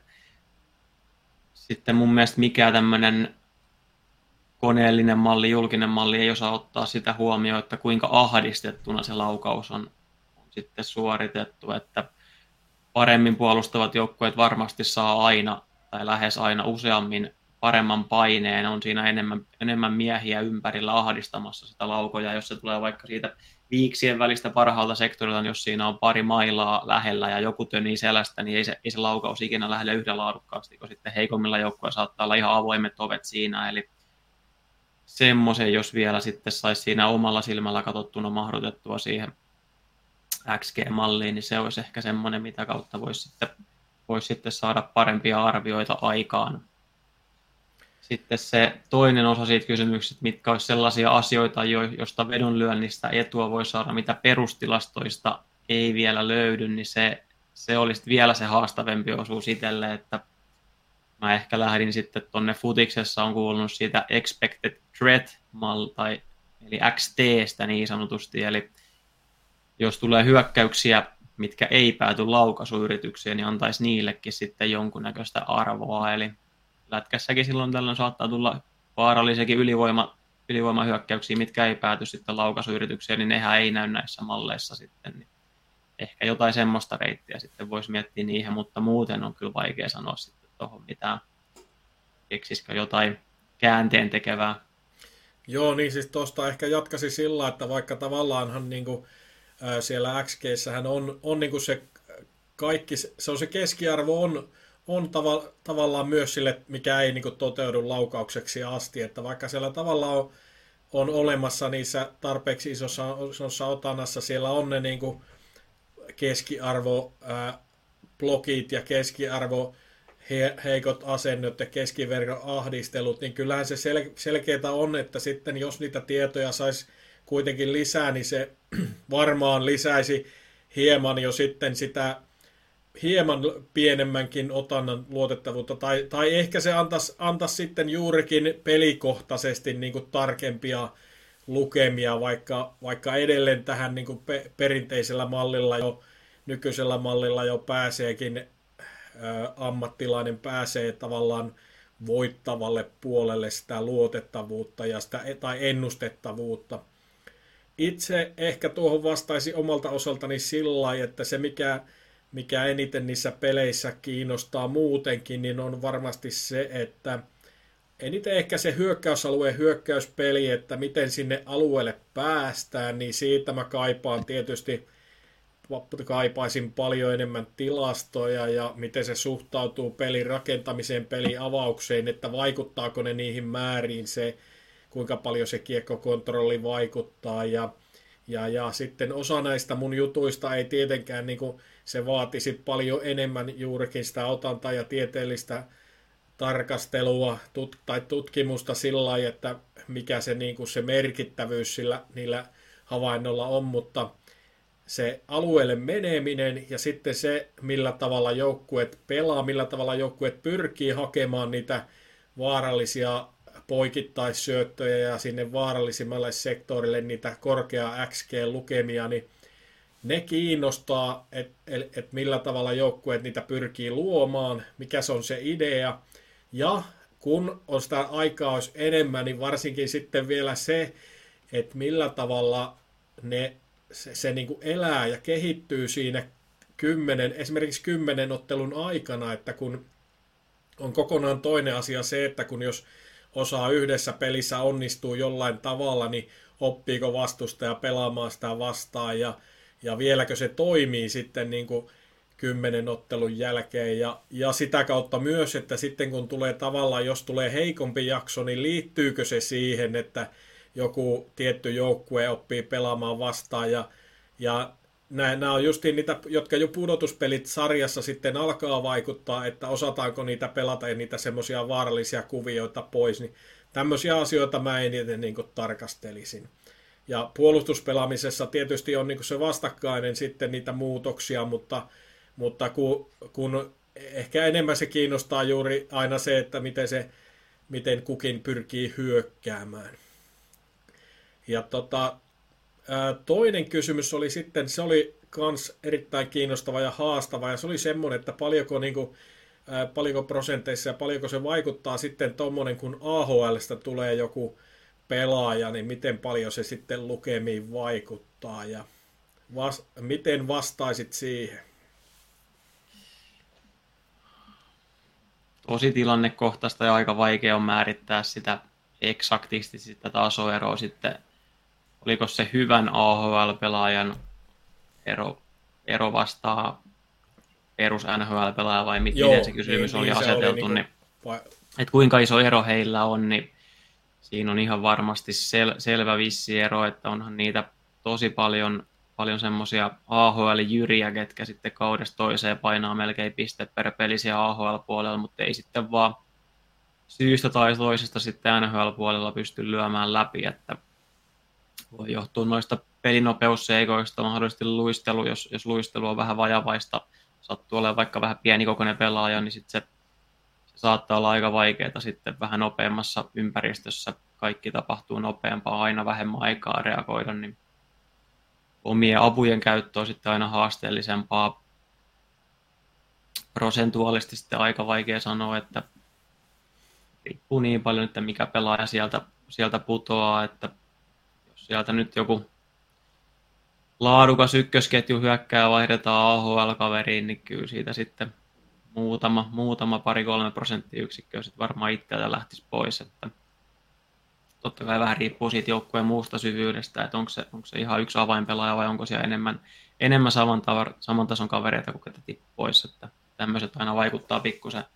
sitten mun mielestä mikään tämmöinen koneellinen malli, julkinen malli ei osaa ottaa sitä huomioon, että kuinka ahdistettuna se laukaus on sitten suoritettu, että paremmin puolustavat joukkueet varmasti saa aina tai lähes aina useammin paremman paineen, on siinä enemmän, enemmän miehiä ympärillä ahdistamassa sitä laukoja, jos se tulee vaikka siitä viiksien välistä parhaalta sektorilta, niin jos siinä on pari mailaa lähellä ja joku tönii selästä, niin ei se, ei se laukaus ikinä lähde yhden laadukkaasti, kun sitten heikommilla joukkueilla saattaa olla ihan avoimet ovet siinä, eli semmoisen, jos vielä sitten saisi siinä omalla silmällä katsottuna mahdotettua siihen X G-malliin, niin se olisi ehkä semmoinen, mitä kautta voisi sitten, voisi sitten saada parempia arvioita aikaan. Sitten se toinen osa siitä kysymyksestä, mitkä olisi sellaisia asioita, joista vedonlyönnistä etua voi saada, mitä perustilastoista ei vielä löydy, niin se, se olisi vielä se haastavempi osuus itselle, että mä ehkä lähdin sitten tuonne futiksessa, on kuulunut siitä expected threat tai eli X T:stä niin sanotusti, eli jos tulee hyökkäyksiä, mitkä ei pääty laukaisuyrityksiin, niin antaisi niillekin sitten jonkunnäköistä arvoa. Eli lätkässäkin silloin tällöin saattaa tulla vaarallisiakin ylivoima, ylivoimahyökkäyksiä, mitkä ei pääty sitten laukaisuyrityksiin, niin nehän ei näy näissä malleissa sitten. Niin ehkä jotain semmoista reittiä sitten voisi miettiä niihin, mutta muuten on kyllä vaikea sanoa sitten tuohon mitään. Keksisikö jotain käänteen tekevää? Joo, niin siis tuosta ehkä jatkaisin sillä, että vaikka tavallaanhan niinku siellä X G:ssähän on, on niin kuin se kaikki, se on se keskiarvo on, on tava, tavallaan myös sille, mikä ei niin kuin toteudu laukaukseksi asti, että vaikka siellä tavallaan on, on olemassa niissä tarpeeksi isossa, isossa otannassa, siellä on ne niin kuin keskiarvo ää, blokit ja keskiarvo he, heikot asennot ja keskiverkon ahdistelut, niin kyllähän se sel, selkeää on, että sitten jos niitä tietoja saisi kuitenkin lisää, niin se varmaan lisäisi hieman jo sitten sitä hieman pienemmänkin otannan luotettavuutta, tai, tai ehkä se antaisi, antaisi sitten juurikin pelikohtaisesti niin kuin tarkempia lukemia, vaikka, vaikka edelleen tähän niin kuin pe, perinteisellä mallilla jo, nykyisellä mallilla jo pääseekin, ä, ammattilainen pääsee tavallaan voittavalle puolelle sitä luotettavuutta ja sitä, tai ennustettavuutta. Itse ehkä tuohon vastaisi omalta osaltani sillä lailla, että se mikä mikä eniten niissä peleissä kiinnostaa muutenkin, niin on varmasti se, että eniten ehkä se hyökkäysalueen hyökkäyspeli, että miten sinne alueelle päästään, niin siitä mä kaipaan tietysti, kaipaisin paljon enemmän tilastoja ja miten se suhtautuu pelin rakentamiseen, pelin avaukseen, että vaikuttaako ne niihin määriin se, kuinka paljon se kiekkokontrolli vaikuttaa ja, ja, ja sitten osa näistä mun jutuista ei tietenkään, niin kuin se vaatisi paljon enemmän juurikin sitä otantaa ja tieteellistä tarkastelua tut, tai tutkimusta sillä lailla, että mikä se, niin kuin se merkittävyys sillä, niillä havainnolla on, mutta se alueelle meneminen ja sitten se, millä tavalla joukkueet pelaa, millä tavalla joukkueet pyrkii hakemaan niitä vaarallisia poikittaissyöttöjä ja sinne vaarallisimmalle sektorille niitä korkea X G-lukemia, niin ne kiinnostaa, että et millä tavalla joukkueet niitä pyrkii luomaan, mikä se on se idea. Ja kun on sitä aikaa olisi enemmän, niin varsinkin sitten vielä se, että millä tavalla ne, se, se niin kuin elää ja kehittyy siinä kymmenen, esimerkiksi kymmenen ottelun aikana, että kun on kokonaan toinen asia se, että kun jos osaa yhdessä pelissä onnistuu jollain tavalla, niin oppiiko vastustaja pelaamaan sitä vastaan ja, ja vieläkö se toimii sitten niin kuin kymmenen ottelun jälkeen ja, ja sitä kautta myös, että sitten kun tulee tavallaan, jos tulee heikompi jakso, niin liittyykö se siihen, että joku tietty joukkue oppii pelaamaan vastaan ja, ja nämä on justiin niitä, jotka jo pudotuspelit sarjassa sitten alkaa vaikuttaa, että osataanko niitä pelata ja niitä semmoisia vaarallisia kuvioita pois, niin tämmöisiä asioita mä eniten niin kuin tarkastelisin. Ja puolustuspelaamisessa tietysti on niin kuin se vastakkainen sitten niitä muutoksia, mutta, mutta kun, kun ehkä enemmän se kiinnostaa juuri aina se, että miten, se, miten kukin pyrkii hyökkäämään. Ja tota, toinen kysymys oli sitten, se oli kans erittäin kiinnostava ja haastava, ja se oli semmoinen, että paljonko, niin kuin, paljonko prosenteissa ja paljonko se vaikuttaa sitten tuommoinen, kun A H L:stä tulee joku pelaaja, niin miten paljon se sitten lukemiin vaikuttaa, ja vas, miten vastaisit siihen? Tosi tilannekohtaista ja aika vaikea on määrittää sitä eksaktisti sitä tasoeroa sitten. Oliko se hyvän A H L-pelaajan ero, ero vastaa perus N H L-pelaaja vai Joo, miten se kysymys niin, oli niin aseteltu, oli niin, niin että kuinka iso ero heillä on, niin siinä on ihan varmasti sel, selvä vissi ero, että onhan niitä tosi paljon, paljon semmoisia A H L-jyriä, ketkä sitten kaudesta toiseen painaa melkein piste per peli siellä A H L-puolella, mutta ei sitten vaan syystä tai toisesta sitten N H L-puolella pysty lyömään läpi, että voi johtua noista pelinopeusseikoista, mahdollisesti luistelu, jos, jos luistelu on vähän vajavaista, sattuu olemaan vaikka vähän pienikokoinen pelaaja, niin sit se, se saattaa olla aika vaikeaa sitten vähän nopeammassa ympäristössä. Kaikki tapahtuu nopeampaa, aina vähemmän aikaa reagoida, niin omien apujen käyttö on sitten aina haasteellisempaa. Prosentuaalisesti sitten aika vaikea sanoa, että riippuu niin paljon, että mikä pelaaja sieltä, sieltä putoaa, että sieltä nyt joku laadukas ykkösketju hyökkää vaihdetaan A H L-kaveriin, niin kyllä siitä sitten muutama, muutama pari-kolme prosenttiyksikköä sitten varmaan itseltä lähtisi pois. Että totta kai vähän riippuu siitä joukkueen muusta syvyydestä, että onko se, onko se ihan yksi avainpelaaja vai onko siellä enemmän, enemmän saman, tavar, saman tason kavereita kuin ketä tippuu pois. Että tämmöiset aina vaikuttaa pikkusen.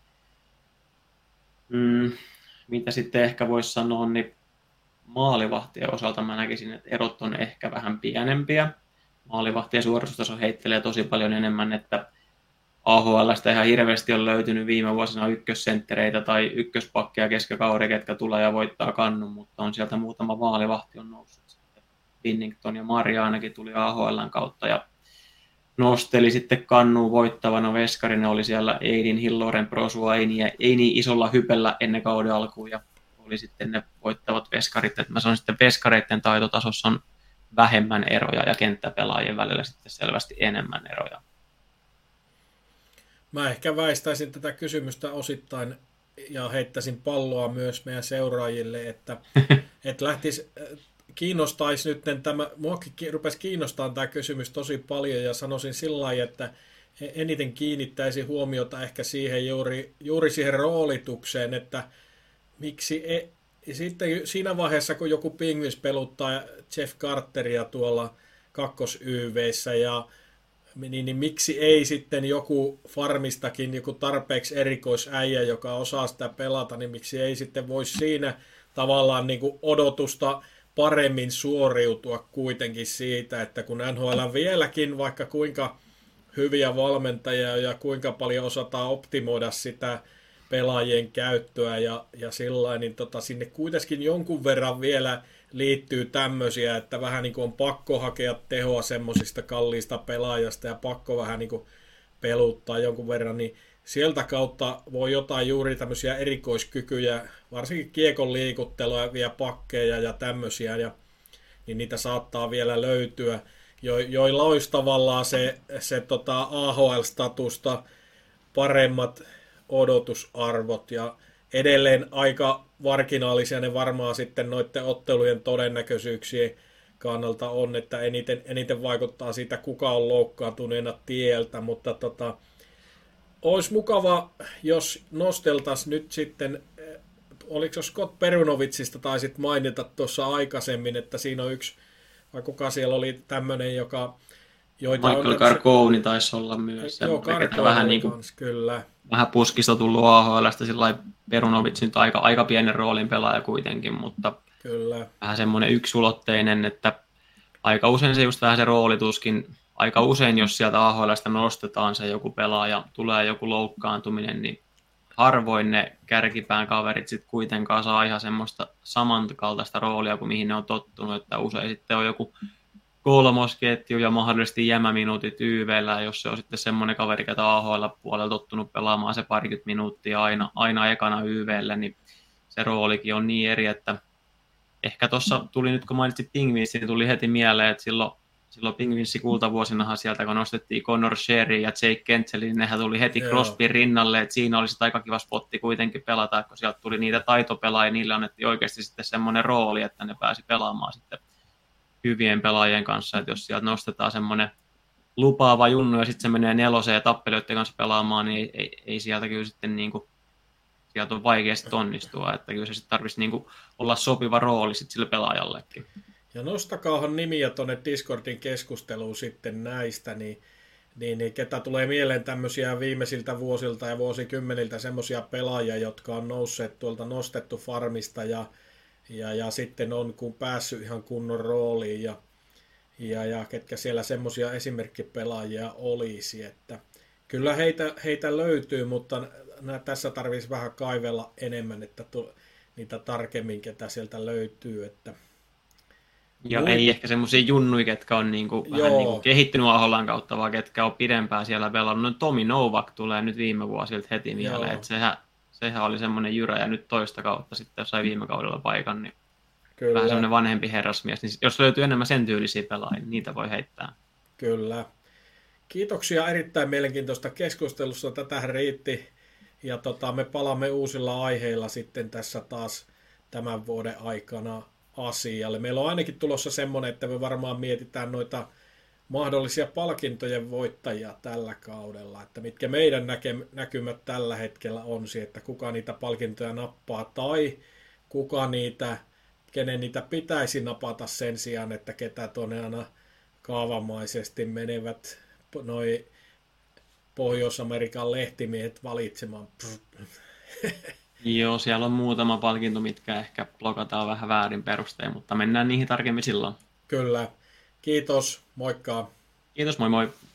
Mm, mitä sitten ehkä voisi sanoa, niin maalivahtien osalta mä näkisin, että erot on ehkä vähän pienempiä. Maalivahtien suoritustaso heittelee tosi paljon enemmän, että A H L:stä ihan hirveästi on löytynyt viime vuosina ykkössenttereitä tai ykköspakkeja keskikauden, ketkä tulee ja voittaa kannun, mutta on sieltä muutama maalivahti on noussut. Sitten Binnington ja Maria ainakin tuli A H L:n kautta ja nosteli sitten kannuun voittavana. Veskarinen oli siellä Eidin, Hilloren, Prosua, ei niin, ei niin isolla hypellä ennen kauden alkuun ja oli sitten ne voittavat veskarit. Että mä sanon sitten veskareiden taitotasossa on vähemmän eroja ja kenttäpelaajien välillä sitten selvästi enemmän eroja. Mä ehkä väistäisin tätä kysymystä osittain ja heittäisin palloa myös meidän seuraajille, että, että lähtisi, kiinnostaisi nyt tämä, muakin rupesi kiinnostamaan tämä kysymys tosi paljon ja sanoisin sillä lailla, että, eniten kiinnittäisi huomiota ehkä siihen juuri, juuri siihen roolitukseen, että miksi e, sitten siinä vaiheessa, kun joku Penguins peluttaa Jeff Carteria tuolla kakkos-Y V:ssä ja niin, niin miksi ei sitten joku farmistakin, joku tarpeeksi erikoisäijä, joka osaa sitä pelata, niin miksi ei sitten voisi siinä tavallaan niin kuin odotusta paremmin suoriutua kuitenkin siitä, että kun N H L vieläkin vaikka kuinka hyviä valmentajia ja kuinka paljon osataan optimoida sitä pelaajien käyttöä ja, ja sillä niin tota, sinne kuitenkin jonkun verran vielä liittyy tämmöisiä, että vähän niin kuin on pakko hakea tehoa semmoisista kalliista pelaajasta ja pakko vähän niin kuin peluttaa jonkun verran, niin sieltä kautta voi jotain juuri tämmöisiä erikoiskykyjä, varsinkin kiekon liikuttelua, vielä pakkeja ja tämmöisiä, ja, niin niitä saattaa vielä löytyä, jo, joilla olisi tavallaan se, se tota A H L-statusta paremmat odotusarvot, ja edelleen aika marginaalisia ne varmaan sitten noiden ottelujen todennäköisyyksien kannalta on, että eniten, eniten vaikuttaa siitä, kuka on loukkaantuneena tieltä, mutta tota, olisi mukava, jos nosteltaisiin nyt sitten, oliko Scott Perunovicista taisit mainita tuossa aikaisemmin, että siinä on yksi, vai kuka siellä oli tämmöinen, joka... Joita Michael Carcone taisi olla myös. Joo, Carcone vähän, niin kuin, kyllä. Vähän puskista tullut A H L:stä, sillä Perunovic nyt aika, aika pienen roolin pelaaja kuitenkin, mutta kyllä. Vähän semmoinen yksulotteinen, että aika usein se just vähän se roolituskin, aika usein jos sieltä A H L:stä nostetaan se joku pelaaja, tulee joku loukkaantuminen, niin harvoin ne kärkipään kaverit sitten kuitenkaan saa ihan semmoista samankaltaista roolia kuin mihin ne on tottunut, että usein sitten on joku kolmosketju ja mahdollisesti jämäminuutit Y V:llä, jos se on sitten semmoinen kaveri, ketä A H L-puolella tottunut pelaamaan se parikymmentä minuuttia aina, aina ekana Y V:llä, niin se roolikin on niin eri, että ehkä tuossa tuli nyt, kun mainitsit Penguinsin, niin tuli heti mieleen, että silloin, silloin Penguinsin kultavuosinahan sieltä, kun nostettiin Connor Sherry ja Jake Gensel, niin nehän tuli heti Crosbyn rinnalle, että siinä olisi aika kiva spotti kuitenkin pelata, kun sieltä tuli niitä taitopelaajia, niille annettiin oikeasti sitten semmoinen rooli, että ne pääsi pelaamaan sitten hyvien pelaajien kanssa, että jos sieltä nostetaan semmoinen lupaava junnu ja sitten se menee neloseen tappelijoiden kanssa pelaamaan, niin ei, ei, ei sieltä kyllä sitten niin kuin, sieltä on vaikea sitten onnistua, että kyllä se sitten tarvitsisi niin kuin olla sopiva rooli sitten sille pelaajallekin. Ja nostakaahan nimiä tuonne Discordin keskusteluun sitten näistä, niin, niin, niin ketä tulee mieleen tämmöisiä viimeisiltä vuosilta ja vuosikymmeniltä semmoisia pelaajia, jotka on nousseet tuolta nostettu farmista ja Ja, ja sitten on kun päässyt ihan kunnon rooliin ja, ja, ja ketkä siellä semmoisia esimerkkipelaajia olisi. Että kyllä heitä, heitä löytyy, mutta nää, tässä tarvitsisi vähän kaivella enemmän, että tu, niitä tarkemmin, ketä sieltä löytyy. Että ja Mui... ei ehkä semmoisia junnuja, ketkä on niinku, vähän niinku kehittynyt A H L:n kautta, vaan ketkä on pidempään siellä pelannut. No, Tomi Novak tulee nyt viime vuosilta heti mieleen, että sehän Sehän oli semmoinen jyrä ja nyt toista kautta sitten, jos sai viime kaudella paikan, niin kyllä. Vähän semmoinen vanhempi herrasmies. Niin jos löytyy enemmän sen tyylisiä pelaajia, niin niitä voi heittää. Kyllä. Kiitoksia erittäin mielenkiintoista keskustelusta. Tätähän riitti. Ja tota, me palaamme uusilla aiheilla sitten tässä taas tämän vuoden aikana asialle. Meillä on ainakin tulossa semmoinen, että me varmaan mietitään noita mahdollisia palkintojen voittajia tällä kaudella, että mitkä meidän näke- näkymät tällä hetkellä on, että kuka niitä palkintoja nappaa tai kuka niitä, kenen niitä pitäisi napata sen sijaan, että ketä tuonne aina kaavamaisesti menevät noi Pohjois-Amerikan lehtimiehet valitsemaan. Joo, siellä on muutama palkinto, mitkä ehkä blokataan vähän väärin perustein, mutta mennään niihin tarkemmin silloin. Kyllä. Kiitos, moikka. Kiitos, moi moi.